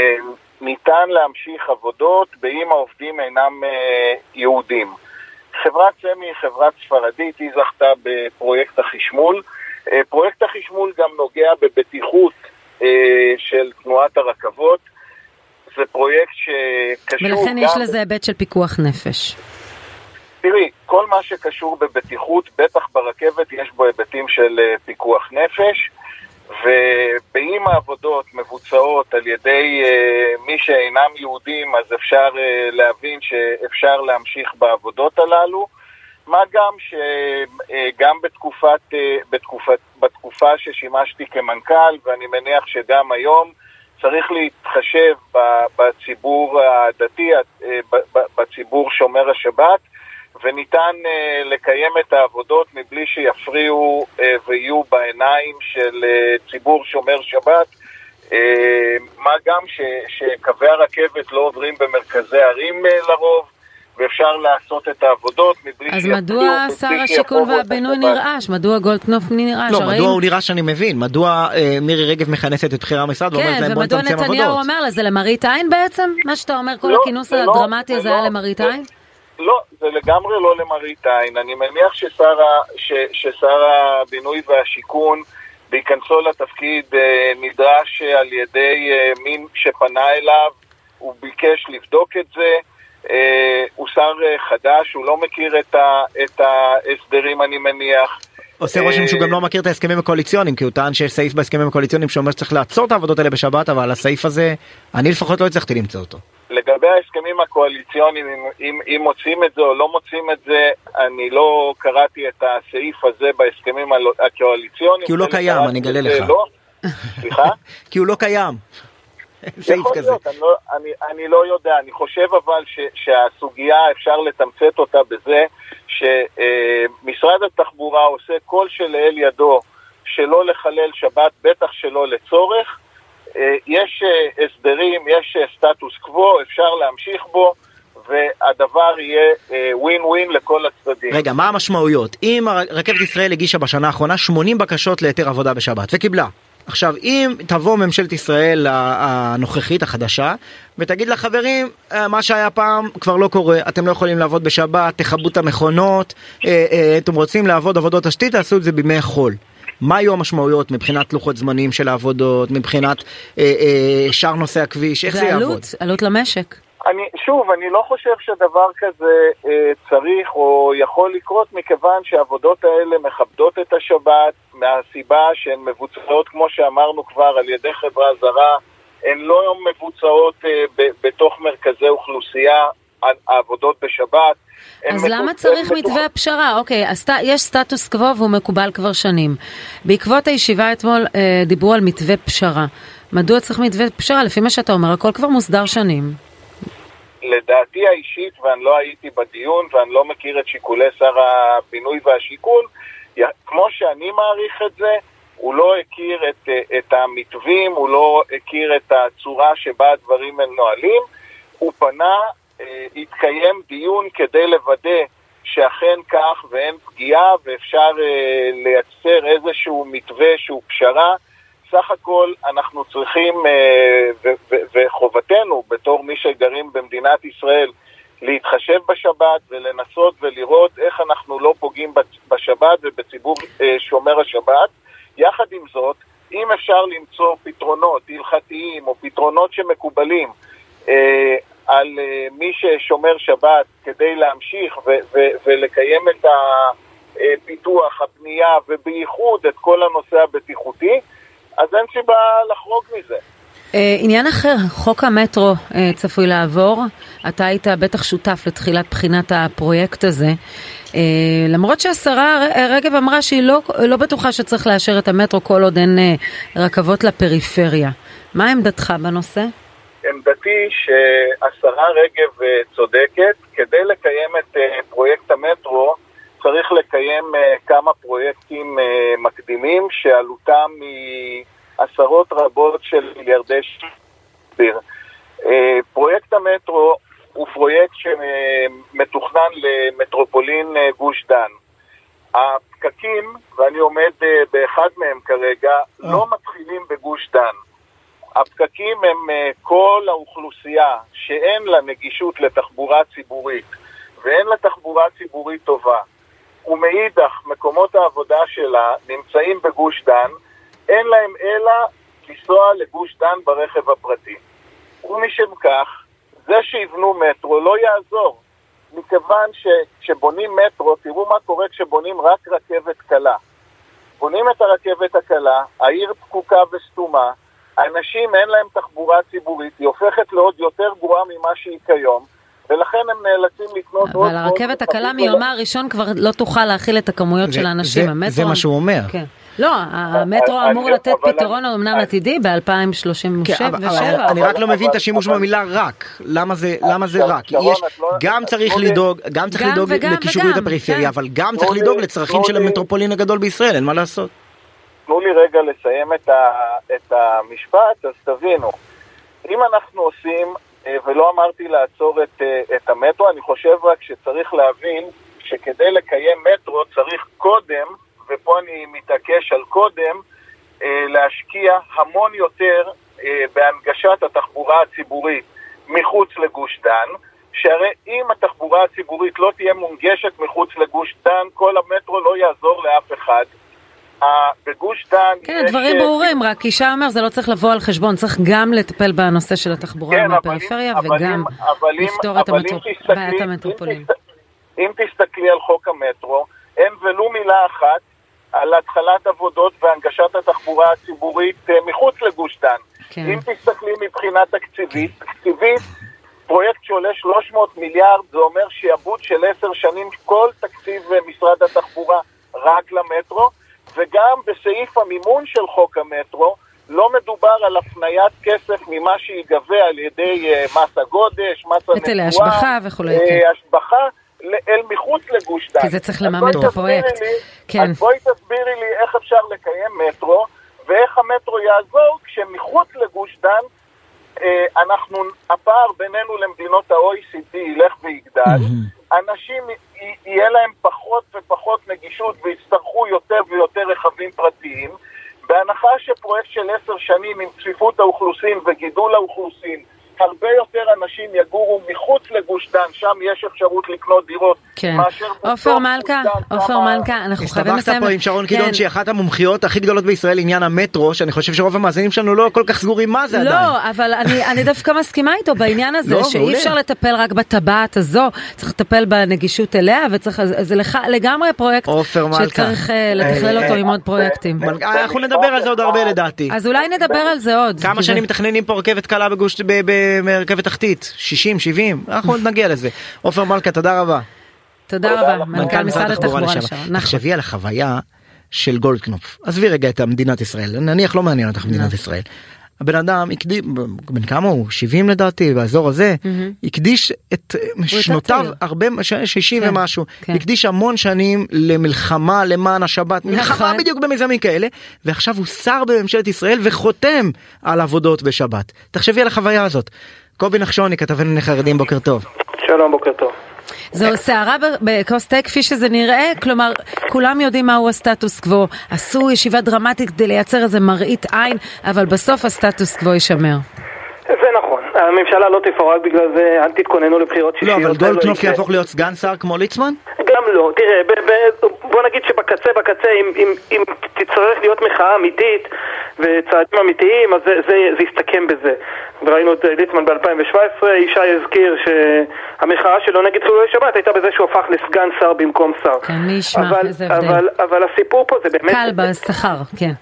להמשיך עבודות באם העובדים אינם יהודים. חברת סמי היא חברת ספרדית, היא זכתה בפרויקט החשמול. פרויקט החשמול גם נוגע בבטיחות של תנועת הרכבות. זה פרויקט שקשור גם... ולכן יש לזה היבט של פיקוח נפש. תראי, כל מה שקשור בבטיחות, בטח ברכבת, יש בו היבטים של פיקוח נפש, ובאם העבודות מבוצעות על ידי uh, מי שאינם יהודים, אז אפשר uh, להבין שאפשר להמשיך בעבודות הללו, מה גם שגם uh, בתקופת, uh, בתקופת, בתקופה ששימשתי כמנכ"ל, ואני מניח שגם היום, צריך להתחשב בציבור הדתי, בציבור שומר השבת, וניתן לקיים את העבודות מבלי שיפריעו ויהיו בעיניים של ציבור שומר שבת, מה גם שקווי הרכבת לא עוברים במרכזי ערים לרוב, ואפשר לעשות את העבודות מבלי אז מדוע שר השיכון והבינוי נרעש? מדוע גולדקנופ נרעש? לא, מדוע הוא נרעש אני מבין. מדוע מירי רגב מכנסת את בחירה המשרד ואומרת להם בוא נצמצם עבודות? כן, ומדוע נתניהו אומר לזה למראית עין בעצם? מה שאתה אומר, כל הכינוס הדרמטי הזה היה למראית עין? לא, זה לגמרי לא למראית עין. אני מניח ששר הבינוי והשיכון בהיכנסו לתפקיד נדרש על ידי מין שפנה אליו, הוא ביקש לבדוק את זה, הוא שר חדש, הוא לא מכיר את ההסדרים אני מניח. עושה רושם שהוא גם לא מכיר את ההסכמים הקואליציוניים, כי הוא טען שיש סעיף בהסכמים הקואליציוניים שאומר שצריך לעצור את העבודות האלה בשבת, אבל הסעיף הזה, אני לפחות לא הצלחתי למצוא אותו. לגבי ההסכמים הקואליציוניים, אם, אם מוצאים את זה או לא מוצאים את זה, אני לא קראתי את הסעיף הזה בהסכמים הקואליציוניים. כי הוא לא קיים, אני אגלה לך. לא. סליחה? כי הוא לא קיים. סעיף כזה. להיות, אני, לא, אני, אני לא יודע, אני חושב אבל ש, שהסוגיה אפשר לתמצת אותה בזה, שמשרד התחבורה עושה כל שלאל ידו שלא לחלל שבת, בטח שלא לצורך. יש הסדרים, יש סטטוס קוו, אפשר להמשיך בו, והדבר יהיה ווין ווין לכל הצדדים. רגע, מה המשמעויות? אם רכבת ישראל הגישה בשנה האחרונה שמונים בקשות ליתר עבודה בשבת, וקיבלה. עכשיו, אם תבוא ממשלת ישראל הנוכחית החדשה, ותגיד לחברים, מה שהיה פעם כבר לא קורה, אתם לא יכולים לעבוד בשבת, תחבו את המכונות, אתם רוצים לעבוד עבודות תשתית, תעשו את זה בימי חול. מה היו המשמעויות מבחינת לוחות זמנים של העבודות, מבחינת אה, אה, שאר נושא הכביש, איך זה יעבוד? ועלות, עלות למשק. אני, שוב, אני לא חושב שדבר כזה אה, צריך או יכול לקרות, מכיוון שהעבודות האלה מכבדות את השבת, מהסיבה שהן מבוצעות, כמו שאמרנו כבר, על ידי חברה זרה, הן לא מבוצעות אה, ב, בתוך מרכזי אוכלוסייה, העבודות בשבת. אז למה צריך מתווה פשרה? אוקיי, יש סטטוס קוו והוא מקובל כבר שנים. בעקבות הישיבה אתמול אה, דיברו על מתווה פשרה. מדוע צריך מתווה פשרה? לפי מה שאתה אומר, הכל כבר מוסדר שנים. לדעתי האישית, ואני לא הייתי בדיון, ואני לא מכיר את שיקולי שר הבינוי והשיכון, כמו שאני מעריך את זה, הוא לא הכיר את, את המתווים, הוא לא הכיר את הצורה שבה הדברים הם נועלים, הוא פנה, התקיים דיון כדי לוודא שאכן כך ואין פגיעה ואפשר לייצר איזשהו מתווה שהוא פשרה. סך הכל אנחנו צריכים וחובתנו בתור מי שגרים במדינת ישראל להתחשב בשבת ולנסות ולראות איך אנחנו לא פוגעים בשבת ובציבור שומר השבת. יחד עם זאת, אם אפשר למצוא פתרונות הלכתיים או פתרונות שמקובלים על מי ששומר שבת כדי להמשיך ו- ו- ולקיים את הפיתוח, הפנייה ובייחוד את כל הנושא הבטיחותי, אז אין סיבה לחרוג מזה. עניין אחר, חוק המטרו צפוי לעבור, אתה היית בטח שותף לתחילת בחינת הפרויקט הזה, למרות שהשרה רגב אמרה שהיא לא, לא בטוחה שצריך לאשר את המטרו כל עוד אין רכבות לפריפריה. מה עמדתך בנושא? עמדתי שהשרה רגב צודקת, כדי לקיים את פרויקט המטרו צריך לקיים כמה פרויקטים מקדימים שעלותם היא עשרות רבות של מיליארדי שקלים. פרויקט המטרו הוא פרויקט שמתוכנן למטרופולין גוש דן. הפקקים, ואני עומד באחד מהם כרגע, לא מתחילים בגוש דן. הפקקים הם כל האוכלוסייה שאין לה נגישות לתחבורה ציבורית ואין לה תחבורה ציבורית טובה, ומאידך מקומות העבודה שלה נמצאים בגוש דן, אין להם אלא לנסוע לגוש דן ברכב הפרטי. ומשם כך, זה שיבנו מטרו לא יעזור, מכיוון שכשבונים מטרו, תראו מה קורה כשבונים רק רכבת קלה. בונים את הרכבת הקלה, העיר פקוקה וסתומה, האנשים אין להם תחבורה ציבורית, היא הופכת לעוד יותר גרועה ממה שהיא כיום, ולכן הם נאלצים לקנות עוד... אבל הרכבת הקלה מיומה הראשון כבר לא תוכל להכיל את הכמויות של האנשים. זה מה שהוא אומר. לא, המטרו אמור לתת פתרון אמנם עתידי ב-אלפיים שלושים ושבע. אני רק לא מבין את השימוש במילה רק. למה זה רק? גם צריך לדאוג לקישוריות הפריפריה, אבל גם צריך לדאוג לצרכים של המטרופולין הגדול בישראל, אין מה לעשות. תנו לי רגע לסיים את, ה, את המשפט, אז תבינו, אם אנחנו עושים, ולא אמרתי לעצור את, את המטרו, אני חושב רק שצריך להבין שכדי לקיים מטרו צריך קודם, ופה אני מתעקש על קודם, להשקיע המון יותר בהנגשת התחבורה הציבורית מחוץ לגוש דן, שהרי אם התחבורה הציבורית לא תהיה מונגשת מחוץ לגוש דן, כל המטרו לא יעזור לאף אחד, בגוש דן... כן, הדברים ברורים, רק אישה אומר, זה לא צריך לבוא על חשבון, צריך גם לטפל בנושא של התחבורה מהפריפריה, וגם לפתור את בעיית המטרופולין. אם תסתכלי על חוק המטרו, אין ולו מילה אחת על התחלת עבודות והנגשת התחבורה הציבורית מחוץ לגוש דן. אם תסתכלי מבחינה תקציבית, תקציבית, פרויקט שעולה שלוש מאות מיליארד, זה אומר שיעבוד של עשר שנים כל תקציב משרד התחבורה רק למטרו, וגם בסעיף המימון של חוק המטרו, לא מדובר על הפניית כסף ממה שיגבה על ידי מס הגודש, מס הנתואה, היטלי השבחה וכו'. השבחה, אל מחוץ לגוש דן. כי זה צריך לממן את הפרויקט. אז בואי תסבירי לי איך אפשר לקיים מטרו, ואיך המטרו יעזור כשמחוץ לגוש דן, אנחנו, הפער בינינו למדינות ה-או אי סי די ילך ויגדל, אנשים יהיה להם פחות ופחות נגישות ויצטרכו יותר ויותר רכבים פרטיים, בהנחה שפרויקט של עשר שנים עם צפיפות האוכלוסין וגידול האוכלוסין, הרבה יותר אנשים יגורו מחוץ לגוש דן, שם יש אפשרות לקנות דירות. כן. עופר מלכה, עופר מלכה, אנחנו חייבים לסיים. הסתבכת פה עם שרון קידון, שהיא אחת המומחיות הכי גדולות בישראל לעניין המטרו, שאני חושב שרוב המאזינים שלנו לא כל כך סגורים מה זה עדיין. לא, אבל אני דווקא מסכימה איתו בעניין הזה, שאי אפשר לטפל רק בטבעת הזו, צריך לטפל בנגישות אליה, וזה לגמרי פרויקט שצריך לתכלל אותו עם עוד פרויקטים. אנחנו נדבר על זה עוד הרבה לדעתי. אז אולי נדבר על זה עוד. כמה שנים מתכננים פה רכבת קלה בגוש מרכבת תחתית, שישים, שבעים, אנחנו עוד נגיע לזה. עופר מלכה, תודה רבה. תודה רבה, מנכ"ל משרד התחבורה לשעבר. תחשבי על החוויה של גולדקנופ. עזבי רגע את מדינת ישראל, נניח לא מעניין אותך מדינת ישראל. הבן אדם הקדיש, בן כמה הוא? שבעים לדעתי, באזור הזה, הקדיש את שנותיו, הרבה, שישים ומשהו, הקדיש המון שנים למלחמה למען השבת, מלחמה בדיוק במיזמים כאלה, ועכשיו הוא שר בממשלת ישראל וחותם על עבודות בשבת. תחשבי על החוויה הזאת. קובי נחשוני, כתב ענייני חרדים, בוקר טוב. שלום, בוקר טוב. זו סערה בכוס תה כפי שזה נראה, כלומר כולם יודעים מהו הסטטוס קוו, עשו ישיבה דרמטית כדי לייצר איזה מראית עין, אבל בסוף הסטטוס קוו יישמר. זה נכון, הממשלה לא תפורק בגלל זה, אל תתכוננו לבחירות שישיות. לא, אבל גולדקנופ יהפוך להיות סגן שר כמו ליצמן? גם לא, תראה, בוא נגיד שבקצה בקצה, אם תצטרך להיות מחאה אמיתית וצעדים אמיתיים, אז זה יסתכם בזה. וראינו את ליצמן ב-אלפיים שבע עשרה, אישה יזכיר שהמחאה שלו נגד חילולי שבת הייתה בזה שהוא הפך לסגן שר במקום שר. כן, מי ישמע, איזה הבדל. אבל הסיפור פה זה באמת... קל בשכר, כן.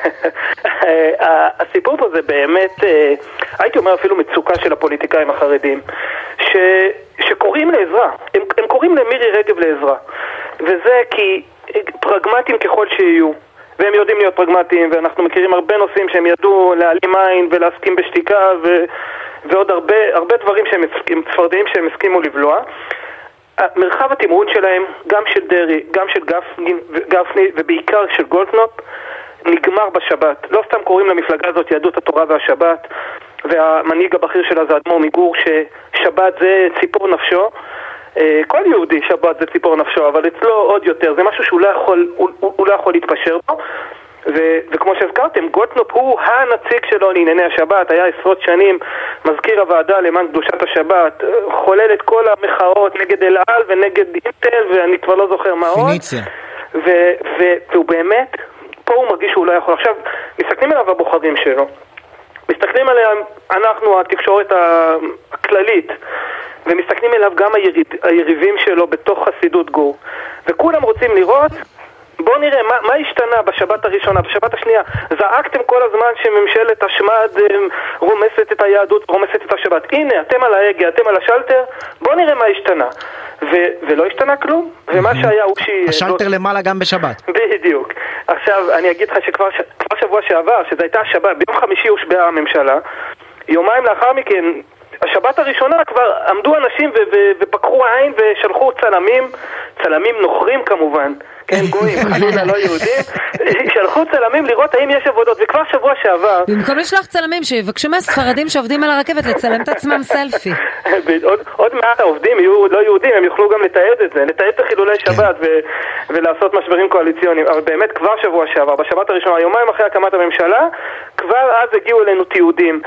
הסיפור פה זה באמת, הייתי אומר אפילו מצוקה של הפוליטיקאים החרדים, ש, שקוראים לעזרה, הם, הם קוראים למירי רגב לעזרה, וזה כי פרגמטיים ככל שיהיו, והם יודעים להיות פרגמטיים, ואנחנו מכירים הרבה נושאים שהם ידעו להעלים עין ולהסכים בשתיקה, ו, ועוד הרבה, הרבה דברים שהם צפרדעים שהם הסכימו לבלוע. מרחב התמרון שלהם, גם של דרי, גם של גפני, גפני ובעיקר של גולדקנופ, נגמר בשבת. לא סתם קוראים למפלגה הזאת יהדות התורה והשבת, והמנהיג הבכיר שלה זה אדמו"ר מגור, ששבת זה ציפור נפשו. כל יהודי שבת זה ציפור נפשו, אבל אצלו עוד יותר. זה משהו שהוא לא יכול, הוא, הוא, הוא לא יכול להתפשר בו. ו- וכמו שהזכרתם, גולדקנופ הוא הנציג שלו לענייני השבת, היה עשרות שנים מזכיר הוועדה למען קדושת השבת, חולל את כל המחאות נגד אל על ונגד אינטל, ואני כבר לא זוכר מה עוד. פיניציה. ו- ו- והוא באמת, פה הוא מרגיש שהוא לא יכול. עכשיו, מסתכלים עליו הבוחרים שלו, מסתכלים עליהם, אנחנו, התקשורת הכללית, ומסתכלים אליו גם היריב, היריבים שלו בתוך חסידות גור, וכולם רוצים לראות, בואו נראה מה, מה השתנה בשבת הראשונה, בשבת השנייה. זעקתם כל הזמן שממשלת השמד רומסת את היהדות, רומסת את השבת. הנה, אתם על ההגה, אתם על השלטר, בואו נראה מה השתנה. ו- ולא השתנה כלום, ומה שהיה הוא שהיא... השלטר למעלה גם בשבת. בדיוק. עכשיו, אני אגיד לך שכבר ש... כבר שבוע שעבר, שזו הייתה השבת, ביום חמישי הושבעה הממשלה, יומיים לאחר מכן, השבת הראשונה כבר עמדו אנשים ו- ו- ופקחו העין ושלחו צלמים, צלמים נוכרים כמובן, כן, גויים, חלילה לא יהודים, שלחו צלמים לראות האם יש עבודות, וכבר שבוע שעבר... במקום לשלוח צלמים שיבקשו מהספרדים שעובדים על הרכבת לצלם את עצמם סלפי. עוד, עוד מעט העובדים יהיו לא יהודים, הם יוכלו גם לתעד את זה, לתעד את החילולי שבת ו- ולעשות משברים קואליציוניים, אבל באמת כבר שבוע שעבר, בשבת הראשונה, יומיים אחרי הקמת הממשלה, כבר אז הגיעו אלינו תיעודים, ש-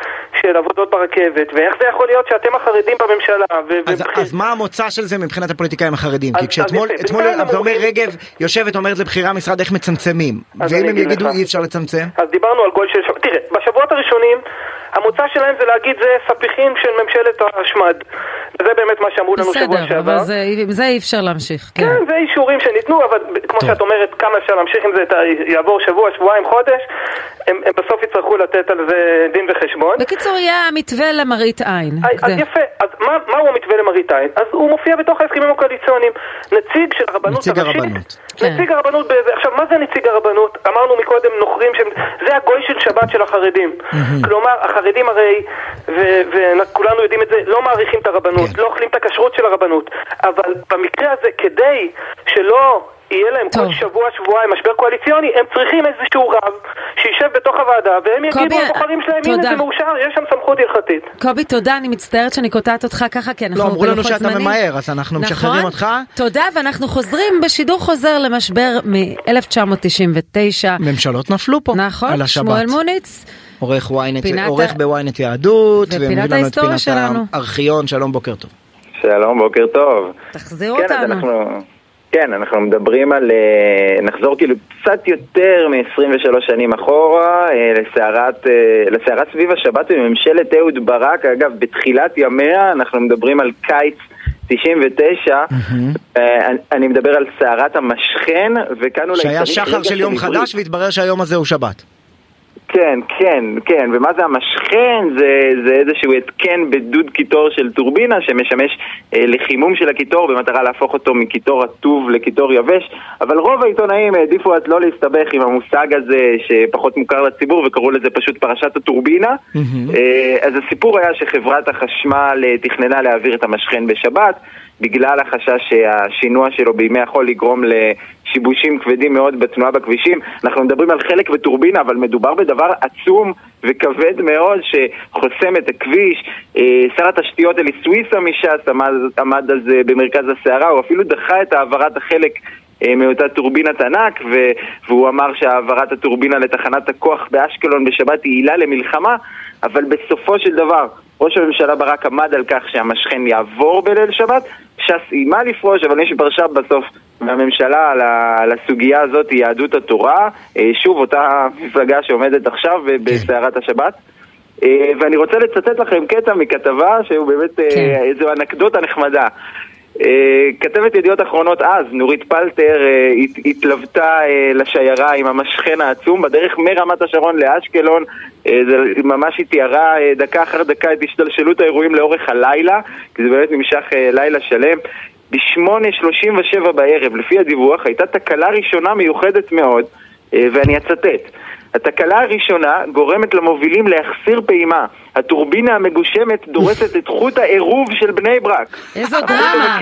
של עבודות ברכבת, ואיך זה יכול להיות שאתם החרדים בממשלה. אז, אז מה המוצא של זה מבחינת הפוליטיקאים החרדים? כי כשאתמול אומר רגב יושבת אומרת לבחירה המשרד איך מצמצמים, ואם הם יגידו אי אפשר לצמצם? אז דיברנו על גול של... תראה, בשבועות הראשונים המוצא שלהם זה להגיד זה ספיחים של ממשלת השמד. וזה באמת מה שאמרו לנו שבוע שעבר. בסדר, אבל זה, זה אי אפשר להמשיך. כן, כן, זה אישורים שניתנו, אבל כמו טוב. שאת אומרת, כמה אפשר להמשיך עם זה, יעבור שבוע, שבועיים, חודש, הם, הם בסוף יצטרכו לתת על זה דין וחשבון. בקיצור, יהיה המתווה למראית עין. אז זה. יפה, אז מה, מה הוא המתווה למראית עין? אז הוא מופיע בתוך ההסכמים הקואליציוניים. נציג של הרבנות נציג הראשית. הרבנות. נציג הרבנות באיזה... עכשיו, מה זה נציג הרבנות? אמרנו מקודם נוכרים שהם... זה הגוי של שבת של החרדים. כלומר, החרדים הרי, וכולנו יודעים את זה, לא מעריכים את הרבנות, לא אוכלים את הכשרות של הרבנות. אבל במקרה הזה, כדי שלא יהיה להם כל שבוע, שבועיים, משבר קואליציוני, הם צריכים איזשהו רב שישב בתוך הוועדה, והם יגידו לבוחרים שלהם, הנה זה מאושר, יש שם סמכות הלכתית. קובי, תודה, אני מצטערת שאני קוטעת אותך ככה, כי אנחנו... לא, אמרו לנו שאתה ממהר, אז אנחנו משחררים אותך. תודה, ואנחנו חוזרים בשידור חוזר למשבר מ-אלף תשע מאות תשעים ותשע. ממשלות נפלו פה, על השבת. שמואל מוניץ. עורך בוויינט יהדות, ומביא לנו את פינת הארכיון. שלום, בוקר טוב. שלום, בוקר טוב. תחזיר אותנו. כן, אנחנו מדברים על, נחזור כאילו קצת יותר מ-עשרים ושלוש שנים אחורה, לסערת, לסערת סביב השבת בממשלת אהוד ברק. אגב, בתחילת ימיה אנחנו מדברים על קיץ תשעים ותשע, אני מדבר על סערת המשכן, וכאן אולי... שהיה שחר של יום חדש והתברר שהיום הזה הוא שבת. כן, כן, כן, ומה זה המשכן? זה, זה איזשהו התקן בדוד קיטור של טורבינה שמשמש אה, לחימום של הקיטור במטרה להפוך אותו מקיטור רטוב לקיטור יבש, אבל רוב העיתונאים העדיפו אז לא להסתבך עם המושג הזה שפחות מוכר לציבור וקראו לזה פשוט פרשת הטורבינה. Mm-hmm. אה, אז הסיפור היה שחברת החשמל תכננה להעביר את המשכן בשבת, בגלל החשש שהשינוע שלו בימי החול יגרום לשיבושים כבדים מאוד בתנועה בכבישים. אנחנו מדברים על חלק וטורבינה, אבל מדובר בדבר עצום וכבד מאוד שחוסם את הכביש. שר התשתיות אלי סוויסה מש"ס עמד, עמד על זה במרכז הסערה, הוא אפילו דחה את העברת החלק מאותה טורבינת ענק, והוא אמר שהעברת הטורבינה לתחנת הכוח באשקלון בשבת היא עילה למלחמה, אבל בסופו של דבר ראש הממשלה ברק עמד על כך שהמשכן יעבור בליל שבת. ש"ס אימה לפרוש, אבל יש פרשה בסוף מהממשלה על הסוגיה הזאת, יהדות התורה, שוב אותה מפלגה שעומדת עכשיו בסערת השבת. ואני רוצה לצטט לכם קטע מכתבה שהוא באמת איזו אנקדוטה נחמדה. כתבת ידיעות אחרונות אז, נורית פלטר, התלוותה לשיירה עם המשכן העצום בדרך מרמת השרון לאשקלון. זה ממש היא תיארה דקה אחר דקה את השתלשלות האירועים לאורך הלילה, כי זה באמת נמשך לילה שלם. ב-שמונה שלושים ושבע בערב, לפי הדיווח, הייתה תקלה ראשונה מיוחדת מאוד, ואני אצטט. התקלה הראשונה גורמת למובילים להחסיר פעימה. הטורבינה המגושמת דורסת את חוט העירוב של בני ברק. איזו דרמה.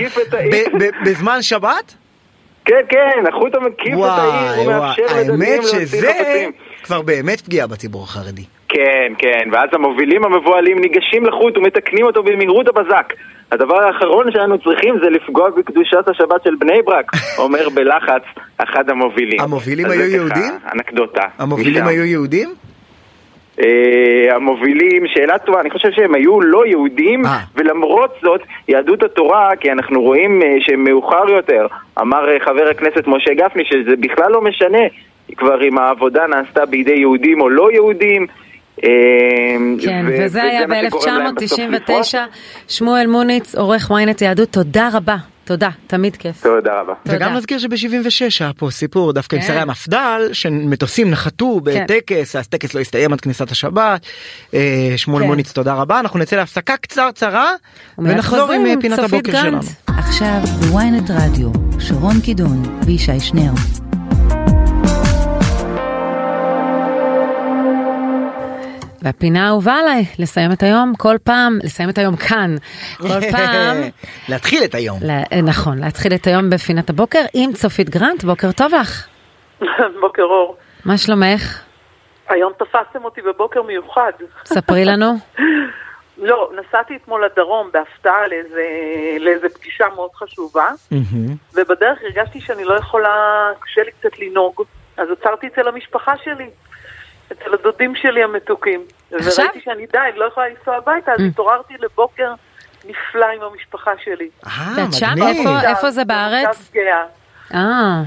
בזמן שבת? כן, כן, החוט המקיף את העיר, הוא מאפשר לדתיים להוציא חפצים. כבר באמת פגיעה בציבור החרדי. כן, כן, ואז המובילים המבועלים ניגשים לחוט ומתקנים אותו במהירות הבזק. הדבר האחרון שאנו צריכים זה לפגוע בקדושת השבת של בני ברק, אומר בלחץ אחד המובילים. המובילים היו יהודים? אנקדוטה. המובילים היו יהודים? המובילים, שאלה טובה, אני חושב שהם היו לא יהודים, ולמרות זאת יהדות התורה, כי אנחנו רואים שהם מאוחר יותר, אמר חבר הכנסת משה גפני שזה בכלל לא משנה כבר אם העבודה נעשתה בידי יהודים או לא יהודים. כן, וזה היה ב-אלף תשע מאות תשעים ותשע. שמואל מוניץ, עורך וויינט יהדות, תודה רבה. תודה, תמיד כיף. תודה רבה. וגם נזכיר שב-שבעים ושש היה פה סיפור דווקא עם שרי המפד"ל, שמטוסים נחתו בטקס, אז טקס לא הסתיים עד כניסת השבת. שמואל מוניץ, תודה רבה. אנחנו נצא להפסקה קצרצרה, ונחזור עם פינת הבוקר שלנו. עכשיו בוויינט רדיו, שרון קידון וישי שנר. והפינה האהובה עליי, לסיים את היום כל פעם, לסיים את היום כאן, כל פעם. להתחיל את היום. נכון, להתחיל את היום בפינת הבוקר עם צופית גרנט. בוקר טוב לך. בוקר אור. מה שלומך? היום תפסתם אותי בבוקר מיוחד. ספרי לנו. לא, נסעתי אתמול לדרום בהפתעה לאיזה, לאיזה פגישה מאוד חשובה, ובדרך הרגשתי שאני לא יכולה, קשה לי קצת לנהוג, אז עצרתי אצל המשפחה שלי. אצל הדודים שלי המתוקים. עכשיו? וראיתי שאני די, אני לא יכולה לנסוע הביתה, אז התעוררתי לבוקר נפלא עם המשפחה שלי. אה, מגניב. איפה זה בארץ? אה.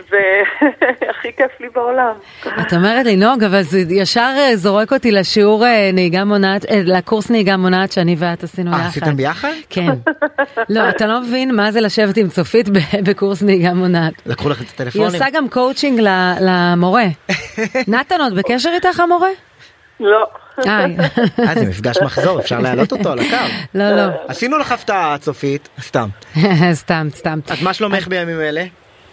והכי כיף לי בעולם. את אומרת לי, נוג, אבל זה ישר זורק אותי לשיעור נהיגה מונעת, לקורס נהיגה מונעת שאני ואת עשינו יחד. אה, עשיתם ביחד? כן. לא, אתה לא מבין מה זה לשבת עם צופית בקורס נהיגה מונעת. לקחו לך את הטלפונים? היא עושה גם קואוצ'ינג למורה. נתן, עוד בקשר איתך המורה? לא. אה, זה מפגש מחזור, אפשר להעלות אותו על הקו. לא, לא. עשינו לך הפתעה, צופית, סתם. סתם, סתם. אז מה שלומך בימים אלה?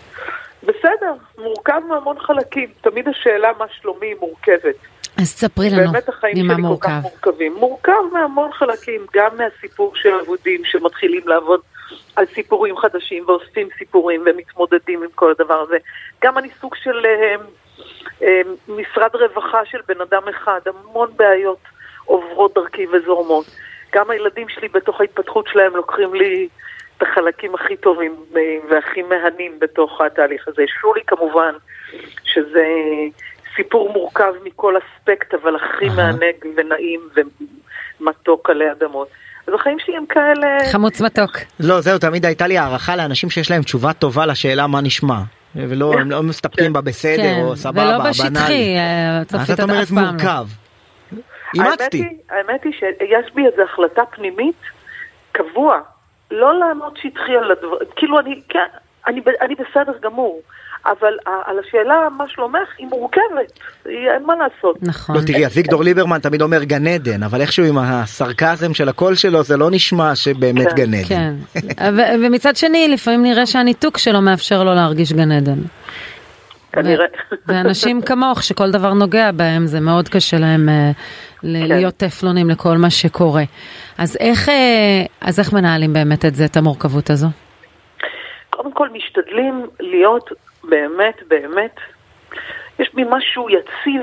בסדר, מורכב מהמון חלקים. תמיד השאלה מה שלומי היא מורכבת. אז ספרי לנו, באמת החיים שלי כל כך מורכבים. מורכב מהמון חלקים, גם מהסיפור של עבודים שמתחילים לעבוד על סיפורים חדשים ואוספים סיפורים ומתמודדים עם כל הדבר הזה. גם אני סוג של אה, אה, משרד רווחה של בן אדם אחד, המון בעיות עוברות דרכי וזורמות. גם הילדים שלי בתוך ההתפתחות שלהם לוקחים לי את החלקים הכי טובים והכי מהנים בתוך התהליך הזה. שולי כמובן, שזה סיפור מורכב מכל אספקט, אבל הכי מענג ונעים ומתוק עלי אדמות. אז החיים שלי הם כאלה... חמוץ מתוק. לא, זהו, תמיד הייתה לי הערכה לאנשים שיש להם תשובה טובה לשאלה מה נשמע. ולא, הם לא מסתפקים בה בסדר או סבבה, ולא בשטחי, צופית את אף פעם. מורכב. אימצתי. האמת היא שיש בי איזו החלטה פנימית קבוע, לא לענות שטחי על הדבר, כאילו אני, כן, אני, אני בסדר גמור, אבל על השאלה מה שלומך היא מורכבת, אין מה לעשות. נכון. לא, תראי, אביגדור ליברמן תמיד אומר גן עדן, אבל איכשהו עם הסרקזם של הקול שלו זה לא נשמע שבאמת כן, גן עדן. כן. ו- ומצד שני, לפעמים נראה שהניתוק שלו מאפשר לו להרגיש גן עדן. כנראה. ו- ואנשים כמוך שכל דבר נוגע בהם, זה מאוד קשה להם uh, ל- כן. להיות טפלונים לכל מה שקורה. אז איך, uh, אז איך מנהלים באמת את זה, את המורכבות הזו? קודם כל משתדלים להיות באמת, באמת, יש בי משהו יציב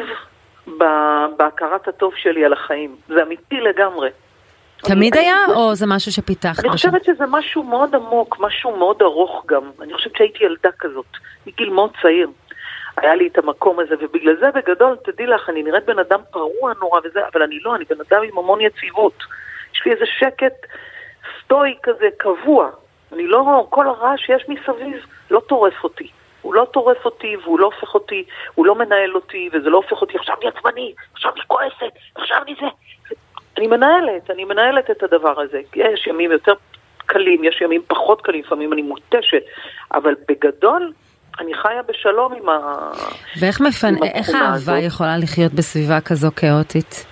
בהכרת הטוב שלי על החיים. זה אמיתי לגמרי. תמיד היה, או זה משהו שפיתחת? אני חושבת שזה משהו מאוד עמוק, משהו מאוד ארוך גם. אני חושבת שהייתי ילדה כזאת, מגיל מאוד צעיר. היה לי את המקום הזה, ובגלל זה בגדול, תדעי לך, אני נראית בן אדם פרוע נורא וזה, אבל אני לא, אני בן אדם עם המון יציבות. יש לי איזה שקט סטוי כזה, קבוע. אני לא, כל הרעש שיש מסביב לא טורף אותי. הוא לא טורף אותי, והוא לא הופך אותי, הוא לא מנהל אותי, וזה לא הופך אותי, עכשיו אני עצבני, עכשיו אני כועסת, עכשיו אני זה. אני מנהלת, אני מנהלת את הדבר הזה. יש ימים יותר קלים, יש ימים פחות קלים, לפעמים אני מותשת, אבל בגדול, אני חיה בשלום עם ה... ואיך מפנ... איך האהבה יכולה לחיות בסביבה כזו כאוטית?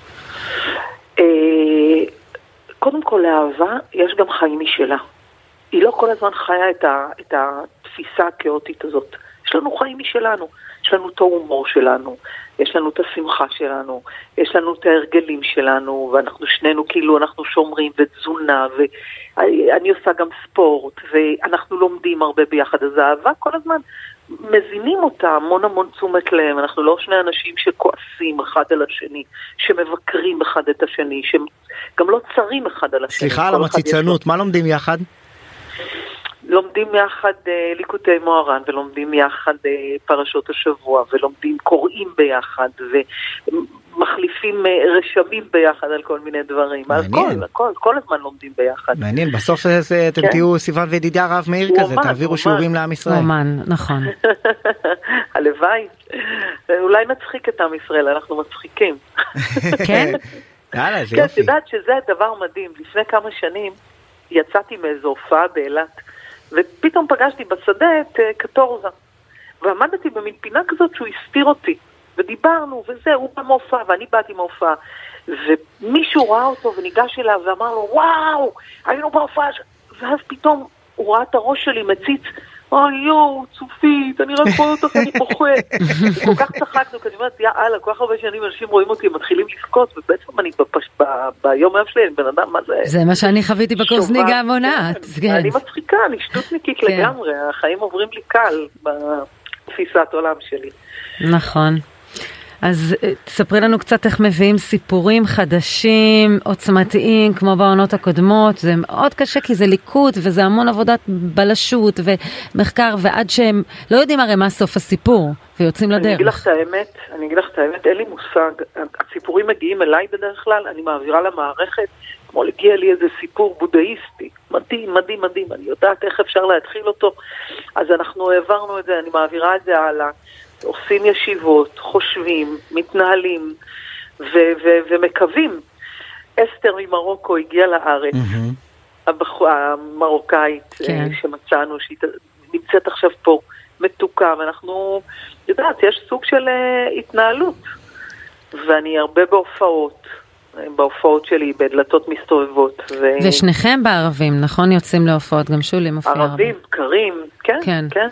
קודם כל, לאהבה יש גם חיים משלה. היא לא כל הזמן חיה את, ה, את התפיסה הכאוטית הזאת. יש לנו חיים משלנו. יש לנו את ההומור שלנו, יש לנו את השמחה שלנו, יש לנו את ההרגלים שלנו, ואנחנו שנינו כאילו אנחנו שומרים ותזונה, ואני עושה גם ספורט, ואנחנו לומדים הרבה ביחד. אז האהבה כל הזמן מזינים אותה, המון המון תשומת לב. אנחנו לא שני אנשים שכועסים אחד על השני, שמבקרים אחד את השני, שגם לא צרים אחד על השני. סליחה על המציצנות, מה לומדים יחד? לומדים יחד אה, ליקוטי מוהר"ן, ולומדים יחד אה, פרשות השבוע, ולומדים, קוראים ביחד, ומחליפים אה, רשמים ביחד על כל מיני דברים. מעניין. על כל, כל, כל הזמן לומדים ביחד. מעניין, בסוף זה, אתם כן? תהיו סיוון וידידיה רב מאיר כזה, אומן, תעבירו אומן. שיעורים לעם ישראל. אומן, נכון. הלוואי. אולי נצחיק את עם ישראל, אנחנו מצחיקים. כן? יאללה, זה כן, יופי. את יודעת שזה דבר מדהים. לפני כמה שנים יצאתי מאיזו הופעה באילת, ופתאום פגשתי בשדה את קטורזה, ועמדתי במין פינה כזאת שהוא הסתיר אותי, ודיברנו, וזה, הוא במופע, ואני באתי מהופעה, ומישהו ראה אותו וניגש אליו ואמר לו, וואו, היינו בהופעה, ואז פתאום הוא ראה את הראש שלי מציץ, אוי יו, צופית, אני רק רואה אותך, אני בוכה. כל כך צחקנו, כי אני אומרת, יא אללה, כל כך הרבה שנים אנשים רואים אותי, מתחילים לבכות, ובעצם אני ביום היום שלי, אני בן אדם, מה זה? זה מה שאני חוויתי בקורס נהיגה מונעת. אני מצחיקה, אני שטותניקית לגמרי, החיים עוברים לי קל בתפיסת עולם שלי. נכון. אז תספרי לנו קצת איך מביאים סיפורים חדשים, עוצמתיים, כמו בעונות הקודמות. זה מאוד קשה כי זה ליכוד וזה המון עבודת בלשות ומחקר, ועד שהם לא יודעים הרי מה סוף הסיפור ויוצאים לדרך. אני אגיד לך את האמת, אני אגיד לך את האמת, אין לי מושג. הסיפורים מגיעים אליי בדרך כלל, אני מעבירה למערכת, כמו הגיע לי איזה סיפור בודהיסטי, מדהים, מדהים, מדהים, אני יודעת איך אפשר להתחיל אותו, אז אנחנו העברנו את זה, אני מעבירה את זה הלאה, עושים ישיבות, חושבים, מתנהלים ו- ו- ומקווים. אסתר ממרוקו הגיעה לארץ, mm-hmm. הבח- המרוקאית כן. שמצאנו, שהיא נמצאת עכשיו פה, מתוקה, ואנחנו, יודעת, יש סוג של uh, התנהלות, ואני הרבה בהופעות, בהופעות שלי, בדלתות מסתובבות. ו... ושניכם בערבים, נכון? יוצאים להופעות, גם שולי מופיע ערבים. ערבים, קרים, כן, כן. כן.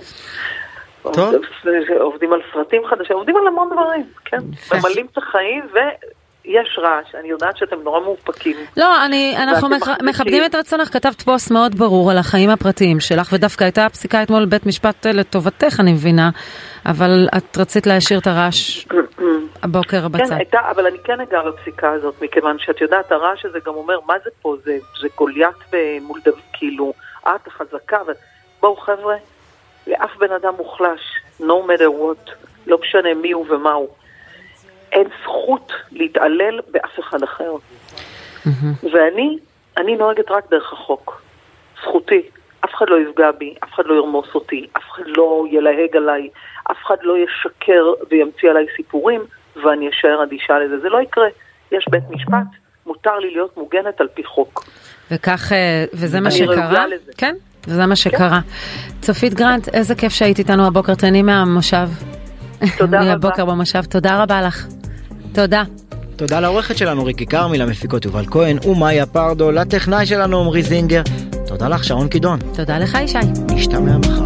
טוב. עובדים על סרטים חדשים, עובדים על המון דברים, כן. ממלאים את החיים ויש רעש. אני יודעת שאתם נורא מאופקים. לא, אני, אנחנו מכבדים את רצונך. כתבת פוסט מאוד ברור על החיים הפרטיים שלך, ודווקא הייתה פסיקה אתמול בית משפט לטובתך, אני מבינה, אבל את רצית להשאיר את הרעש הבוקר בצד. כן, הייתה, אבל אני כן אגע בפסיקה הזאת, מכיוון שאת יודעת, הרעש הזה גם אומר, מה זה פה? זה, זה גוליית ומול דוד, כאילו, את החזקה, ובואו חבר'ה, לאף בן אדם מוחלש, no matter what, לא משנה מי הוא ומה הוא, אין זכות להתעלל באף אחד אחר. Mm-hmm. ואני, אני נוהגת רק דרך החוק. זכותי. אף אחד לא יפגע בי, אף אחד לא ירמוס אותי, אף אחד לא ילהג עליי, אף אחד לא ישקר וימציא עליי סיפורים, ואני אשאר אדישה לזה. זה לא יקרה. יש בית משפט, מותר לי להיות מוגנת על פי חוק. וכך, וזה מה שקרה? כן. וזה מה שקרה. צופית גרנט, איזה כיף שהיית איתנו הבוקר, תהני מהמושב. תודה רבה. מהבוקר במושב, תודה רבה לך. תודה. תודה לעורכת שלנו ריקי קרמי, למפיקות יובל כהן ומאיה פרדו, לטכנאי שלנו עמרי זינגר. תודה לך שרון קידון. תודה לך ישי. נשתמע מחר.